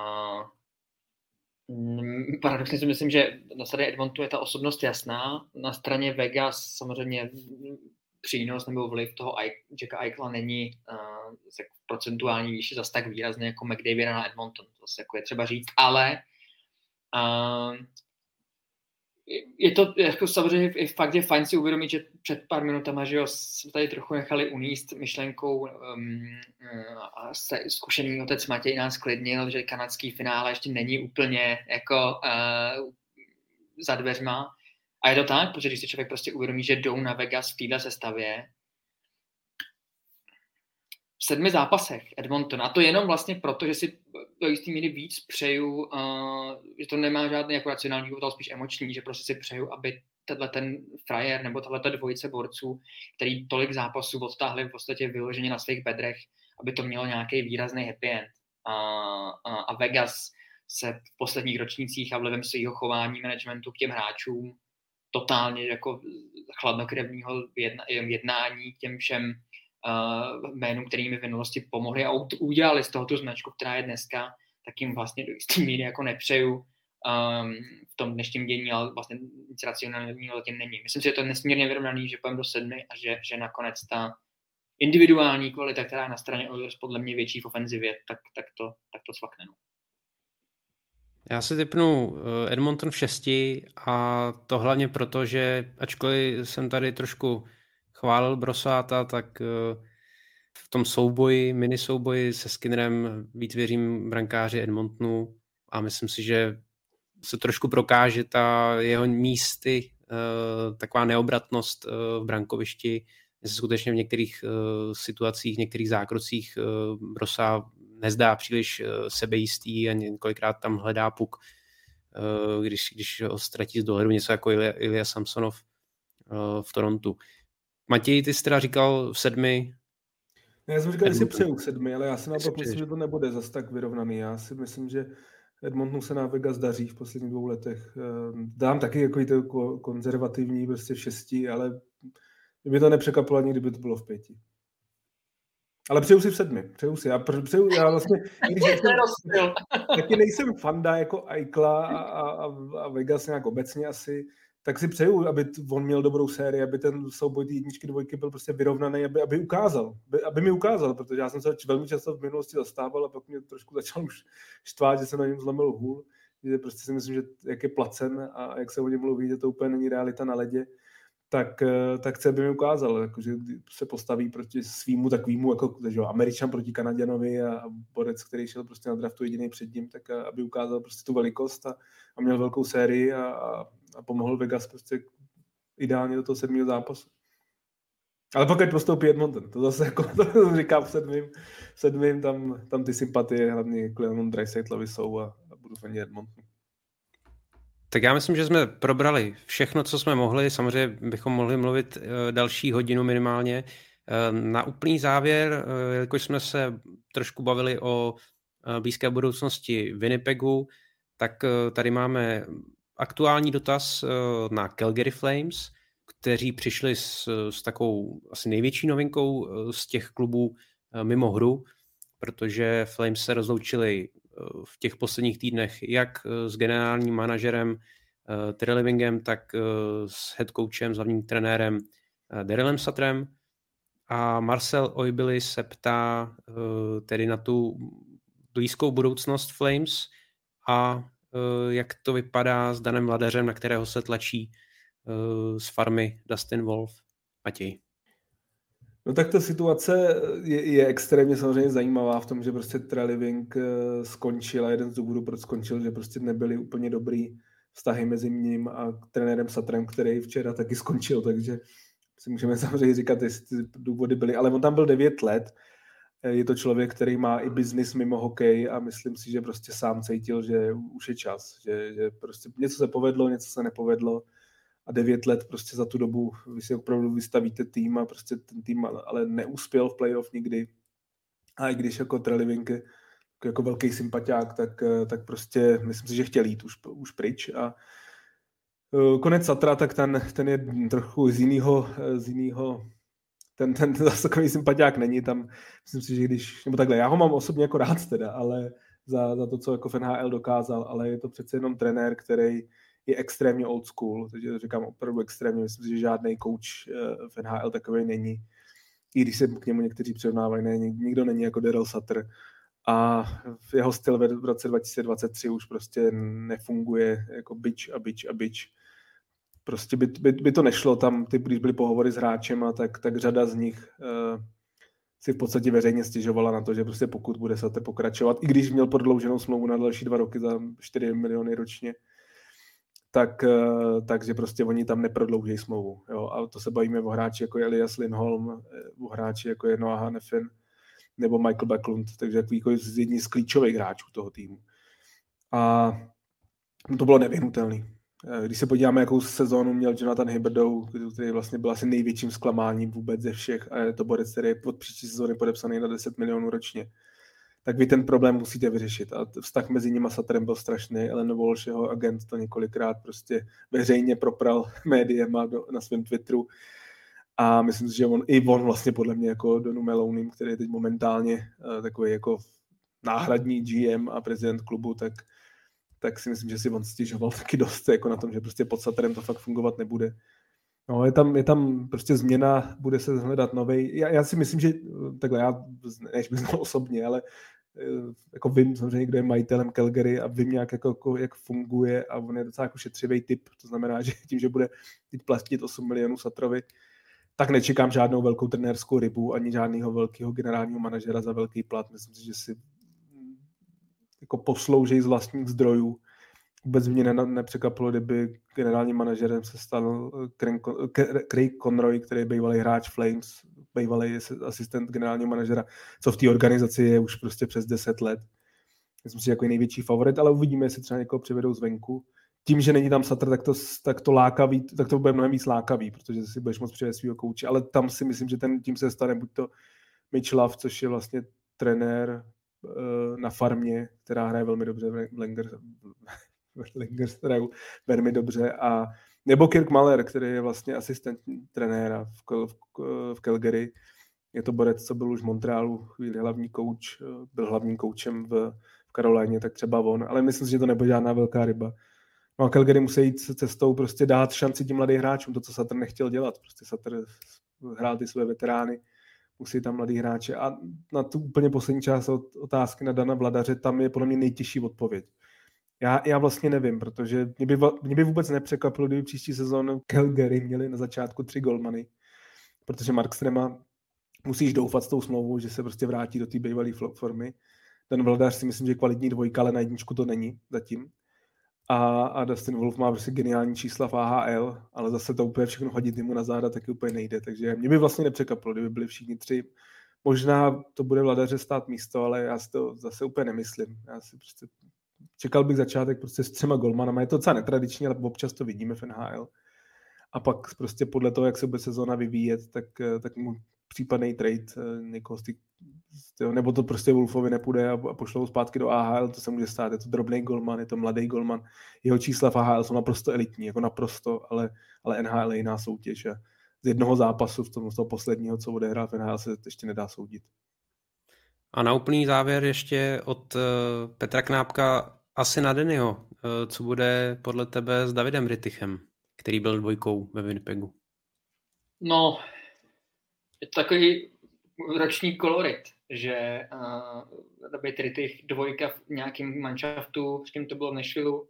G: paradoxně si myslím, že na straně Edmontonu je ta osobnost jasná. Na straně Vegas samozřejmě přínos nebo vliv toho Jacka Eichela není v procentuální výši zase tak výrazně jako McDavida na Edmonton. To se jako je třeba říct, ale je to jako samozřejmě fakt je fajn si uvědomit, že před pár minutama, že jo, jsme tady trochu nechali uníst myšlenkou a zkušený otec Matěj nás klidnil, že kanadský finále ještě není úplně jako za dveřma. A je to tak, protože když si člověk prostě uvědomí, že jdou na Vegas v téhle sestavě v 7 zápasech Edmonton. A to jenom vlastně proto, že si do jistý míry víc přeju, že to nemá žádný jako racionální důvod, ale spíš emoční, že prostě si přeju, aby ten frajer nebo tato dvojice borců, který tolik zápasů odtáhli v podstatě vyloženě na svých bedrech, aby to mělo nějaký výrazný happy end. A Vegas se v posledních ročnících a vlivem svého chování managementu k těm hráčům totálně jako chladnokrevního jednání k těm všem jménům, kterými v minulosti pomohli a udělali z toho tu značku, která je dneska, tak jim vlastně do jistý míry jako nepřeju v tom dnešním dění, ale vlastně nic racionálního tím není. Myslím si, že to je nesmírně vyrovnaný, že půjdeme do 7 a že nakonec ta individuální kvalita, která je na straně Oilers podle mě větší v ofenzivě, tak to cvakne.
E: Já si tipnu Edmonton v 6 a to hlavně proto, že ačkoliv jsem tady trošku chválil Brosáta, tak v tom minisouboji se Skinnerem víc věřím brankáři Edmontonu a myslím si, že se trošku prokáže ta jeho místy, taková neobratnost v brankovišti, že se skutečně v některých situacích, v některých zákrocích Brosa nezdá příliš sebejistý a několikrát tam hledá puk, když ho ztratí z dohledu, něco jako Ilya Samsonov v Torontu. Matěj, ty jsi teda říkal v 7.
F: Já jsem říkal, že si přeju v 7, ale já si naopak myslím, že to nebude zas tak vyrovnaný. Já si myslím, že Edmontonu se na Vegas daří v posledních 2 letech. Dám taky jako to konzervativní prostě v 6, ale by to nepřekvapilo ani, kdyby to bylo v 5. Ale přeju si v 7. Já vlastně, když taky nejsem fanda jako Eichla a Vegas nějak obecně asi, tak si přeju, aby on měl dobrou sérii, aby ten souboj ty 1, 2 byl prostě vyrovnaný, aby mi ukázal, protože já jsem se velmi často v minulosti zastával a pak mě trošku začal už štvát, že se na něm zlomil hůl, že prostě si myslím, že jak je placen a jak se o něm mluví, že to úplně není realita na ledě, tak chce, aby mi ukázal, jako, že se postaví proti svýmu takovýmu, jako že Američan proti Kanaděnovi a borec, který šel prostě na draftu jediný před ním, tak aby ukázal prostě tu velikost a měl velkou sérii a pomohl Vegas prostě ideálně do toho 7. zápasu. Ale pak ať postoupí Edmonton, to zase jako to říkám v 7. tam ty sympatie hlavně k Leonu Draisaitlvi jsou a budu fandit Edmonton.
E: Tak já myslím, že jsme probrali všechno, co jsme mohli. Samozřejmě bychom mohli mluvit další hodinu minimálně. Na úplný závěr, jelikož jsme se trošku bavili o blízké budoucnosti Winnipegu, tak tady máme aktuální dotaz na Calgary Flames, kteří přišli s takovou asi největší novinkou z těch klubů mimo hru, protože Flames se rozloučili v těch posledních týdnech jak s generálním manažerem Terry Livingem, tak s head coachem, s hlavním trenérem Darylem Sutterem. A Marcel Oibili se ptá tedy na tu blízkou budoucnost Flames a jak to vypadá s Danem Vladařem, na kterého se tlačí z farmy Dustin Wolf. Matěj.
F: No tak ta situace je extrémně samozřejmě zajímavá v tom, že prostě Terry Living skončil a jeden z důvodů, proč skončil, že prostě nebyli úplně dobrý vztahy mezi ním a trenérem Sutrem, který včera taky skončil, takže si můžeme samozřejmě říkat, jestli ty důvody byly, ale on tam byl 9 let, je to člověk, který má i biznis mimo hokej a myslím si, že prostě sám cítil, že už je čas, že prostě něco se povedlo, něco se nepovedlo a 9 let prostě za tu dobu vy si opravdu vystavíte tým a prostě ten tým ale neuspěl v playoff nikdy. A i když jako Treliving jako velký sympatiák, tak prostě myslím si, že chtěl jít už pryč a konec Satra, tak ten je trochu z jinýho ten zase takový sympatiák není tam, myslím si, že když, nebo takhle, já ho mám osobně jako rád teda, ale za to, co jako v NHL dokázal, ale je to přece jenom trenér, který je extrémně old school, takže říkám opravdu extrémně, myslím si, že žádný coach v NHL takový není, i když se k němu někteří přirovnávají, ne, nikdo není jako Daryl Sutter a jeho styl v roce 2023 už prostě nefunguje jako bič. Prostě by to nešlo tam, když byly pohovory s hráčema, tak řada z nich si v podstatě veřejně stěžovala na to, že prostě pokud bude Sutter pokračovat, i když měl prodlouženou smlouvu na další 2 roky za 4 miliony ročně, takže prostě oni tam neprodlouží smlouvu. Jo? A to se bavíme o hráči jako Elias Lindholm, o hráči jako je Noah Hanifin nebo Michael Backlund, takže jako jedni z klíčových hráčů toho týmu. A to bylo nevyhnutelné. Když se podíváme, jakou sezónu měl Jonathan Huberdeau, který vlastně byl asi největším zklamáním vůbec ze všech a je to borec, který je od příští sezóny podepsaný na 10 milionů ročně, tak vy ten problém musíte vyřešit. A vztah mezi ním a Sutterem byl strašný. Ellen Walsh, jeho agent, to několikrát prostě veřejně propral médiema na svém Twitteru. A myslím si, že on vlastně podle mě jako Donu Melouným, který je teď momentálně takový jako náhradní GM a prezident klubu, tak si myslím, že si on stěžoval taky dost jako na tom, že prostě pod Sutterem to fakt fungovat nebude. No, je tam prostě změna, bude se hledat novej. Já si myslím, že takhle, já než bych znal osobně, ale jako vím samozřejmě, kdo je majitelem Calgary a vím nějak jak funguje a on je docela jako šetřivý typ, to znamená, že tím, že bude teď platit 8 milionů Sutterovi, tak nečekám žádnou velkou trenérskou rybu ani žádného velkého generálního manažera za velký plat. Myslím si, že si jako poslouží z vlastních zdrojů. Vůbec mě nepřekvapilo, kdyby generálním manažerem se stal Craig Conroy, který je bývalý hráč Flames, bývalý asistent generálního manažera, co v té organizaci je už prostě přes 10 let. Myslím si, jako je největší favorit, ale uvidíme, jestli třeba někoho přivedou zvenku. Tím, že není tam Sutter, tak to bude mnohem víc lákavý, protože si budeš moct přivést svýho kouče, ale tam si myslím, že ten tím se stane buď to Mitch Love, což je vlastně trenér na farmě, která hraje velmi dobře v Langers hrajou velmi dobře, a nebo Kirk Muller, který je vlastně asistent trenéra v Calgary. Je to borec, co byl už v Montrealu, chvíli hlavní kouč, byl hlavním koučem v Karolíně, tak třeba on, ale myslím si, že to nebude žádná velká ryba. No a Calgary musí jít cestou prostě dát šanci těm mladým hráčům, to, co Sutter nechtěl dělat. Prostě Sutter hrál ty své veterány, musí tam mladý hráče. A na tu úplně poslední část otázky na Dana Vladaře, tam je podle mě nejtěžší odpověď. Já vlastně nevím, protože mě by vůbec nepřekvapilo, kdyby příští sezónu Calgary měli na začátku 3 golmany, protože Markstrema musíš doufat s tou smlouvou, že se prostě vrátí do té bývalé formy. Dan Vladař si myslím, že je kvalitní dvojka, ale na jedničku to není zatím. A Dustin Wolf má prostě geniální čísla v AHL, ale zase to úplně všechno hodit mu na záda taky úplně nejde, takže mě by vlastně nepřekvapilo, kdyby byli všichni 3. Možná to bude Vladaře stát místo, ale já si to zase úplně nemyslím. Já si prostě čekal bych začátek prostě s 3 golmanama. Je to docela netradiční, ale občas to vidíme v NHL. A pak prostě podle toho, jak se bude sezóna vyvíjet, tak mu případný trade někoho nebo to prostě Wolfovi nepůjde a pošlou zpátky do AHL, to se může stát. Je to drobný golman, je to mladý golman. Jeho čísla v AHL jsou naprosto elitní, jako naprosto, ale NHL je jiná soutěž. A z jednoho zápasu, z toho posledního, co odehrál v NHL, se ještě nedá soudit.
E: A na úplný závěr ještě od Petra Knápka asi na Dennyho. Co bude podle tebe s Davidem Rittichem, který byl 2 ve Winnipegu?
G: No, je to takový roční kolorit, že David Rittich 2 v nějakém manšaftu, s kým to bylo v Nashvilleu.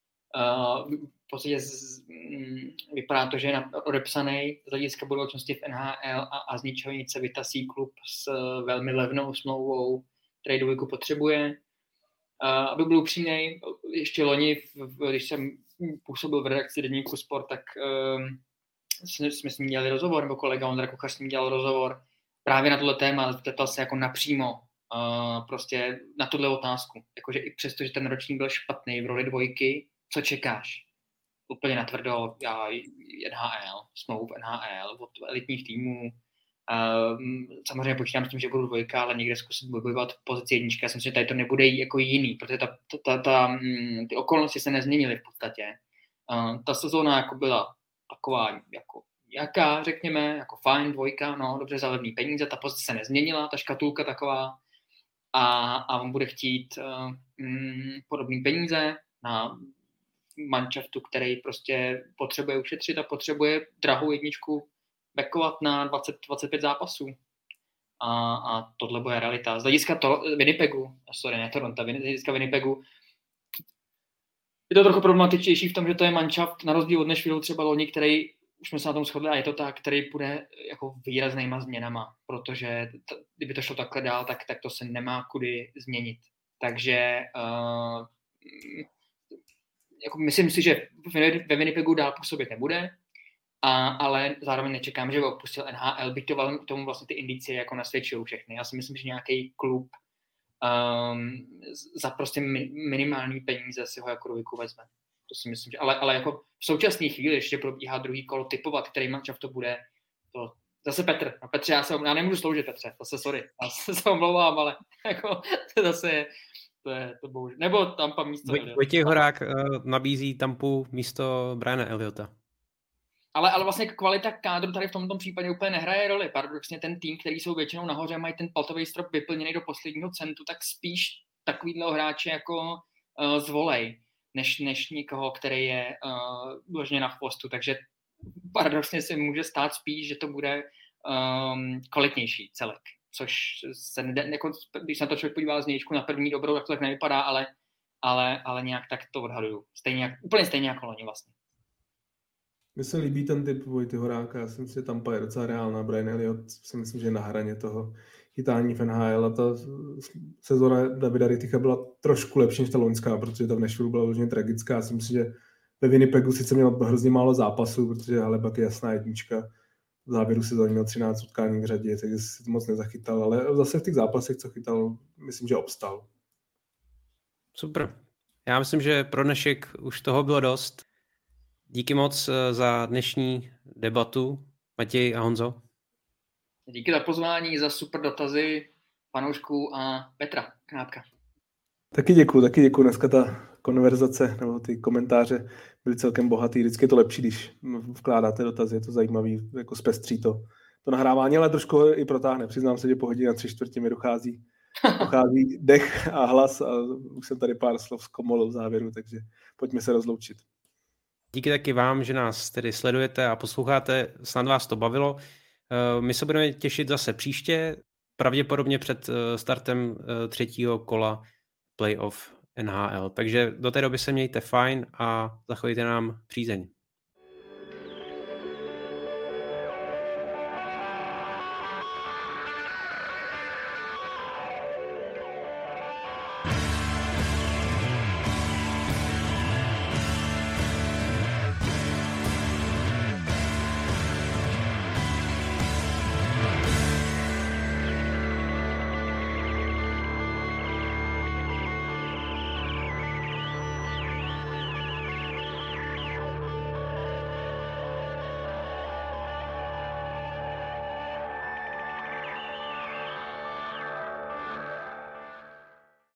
G: V podstatě vypadá to, že je odepsaný z hlediska budoucnosti v NHL a z ničeho nic se vytasí klub s velmi levnou smlouvou, který 2 potřebuje. Aby byl upřímnej, ještě loni, když jsem působil v redakci Deníku Sport, tak jsme s ním dělali rozhovor, nebo kolega Ondra Kuchař s ním dělal rozhovor právě na tohle téma, zeptal se jako napřímo prostě na tuhle otázku. Jakože i přesto, že ten ročník byl špatný v roli dvojky, co čekáš? Úplně natvrdo, NHL, smlouv NHL, od elitních týmů. Samozřejmě počítám s tím, že budu dvojka, ale někde zkusit bojovat pozici jednička. Já si myslím, že tady to nebude jako jiný, protože ty okolnosti se nezměnily v podstatě. Ta sezóna jako byla taková jako jaká, řekněme, jako fajn, dvojka, no, dobře za levný peníze, ta pozice se nezměnila, ta škatulka taková a on bude chtít podobný peníze na manšaftu, který prostě potřebuje ušetřit a potřebuje drahou jedničku backovat na 20-25 zápasů. A tohle bude realita. Z hlediska Winnipegu, Winnipegu, je to trochu problematičtější v tom, že to je manšaft na rozdíl od Nashville třeba loni, který, už jsme se na tom shodli, a je to tak, který bude jako výraznýma změnama, protože kdyby to šlo takhle dál, tak to se nemá kudy změnit. Takže jako myslím si, že ve Winnipegu dál působit nebude, ale zároveň nečekám, že by opustil NHL, byť tomu vlastně ty indicie jako nasvědčují všechny. Já si myslím, že nějaký klub za prostě minimální peníze si ho jako dvojku vezme. To si myslím, že, ale jako v současné chvíli ještě probíhá druhý kolo typovat, který mančaft to bude. To zase Petr. No Petře, já nemůžu sloužit, Petře, zase sorry. Já se omlouvám, ale jako to zase je to bohužel. Nebo Tampa místo
E: Vojtěch Horák nabízí Tampu místo Briana Elliota.
G: Ale vlastně kvalita kádru tady v tomto případě úplně nehraje roli. Paradoxně ten tým, který jsou většinou nahoře, mají ten platový strop vyplněný do posledního centu, tak spíš takovýhle hráče jako zvolej, než někoho, který je vložně na postu. Takže paradoxně se může stát spíš, že to bude kvalitnější celek. Což se jako, když se na to člověk podívá z nějčku na první dobrou, tak to tak nevypadá, ale nějak tak to odhaduju. Úplně stejně jako loni vlastně.
F: Mně se líbí ten typ Vojty Horáka, já si myslím, že Tampa je docela reálná. Brian Elliott si myslím, že je na hraně toho chytání v NHL a ta sezóna Davida Ritticha byla trošku lepší než ta loňská, protože ta v Nashville byla hodně tragická. Já si myslím, že ve Winnipegu sice měl hrozně málo zápasů, protože Hellebuyck je jasná jednička. V závěru sezóny měl 13 utkání v řadě, takže si to moc nezachytal, ale zase v těch zápasech, co chytal, myslím, že obstal.
E: Super. Já myslím, že pro dnešek už toho bylo dost. Díky moc za dnešní debatu, Matěj a Honzo.
G: Díky za pozvání, za super dotazy fanoušků a Petra Knápka.
F: Taky děkuju. Dneska ta konverzace nebo ty komentáře byly celkem bohatý. Vždycky je to lepší, když vkládáte dotazy, je to zajímavý, jako zpestří to nahrávání, ale trošku ho i protáhne. Přiznám se, že po hodině 3/4 mi dochází dech a hlas a už jsem tady pár slov zkomolil v závěru, takže pojďme se rozloučit.
E: Díky taky vám, že nás tedy sledujete a posloucháte, snad vás to bavilo. My se budeme těšit zase příště, pravděpodobně před startem 3. kola playoff NHL. Takže do té doby se mějte fajn a zachovejte nám přízeň.